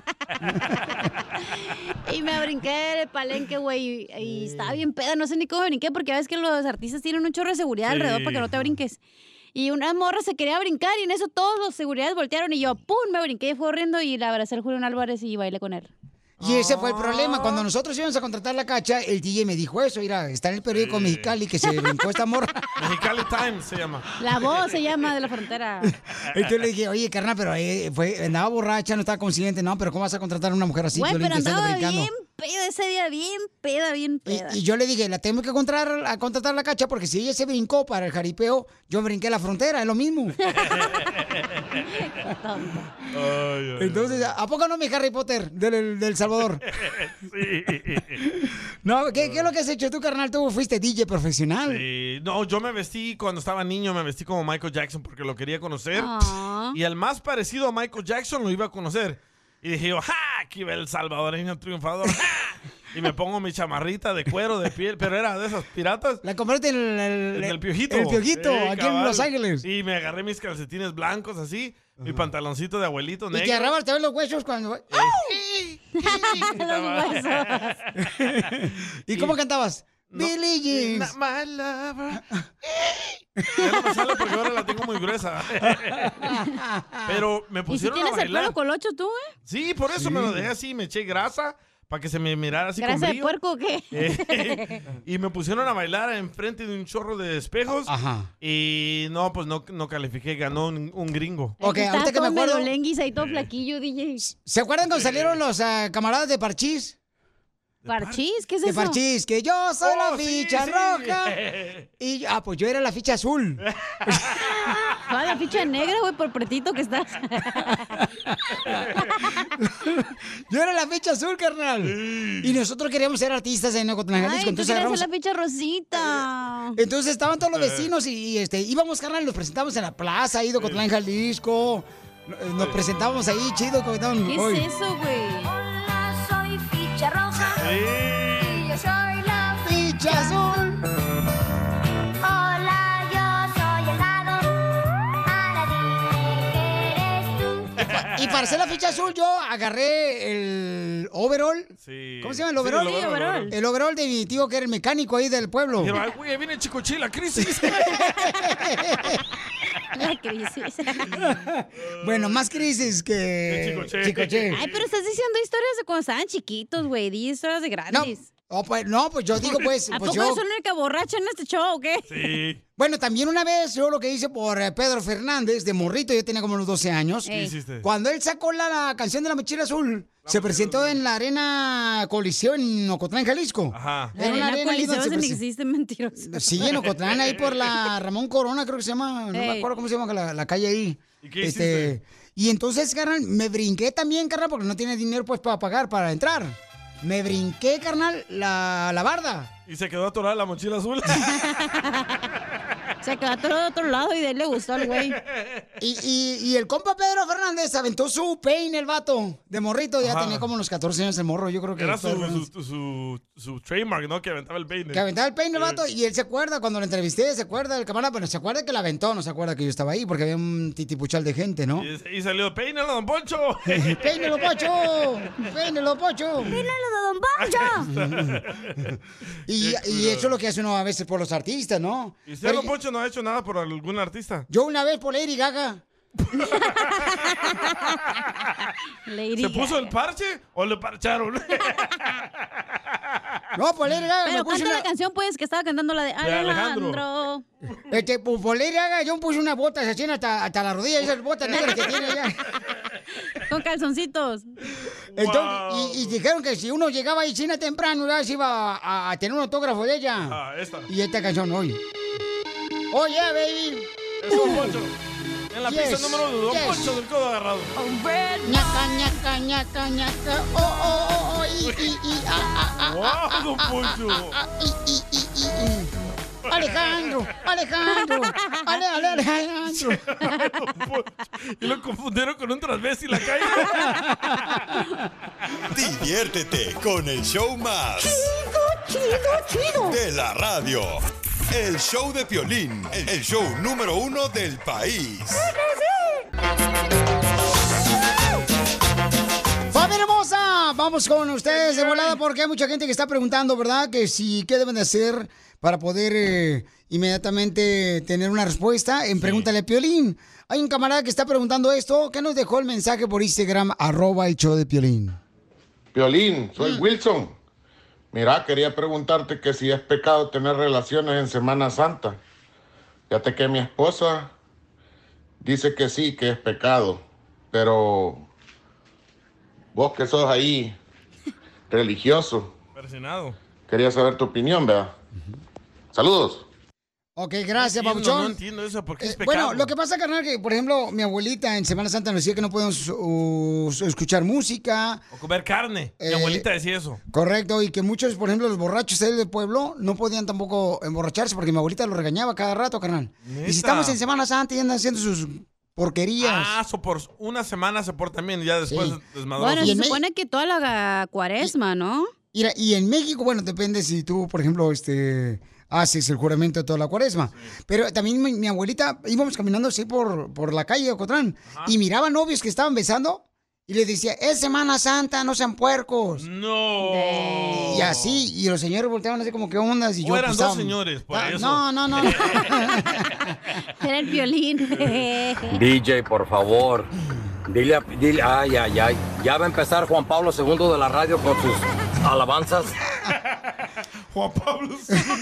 Y me brinqué el palenque, güey, y, y estaba bien peda, no sé ni cómo me brinqué, porque ves que los artistas tienen un chorro de seguridad Sí. alrededor para que no te brinques. Y una morra se quería brincar y en eso todos los seguridades voltearon y yo, ¡pum!, me brinqué y fue corriendo y la abracé al Julián Álvarez y bailé con él. Y ese fue el problema. Cuando nosotros íbamos a contratar la cacha, el D J me dijo eso. Mira, está en el periódico Mexicali que se brincó esta morra. Mexicali Times se llama. La voz se llama de la frontera. Entonces le dije, oye, carnal, pero eh, fue, andaba borracha, no estaba consciente. No, pero ¿cómo vas a contratar a una mujer así? Güey, Piolín, pero que se anda andaba brincando? bien peda ese día, bien peda, bien peda. Y, y yo le dije, la tengo que contratar, a contratar la cacha porque si ella se brincó para el jaripeo, yo brinqué la frontera, es lo mismo. Entonces, ¿a poco no mi Harry Potter del, del Salvador? No, ¿qué, ¿qué es lo que has hecho tú, carnal? Tú fuiste D J profesional. Sí, no, yo me vestí cuando estaba niño, me vestí como Michael Jackson porque lo quería conocer. Ah. Y el más parecido a Michael Jackson lo iba a conocer. Y dije yo, ¡ja! Aquí va el salvadoreño triunfador. ¡Ja! Y me pongo mi chamarrita de cuero, de piel, pero era de esas piratas. La compraste en el, el, En el Piojito. El Piojito, Sí, aquí en cabal. Los Ángeles. Y me agarré mis calcetines blancos así, mi pantaloncito de abuelito Y negro. te agarrabas también los huesos cuando... Los huesos. ¿Y cómo cantabas? Billie Jeans. My lover. Ya no me sale porque ahora la tengo muy gruesa. Pero me ¿Y si pusieron a tienes el bailar. pelo colocho tú, eh? Sí, por eso Sí. me lo dejé así, me eché grasa para que se me mirara así ¿Grasa con de brillo. puerco o qué? Eh, y me pusieron a bailar enfrente de un chorro de espejos. Ajá. Y no, pues no, no califiqué, ganó un, un gringo. Ok, Está ahorita que me todo acuerdo. medio lenguis ahí, todo flaquillo, D J. ¿Se acuerdan cuando salieron los ah, camaradas de Parchís? ¿Parchís? ¿Qué es De eso? Parchís, que yo soy Oh, la sí, ficha sí. roja. Y, ah, pues yo era la ficha azul. Ah, la ficha negra, güey, por pretito que estás. Yo era la ficha azul, carnal. Y nosotros queríamos ser artistas en Ocotlán, Ay, Jalisco. tú Entonces querías ser agarramos... la ficha rosita. Entonces estaban todos los vecinos y, y, este, íbamos, carnal, nos presentamos en la plaza ahí de Ocotlán, Jalisco. Nos nos presentábamos ahí, chido. ¿Qué es eso, güey? Hola, soy ficha roja. Y yo soy la ficha azul. Hola, yo soy el dado. Ahora dime que eres tú. Y para hacer la ficha azul yo agarré el overall. Sí. ¿Cómo se llama el Sí, overall? el overall, el overall. El overall de mi tío que era el mecánico ahí del pueblo. Dijeron, ay, güey, ahí viene Chicoche, la crisis. La crisis. Bueno, más crisis que Chicoche. Chicoche. Ay, pero estás diciendo historias de cuando estaban chiquitos, güey. Di historias de grandes. Oh, pues, no, pues yo digo, pues. ¿A pues poco yo... yo soy la única borracha en este show o qué? Sí. Bueno, también una vez yo lo que hice por eh, Pedro Fernández, de morrito, yo tenía como unos doce años. ¿Qué hiciste? Cuando él sacó la, la canción de la mochila azul, se presentó en la Arena Coliseo en Ocotlán, Jalisco. Ajá. Era una arena ahí Coliseo donde se ese ni presen- existe, mentiroso. Sí, en Ocotlán, ahí por la Ramón Corona, creo que se llama. No me Ey. acuerdo cómo se llama la, la calle ahí. ¿Y qué Este, hiciste? Y entonces, carnal, me brinqué también, carnal, porque no tiene dinero pues para pagar, para entrar. Me brinqué, carnal, la, la barda. Y se quedó atorada la mochila azul. Se quedó todo de otro lado y de él le gustó al güey. Y, y, y el compa Pedro Fernández aventó su peine, el vato, de morrito. Ya Ajá. tenía como unos catorce años el morro, yo creo que... Era su, Pedro Fernández. su, su, su trademark, ¿no? Que aventaba el peine. Que aventaba el peine el vato y él se acuerda, cuando lo entrevisté, se acuerda del camarada, pero se acuerda que la aventó, no se acuerda que yo estaba ahí, porque había un titipuchal de gente, ¿no? Y, y salió, peínalo, don Poncho. ¡Peínelo, Pocho! ¡Peínelo, Pocho! ¡Pínalo de Don Poncho! Y, y eso es lo que hace uno a veces por los artistas, ¿no? ¿Y usted, don Poncho, no ha hecho nada por algún artista? Yo una vez por Lady Gaga. Lady ¿Se puso Gaga. el parche o le parcharon? No, por Lady Gaga. Pero me puse canta una... la canción, pues, que estaba cantando la de Alejandro. Alejandro. Este, por, por Lady Gaga yo me puse unas botas así hasta, hasta la rodilla, esas botas negras que tiene allá. Con calzoncitos. Entonces, y, y dijeron que si uno llegaba ahí China temprano, ya se iba a, a tener un autógrafo de ella. Ah, esta. Y esta canción hoy. Oh, yeah, baby. Es don Poncho. En la Yes, pista número uno, don yes. Poncho del codo agarrado. Ñaca, ñaca, ñaca, ñaca. Oh, oh, oh, oh, y, y, y, ah, ah, ah, ¡Wow, ah, don ah, Poncho! ah, ah, ah, y, y, y, y, y. Alejandro, Alejandro, Ale, Ale, Alejandro. Y lo confundieron con un transvesti en la calle. Diviértete con el show más Chido, chido, chido. de la radio. El show de Piolín, el show número uno del país. ¡Familia hermosa! Vamos con ustedes de volada porque hay mucha gente que está preguntando, ¿verdad? Que si, ¿qué deben de hacer para poder eh, inmediatamente tener una respuesta en Pregúntale a Piolín? Hay un camarada que está preguntando esto, que nos dejó el mensaje por Instagram, arroba el show de Piolín. Piolín, soy Wilson. Mira, quería preguntarte que si es pecado tener relaciones en Semana Santa. Fíjate que mi esposa dice que sí, que es pecado. Pero vos que sos ahí religioso, Persinado. quería saber tu opinión, ¿verdad? Saludos. Ok, gracias, No entiendo, papuchón. no entiendo eso, ¿por qué es Eh, pecado? bueno, lo que pasa, carnal, que, por ejemplo, mi abuelita en Semana Santa nos decía que no podemos uh, escuchar música. O comer carne. Mi Eh, abuelita decía eso. Correcto, y que muchos, por ejemplo, los borrachos ahí del pueblo no podían tampoco emborracharse porque mi abuelita lo regañaba cada rato, carnal. ¿Neta? Y si estamos en Semana Santa y andan haciendo sus porquerías. Ah, so por una semana se portan bien y ya después Sí. desmadrosos. Bueno, Y se en Me- supone que toda la cuaresma, ¿no? Y, y en México, bueno, depende si tú, por ejemplo, este haces el juramento de toda la cuaresma. Pero también mi, mi abuelita, íbamos caminando así por, por la calle de Ocotlán y miraba novios que estaban besando y le decía, es Semana Santa, no sean puercos. No. Y así, y los señores volteaban así como, ¿qué ondas? Y O yo, eran pues, dos estaba- señores, por Ah, eso. No, no, no. Era el violín. D J, por favor. Dile, a- dile, ay, ay, ay. Ya va a empezar Juan Pablo segundo de la radio con sus alabanzas. Juan Pablo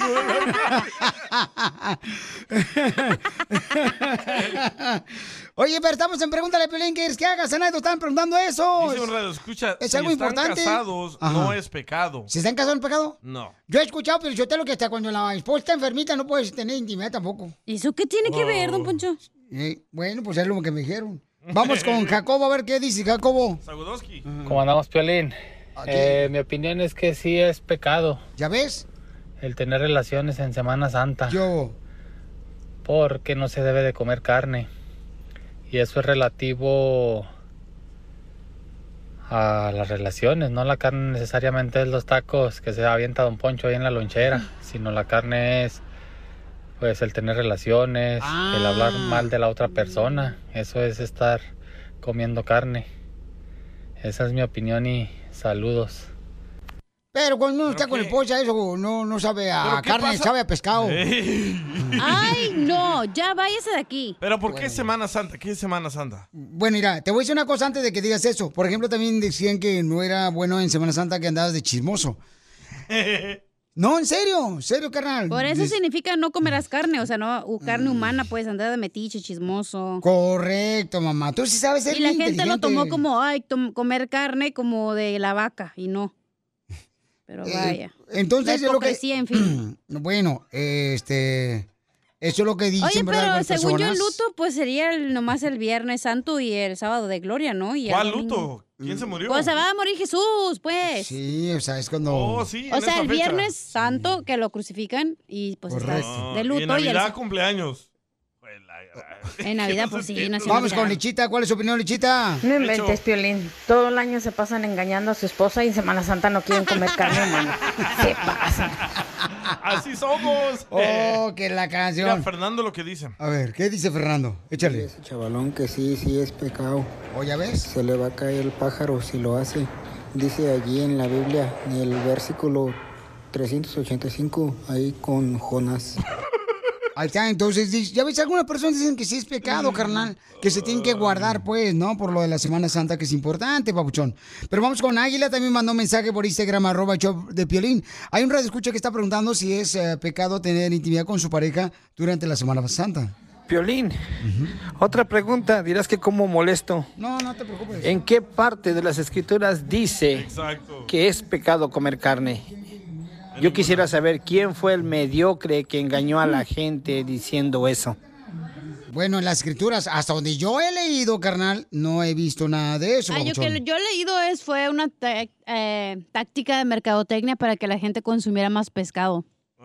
Oye, pero estamos en Pregúntale a Piolín, ¿qué quieres que hagas? Zenaida, están preguntando eso. Dice un radio, escucha, es si algo están importante. casados, Ajá. no es pecado. ¿Si están casados en pecado? No. Yo he escuchado, pero yo te lo que está cuando la esposa está enfermita no puedes tener intimidad tampoco. ¿Y eso qué tiene que ver, don Poncho? Eh, bueno, pues es lo que me dijeron. Vamos con Jacobo a ver qué dice Jacobo. Sagudowski. ¿Cómo andamos, Piolín? Eh, mi opinión es que sí es pecado. ¿Ya ves? El tener relaciones en Semana Santa. Yo. Porque no se debe de comer carne. Y eso es relativo a las relaciones, no la carne necesariamente es los tacos que se avienta don Poncho ahí en la lonchera, sino la carne es pues el tener relaciones, ah. el hablar mal de la otra persona, eso es estar comiendo carne. Esa es mi opinión y saludos. Pero cuando uno está con el esposa, eso no, no sabe a carne, pasa? sabe a pescado. Ay, no, ya váyase de aquí. Pero ¿por qué Semana Santa? ¿Qué es Semana Santa? Bueno, mira, te voy a decir una cosa antes de que digas eso. Por ejemplo, también decían que no era bueno en Semana Santa que andabas de chismoso. No, en serio, en serio, carnal. Por eso Des- significa no comerás carne, o sea, no u- carne humana, pues andar de metiche, chismoso. Correcto, mamá. Tú sí sabes ser Y la bien gente lo inteligente. tomó como, ay, tom- comer carne como de la vaca, y no. Pero Eh, vaya. entonces La es lo que... hipocresía, en fin. Bueno, este... Eso es lo que dicen, Oye, ¿verdad? pero algunas según yo el personas? luto, pues sería el- nomás el Viernes Santo y el Sábado de Gloria, ¿no? Y el ¿Cuál domingo. luto? ¿Quién se murió? Pues se va a morir Jesús, pues. Sí, o sea, es cuando... Oh, sí, O en sea, esa el fecha. Viernes Santo que lo crucifican y pues estás Ah, de y luto. en Y, el- Navidad cumpleaños. en Navidad, pues sí. No se Vamos olvida. con Lichita. ¿Cuál es su opinión, Lichita? No inventes, Piolín. Todo el año se pasan engañando a su esposa y en Semana Santa no quieren comer carne humana. Se pasan. Así somos. Oh, que la canción. Mira, Fernando lo que dice. A ver, ¿qué dice Fernando? Échale. Ese chavalón que sí, sí es pecado. ¿O ya ves? Se le va a caer el pájaro si lo hace. Dice allí en la Biblia, en el versículo trescientos ochenta y cinco, ahí con Jonás. Ahí está, entonces, dice- ya ves, algunas personas dicen que sí es pecado, carnal, que se tienen que guardar, pues, ¿no? Por lo de la Semana Santa, que es importante, papuchón. Pero vamos con Águila, también mandó un mensaje por Instagram, arroba show de Piolín. Hay un radio escucha que está preguntando si es eh, pecado tener intimidad con su pareja durante la Semana Santa. Piolín, otra pregunta, dirás que como molesto. No, no te preocupes. ¿En qué parte de las escrituras dice Exacto. que es pecado comer carne? Yo quisiera saber quién fue el mediocre que engañó a la gente diciendo eso. Bueno, en las escrituras, hasta donde yo he leído, carnal, no he visto nada de eso, Ah, yo papuchón. que yo he leído es fue una ta- eh, táctica de mercadotecnia para que la gente consumiera más pescado.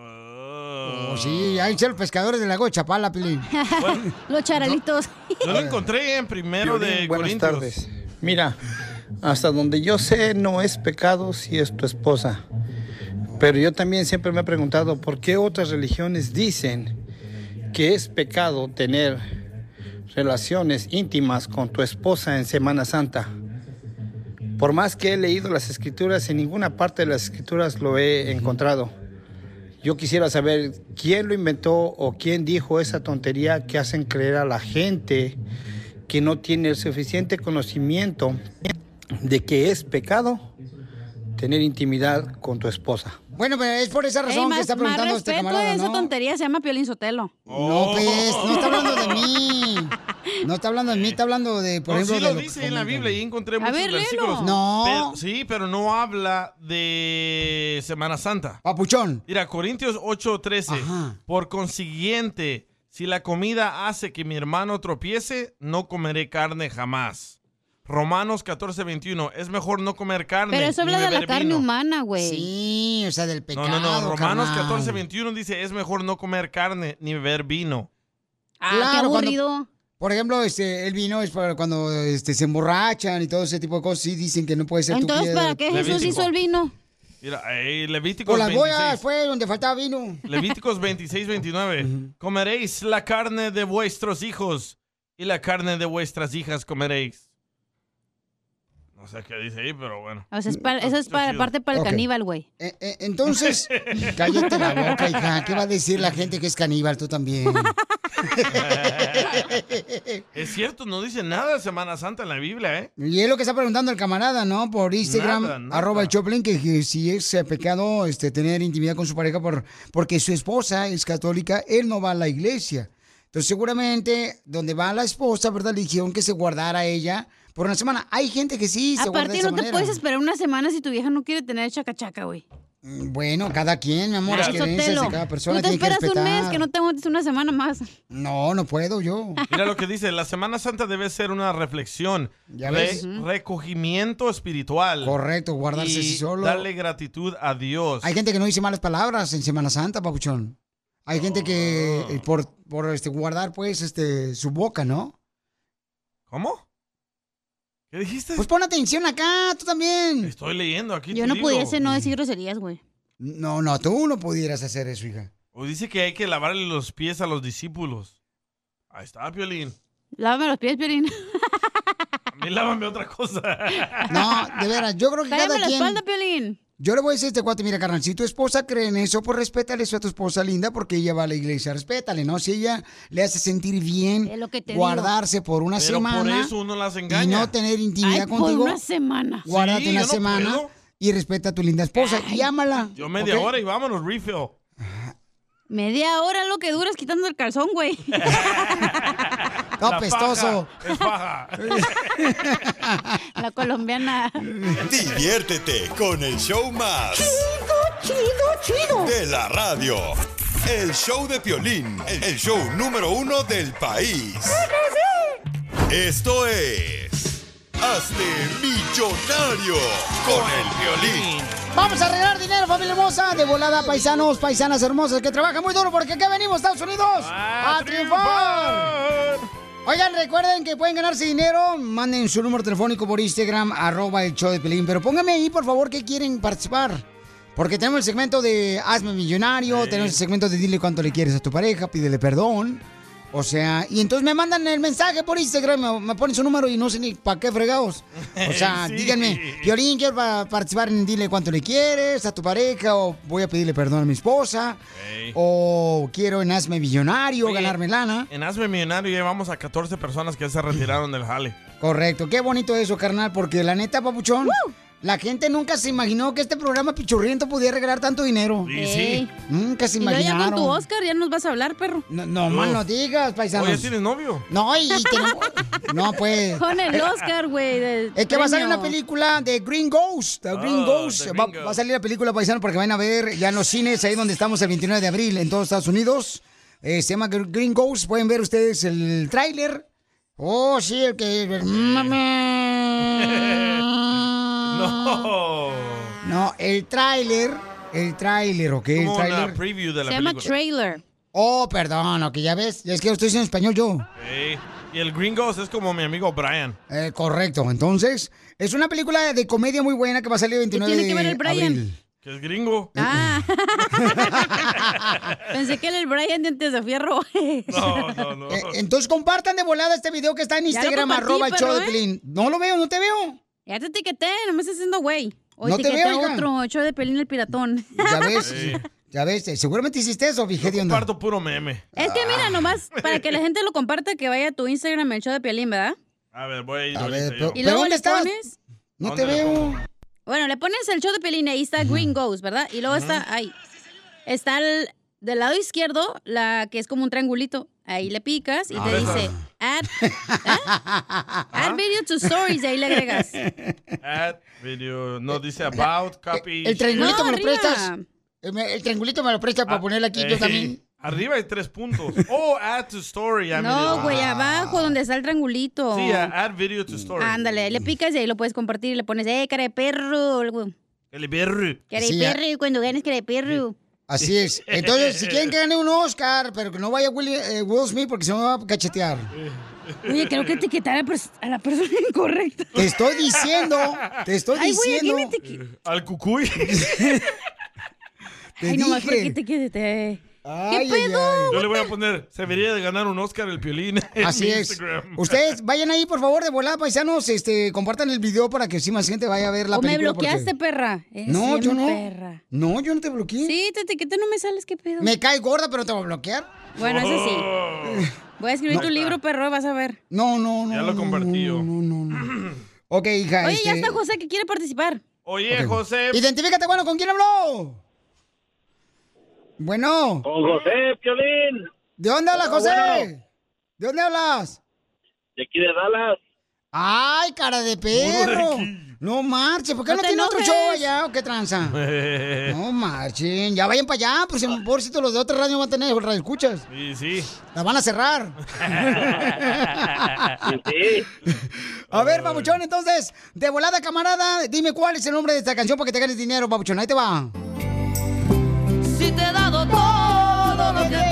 Oh, sí, ahí están los pescadores del lago de Chapala, Pilín. Los charalitos. Yo lo encontré en primero de Piolín, buenas Corintios. tardes. Mira, hasta donde yo sé no es pecado si es tu esposa. Pero yo también siempre me he preguntado por qué otras religiones dicen que es pecado tener relaciones íntimas con tu esposa en Semana Santa. Por más que he leído las escrituras, en ninguna parte de las escrituras lo he encontrado. Yo quisiera saber quién lo inventó o quién dijo esa tontería que hacen creer a la gente que no tiene el suficiente conocimiento de que es pecado tener intimidad con tu esposa. Bueno, pero es por esa razón Ey, más, que está más preguntando este respeto camarada, a esa ¿no? tontería, se llama Piolín Sotelo. No, pues, no está hablando de mí. No está hablando de mí, está hablando de, por No, ejemplo... sí de lo lo dice que en la comentan. Biblia y encontré A muchos ver, léelo. versículos. No. Pero- sí, pero no habla de Semana Santa. Papuchón. Mira, Corintios ocho trece. Por consiguiente, si la comida hace que mi hermano tropiece, no comeré carne jamás. Romanos catorce veintiuno. Es mejor no comer carne. Pero eso ni habla de la beber carne vino. humana, güey. Sí, o sea, del No, pecado, no, no. Romanos carnal. catorce veintiuno dice, es mejor no comer carne ni beber vino. Ah, qué Claro, cuando- aburrido. Por ejemplo, este, el vino es para cuando este, se emborrachan y todo ese tipo de cosas. Sí, dicen que no puede ser tu Entonces, piedra. ¿para qué Jesús Levítico. hizo el vino? Mira, eh, Levíticos Por las veintiséis. boyas fue donde faltaba vino. Levíticos veintiséis veintinueve. Comeréis la carne de vuestros hijos y la carne de vuestras hijas comeréis. No sé qué dice ahí, pero bueno. O sea, es para- eso es para, chido. parte para el Ok. caníbal, güey. Eh, eh, entonces, cállate la boca, hija. ¿Qué va a decir la gente que es caníbal? Tú también. Es cierto, no dice nada de Semana Santa en la Biblia, ¿eh? Y es lo que está preguntando el camarada, ¿no? Por Instagram, Nada, nada. arroba el Choplin, que, que si es eh, pecado este, tener intimidad con su pareja por, porque su esposa es católica, él no va a la iglesia. Entonces seguramente donde va la esposa, ¿verdad? Le dijeron que se guardara ella por una semana. Hay gente que sí se guarda de Aparte, esa no te manera. puedes esperar una semana si tu vieja no quiere tener chacachaca, güey. Bueno, cada quien, mi amor, las Mira, creencias de Sotelo, cada persona tú te tiene que esperas un respetar. mes, que no te aguantes una semana más. No, no puedo yo. Mira lo que dice, la Semana Santa debe ser una reflexión, Ya re- ves. recogimiento espiritual. Correcto, guardarse y sí solo. darle gratitud a Dios. Hay gente que no dice malas palabras en Semana Santa, papuchón. Hay gente que Oh. eh, por, por este, guardar, pues, este, su boca, ¿no? ¿Cómo? ¿Qué dijiste? Pues pon atención acá, tú también. Estoy leyendo aquí. Yo tu no libro. pudiese no decir groserías, güey. No, no, tú no pudieras hacer eso, hija. O dice que hay que lavarle los pies a los discípulos. Ahí está, Piolín. Lávame los pies, Piolín. A mí lávame otra cosa. No, de veras, yo creo que Cállame cada la quien... espalda, Piolín. Yo le voy a decir a este cuate, mira, carnal, si tu esposa cree en eso, pues respétale eso a tu esposa linda porque ella va a la iglesia. Respétale, ¿no? Si ella le hace sentir bien Es lo que te guardarse por una Pero semana por eso uno las y engaña. no tener intimidad Ay, por contigo, una semana. guárdate Sí, una yo no semana puedo. y respeta a tu linda esposa y ámala. Yo media ¿ok? hora y vámonos, refill. Media hora lo que duras quitando el calzón, güey. No, La pestoso. paja es paja. La colombiana. Diviértete con el show más. Chido, chido, chido. De la radio. El show de Piolín. El show número uno del país. Esto es... Hazte millonario con el Piolín. Vamos a arreglar dinero, familia hermosa. De volada, paisanos, paisanas hermosas que trabajan muy duro porque aquí venimos, Estados Unidos, a, triunfar. Oigan, recuerden que pueden ganarse dinero. Manden su número telefónico por Instagram, arroba el show de Piolín. Pero pónganme ahí, por favor, que quieren participar. Porque tenemos el segmento de Hazme Millonario, Sí. tenemos el segmento de Dile cuánto le quieres a tu pareja, pídele perdón. O sea, y entonces me mandan el mensaje por Instagram, me, me ponen su número y no sé ni para qué fregados. O sea, Sí. díganme, Piolín, quiero pa- participar en Dile cuánto le quieres a tu pareja, o voy a pedirle perdón a mi esposa, Ey. o quiero en Hazme Millonario, Oye, ganarme lana. En Hazme Millonario llevamos a catorce personas que se retiraron del jale. Correcto, qué bonito eso, carnal, porque la neta, papuchón, la gente nunca se imaginó que este programa pichurriento pudiera regalar tanto dinero. Y sí. Ey. Nunca se Y luego ya imaginaron. con tu Oscar ya nos vas a hablar, perro. No, no más no digas, paisanos. Oye, ¿tienes novio? No, y tenemos... No, pues... Con el Oscar, güey. del Es que va a salir premio. una película de Green Ghost. The Green Oh, Ghost. The Va, Green va a salir la película, paisano, porque van a ver ya en los cines, ahí donde estamos el veintinueve de abril, en todos Estados Unidos. Eh, se llama Green Ghost. Pueden ver ustedes el tráiler. Oh, sí, el que... No. No, el tráiler. El tráiler, ¿ok? El Como una tráiler. preview de la Se llama película. trailer. Oh, perdón, ok, ya ves. Es que lo estoy diciendo en español yo. Ey. Y el Green Ghost es como mi amigo Brian. Eh, correcto. Entonces, es una película de comedia muy buena que va a salir el veintinueve tiene que ver el de Brian? abril. Que es gringo. Ah. Pensé que era el Brian de Antes de Fierro. No, no, no. Eh, entonces compartan de volada este video que está en Ya lo Instagram, compartí, arroba el show perro, de ¿eh? Pelín. No lo veo, no te veo. Ya te etiqueté, no me estás haciendo güey. O No te etiqueté veo, a hija. otro, hecho de Pelín el piratón. Ya ves, Sí. ya ves, eh, seguramente hiciste eso, fíjate de onda. Comparto puro meme. Es que mira, nomás para que la gente lo comparta, que vaya a tu Instagram, el show de Piolín, ¿verdad? A ver, voy a ir A ahorita ver, yo. pero- Y luego ¿dónde le estás? pones... No ¿Dónde te le veo. pongo? Bueno, le pones el show de Piolín, ahí está Green Ghost, ¿verdad? Y luego está ahí. Está el- del lado izquierdo, la que es como un triangulito. Ahí le picas y A te ver. dice add, ¿eh? add video to stories y ahí le agregas. Add video. No, dice about, copy. El triangulito No, me lo arriba. prestas. El, me- el triangulito me lo prestas para Ah, ponerle aquí yo ey. también. Arriba hay tres puntos. Oh, add to story. ya No, miré. güey, abajo donde está el triangulito. Sí, a- add video to story. Ándale, ahí le picas y ahí lo puedes compartir y le pones, eh, cara de perro. algo. El perro. Cara de Sí, perro, y cuando ganes cara de perro. Así es. Entonces, si quieren que gane un Oscar, pero que no vaya Will, eh, Will Smith porque se me va a cachetear. Oye, creo que etiquetar a, pers- a la persona incorrecta. Te estoy diciendo, te estoy Ay, güey, ¿a quién diciendo. etiquet- Al cucuy. Te Ay, nomás dije. porque te quedé. Ay, ¿Qué ay, pedo? ay. Yo le voy a poner, se debería de ganar un Oscar el Piolín en Así mi es. Instagram. Ustedes vayan ahí, por favor, de volada, paisanos, este, compartan el video para que sí más gente vaya a ver la O me película. porque- bloqueaste, perra. Eres No, bien yo no. perra. No, yo no te bloqueé. Sí, te etiqueté, no me sales, ¿qué pedo? Me cae gorda, pero te voy a bloquear. Bueno, eso sí. Oh. Voy a escribir No. tu libro, perro, vas a ver. No, no, no. Ya lo compartí yo. No, no, no. Ok, hija. Oye, este... ya está José que quiere participar. Oye, Ok. José. Identifícate, bueno, ¿con quién habló? Bueno. Con José, Piolín. ¿De dónde hablas, Ah, José? bueno. ¿De dónde hablas? De aquí de Dallas. Ay, cara de perro. No marche, ¿por qué No no, te tiene otro enojes. show allá o qué tranza? No marchen, ya vayan para allá, pues en pobrecito los de otra radio van a tener radio escuchas. Sí, sí. La van a cerrar. Sí. A ver, Papuchón, entonces, de volada, camarada, dime cuál es el nombre de esta canción para que te ganes dinero, Papuchón. Ahí te va. Si te he dado todo lo que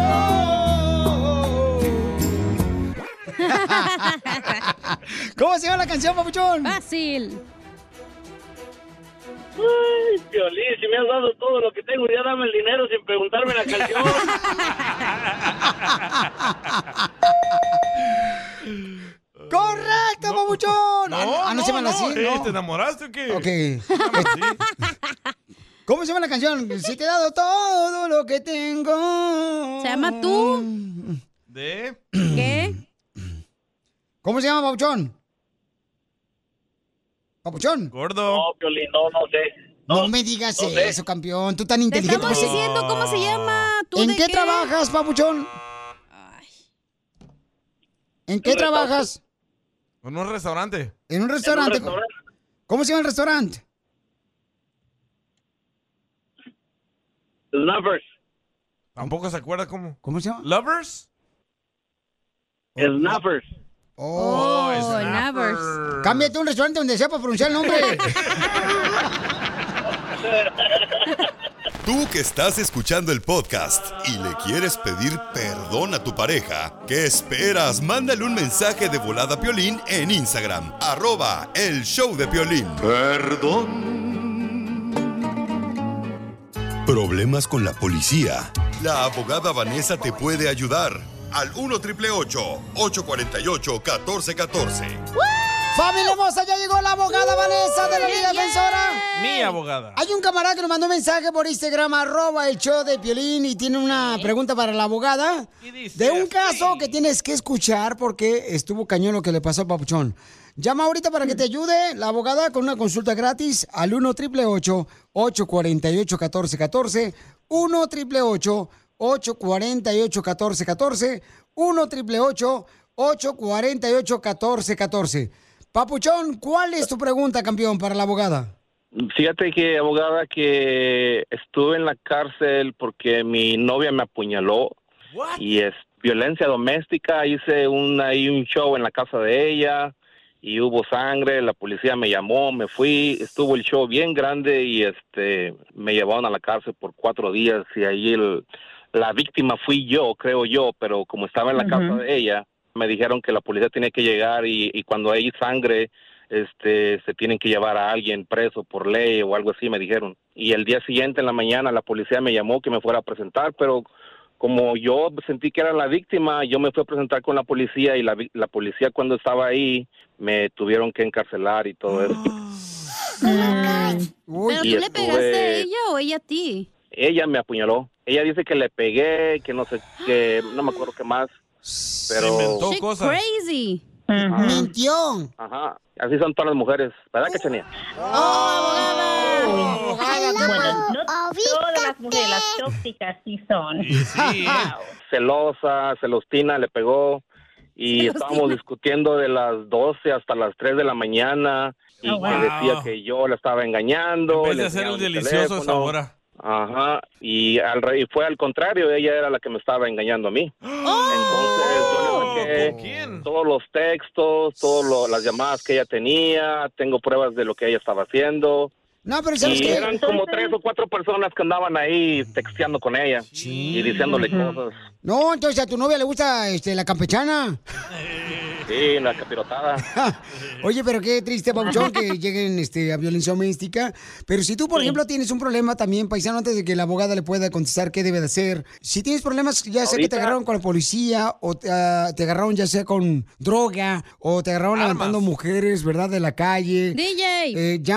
¿Cómo se llama la canción, Papuchón? Fácil. Ay, Piolín, si me has dado todo lo que tengo, ya dame el dinero sin preguntarme la canción. ¡Correcto, Papuchón! No, ah, no, se llaman así, eh, ¿no? ¿Te enamoraste o qué? Ok. ¿Cómo se llama la canción? Si te he dado todo lo que tengo. ¿Se llama Tú? ¿De? ¿Qué? ¿Cómo se llama, Papuchón? ¿Papuchón? Gordo. No, Piolín, no, no sé. No, me digas no sé. eso, campeón. Tú tan Te inteligente. estamos pues, diciendo cómo se llama. ¿Tú ¿En de qué, qué? trabajas, Papuchón? ¿En qué En un trabajas? En un restaurante. En un restaurante. ¿Cómo se llama el restaurante? Lovers. ¿Tampoco se acuerda cómo? ¿Cómo se llama? ¿Lovers? Snappers. Oh, Oh, Snappers. Cámbiate a un restaurante donde sepa pronunciar el nombre. Tú que estás escuchando el podcast y le quieres pedir perdón a tu pareja, ¿qué esperas? Mándale un mensaje de volada a Piolín en Instagram, arroba el show de Piolín. Perdón. Problemas con la policía. La abogada Vanessa te puede ayudar. Al uno triple ocho, ocho cuatro ocho, uno cuatro uno cuatro. ¡Familia hermosa! Ya llegó la abogada Vanessa de la Liga Defensora. Mi abogada. Hay un camarada que nos mandó un mensaje por Instagram, arroba el show de Piolín, y tiene una pregunta para la abogada de un caso que tienes que escuchar porque estuvo cañón lo que le pasó al Papuchón. Llama ahorita para que te ayude la abogada con una consulta gratis al uno triple ocho, ocho cuatro ocho, uno cuatro uno cuatro, uno triple ocho, ocho cuatro ocho, uno cuatro uno cuatro, uno triple ocho, ocho cuatro ocho, uno cuatro uno cuatro. Papuchón, ¿cuál es tu pregunta, campeón, para la abogada? Fíjate que, abogada, que estuve en la cárcel porque mi novia me apuñaló. Y es violencia doméstica. Hice un, ahí un show en la casa de ella y hubo sangre. La policía me llamó, me fui. Estuvo el show bien grande y este me llevaron a la cárcel por cuatro días. Y ahí el, la víctima fui yo, creo yo, pero como estaba en la casa de ella, me dijeron que la policía tenía que llegar y, y cuando hay sangre, este, se tienen que llevar a alguien preso por ley o algo así, me dijeron. Y el día siguiente en la mañana la policía me llamó que me fuera a presentar, pero como yo sentí que era la víctima, yo me fui a presentar con la policía y la, la policía cuando estaba ahí me tuvieron que encarcelar y todo eso. ¿Pero Y tú le pegaste a estuve- ella o ella a ti? Ella me apuñaló. Ella dice que le pegué, que no sé, que no me acuerdo qué más. Pero... Shit crazy. Mintió. Ajá, así son todas las mujeres, ¿verdad, Cachanía? Bueno, no todas las mujeres, las tóxicas sí son. Celosa, celostina, le pegó y Celostina. estábamos discutiendo de las doce hasta las tres de la mañana y Oh, que wow. decía que yo la estaba engañando. En vez de le hacer el enseñaba mi delicioso es teléfono. ahora. Ajá, y, al, re- y fue al contrario, ella era la que me estaba engañando a mí. Entonces yo le saqué todos los textos, todas las llamadas que ella tenía, tengo pruebas de lo que ella estaba haciendo. No, pero ¿sabes Y qué? eran como tres o cuatro personas que andaban ahí texteando con ella y diciéndole cosas. No, entonces a tu novia le gusta este, la campechana. Sí, la capirotada. Oye, pero qué triste, Papuchón, que lleguen este, a violencia doméstica. Pero si tú, por ejemplo, tienes un problema también, paisano, antes de que la abogada le pueda contestar qué debe de hacer. Si tienes problemas, ya sea que te Ahorita- agarraron con la policía, o te, ah, te agarraron ya sea con droga, o te agarraron levantando mujeres, ¿verdad?, de la calle. D J. Eh, llama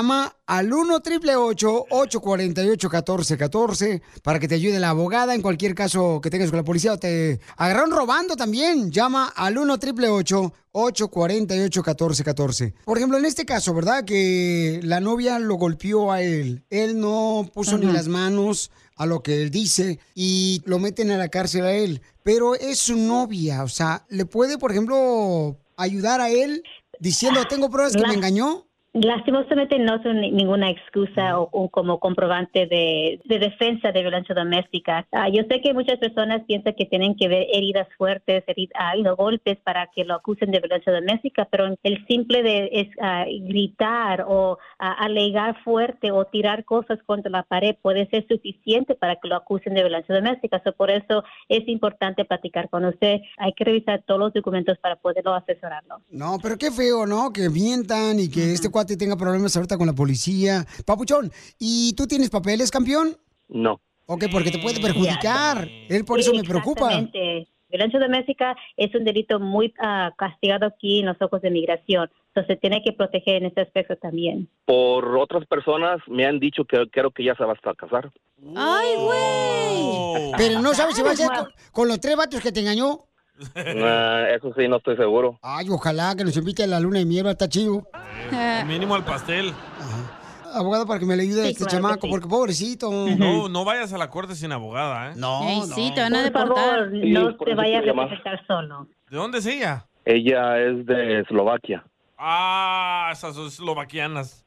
al uno triple ocho, ocho cuatro ocho, uno cuatro uno cuatro para que te ayude la abogada en cualquier caso que tengas con la policía o te agarraron robando también. Llama al uno triple ocho, ocho cuatro ocho, uno cuatro uno cuatro. Por ejemplo, en este caso, ¿verdad? Que la novia lo golpeó a él. Él no puso uh-huh. ni las manos a lo que él dice y lo meten a la cárcel a él. Pero es su novia, o sea, ¿le puede, por ejemplo, ayudar a él diciendo, tengo pruebas que me engañó? Lastimosamente no son ni- ninguna excusa o, o como comprobante de, de defensa de violencia doméstica. Ah, yo sé que muchas personas piensan que tienen que ver heridas fuertes, herid- ah, you know, golpes para que lo acusen de violencia doméstica, pero el simple de es, ah, gritar o ah, alegar fuerte o tirar cosas contra la pared puede ser suficiente para que lo acusen de violencia doméstica. So, por eso es importante platicar con usted. Hay que revisar todos los documentos para poderlo asesorarlo. No, pero qué feo, ¿no? Que mientan y que uh-huh. este cuate tenga problemas ahorita con la policía. Papuchón, ¿y tú tienes papeles, campeón? No. Ok, porque te puede perjudicar. Él por eso me preocupa. Exactamente. Violencia doméstica es un delito muy uh, castigado aquí en los ojos de migración. Entonces, se tiene que proteger en este aspecto también. Por otras personas me han dicho que creo que ya se va a casar. ¡Ay, güey! Pero no sabes si va a ser con, con los tres vatos que te engañó. Uh, eso sí, no estoy seguro. Ay, ojalá que nos invite a la luna de miel, está chido. Eh, mínimo al pastel. Ajá. Abogado, para que me le ayude sí, a este claro chamaco, sí. porque pobrecito. No, no vayas a la corte sin abogada, ¿eh? No, Ey, no. Sí, te van a deportar. Por favor, sí, no por te eso vayas te a llamas. representar solo. ¿De dónde es ella? Ella es de Eslovaquia. Ah, esas son eslovaquianas.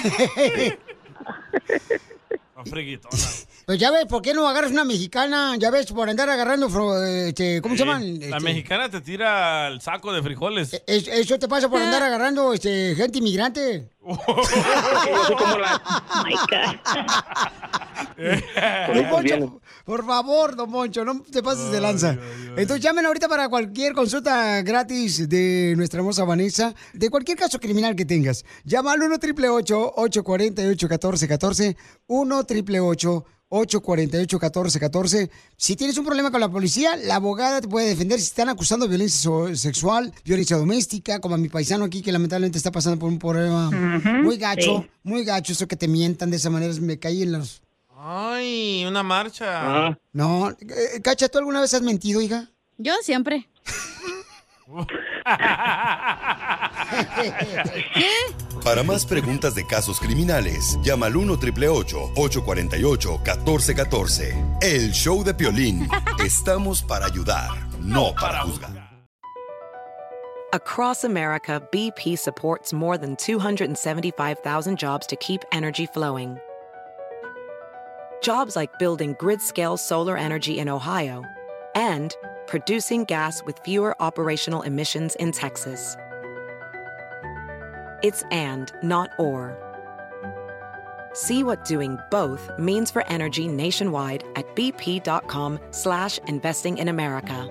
Friguitona. Pues ya ves, ¿por qué no agarras una mexicana? Ya ves, por andar agarrando, este, ¿cómo Sí, se llaman? La Este, mexicana te tira el saco de frijoles. es- eso te pasa por andar agarrando este, gente inmigrante. Oh my God. Don Poncho, por favor, don Moncho, no te pases de lanza. Entonces llamen ahorita para cualquier consulta gratis de nuestra hermosa Vanessa, de cualquier caso criminal que tengas. Llama al uno triple ocho, ocho cuatro ocho, uno cuatro uno cuatro, uno triple ocho, ocho cuatro ocho, uno cuatro uno cuatro. Si tienes un problema con la policía, la abogada te puede defender si están acusando de violencia so- sexual, violencia doméstica, como a mi paisano aquí que lamentablemente está pasando por un problema Ujú, muy gacho, sí. muy gacho, eso que te mientan de esa manera, me caí en los... Ay, una marcha. No, eh, Cacha, ¿tú alguna vez has mentido, hija? Yo siempre. Para más preguntas de casos criminales, llama al uno triple ocho, ocho cuatro ocho, uno cuatro uno cuatro. El show de Piolín. Estamos para ayudar, no para juzgar. Across America, B P supports more than two hundred seventy-five thousand jobs to keep energy flowing. Jobs like building grid-scale solar energy in Ohio and producing gas with fewer operational emissions in Texas. It's and, not or. See what doing both means for energy nationwide at bp.com slash investing in America.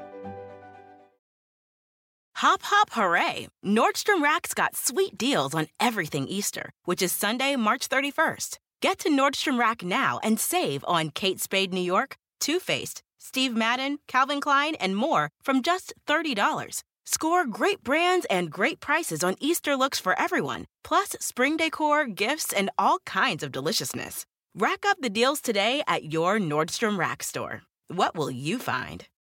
Hop, hop, hooray! Nordstrom Rack's got sweet deals on everything Easter, which is Sunday, March thirty-first. Get to Nordstrom Rack now and save on Kate Spade New York, Too Faced, Steve Madden, Calvin Klein, and more from just thirty dollars. Score great brands and great prices on Easter looks for everyone, plus spring decor, gifts, and all kinds of deliciousness. Rack up the deals today at your Nordstrom Rack store. What will you find?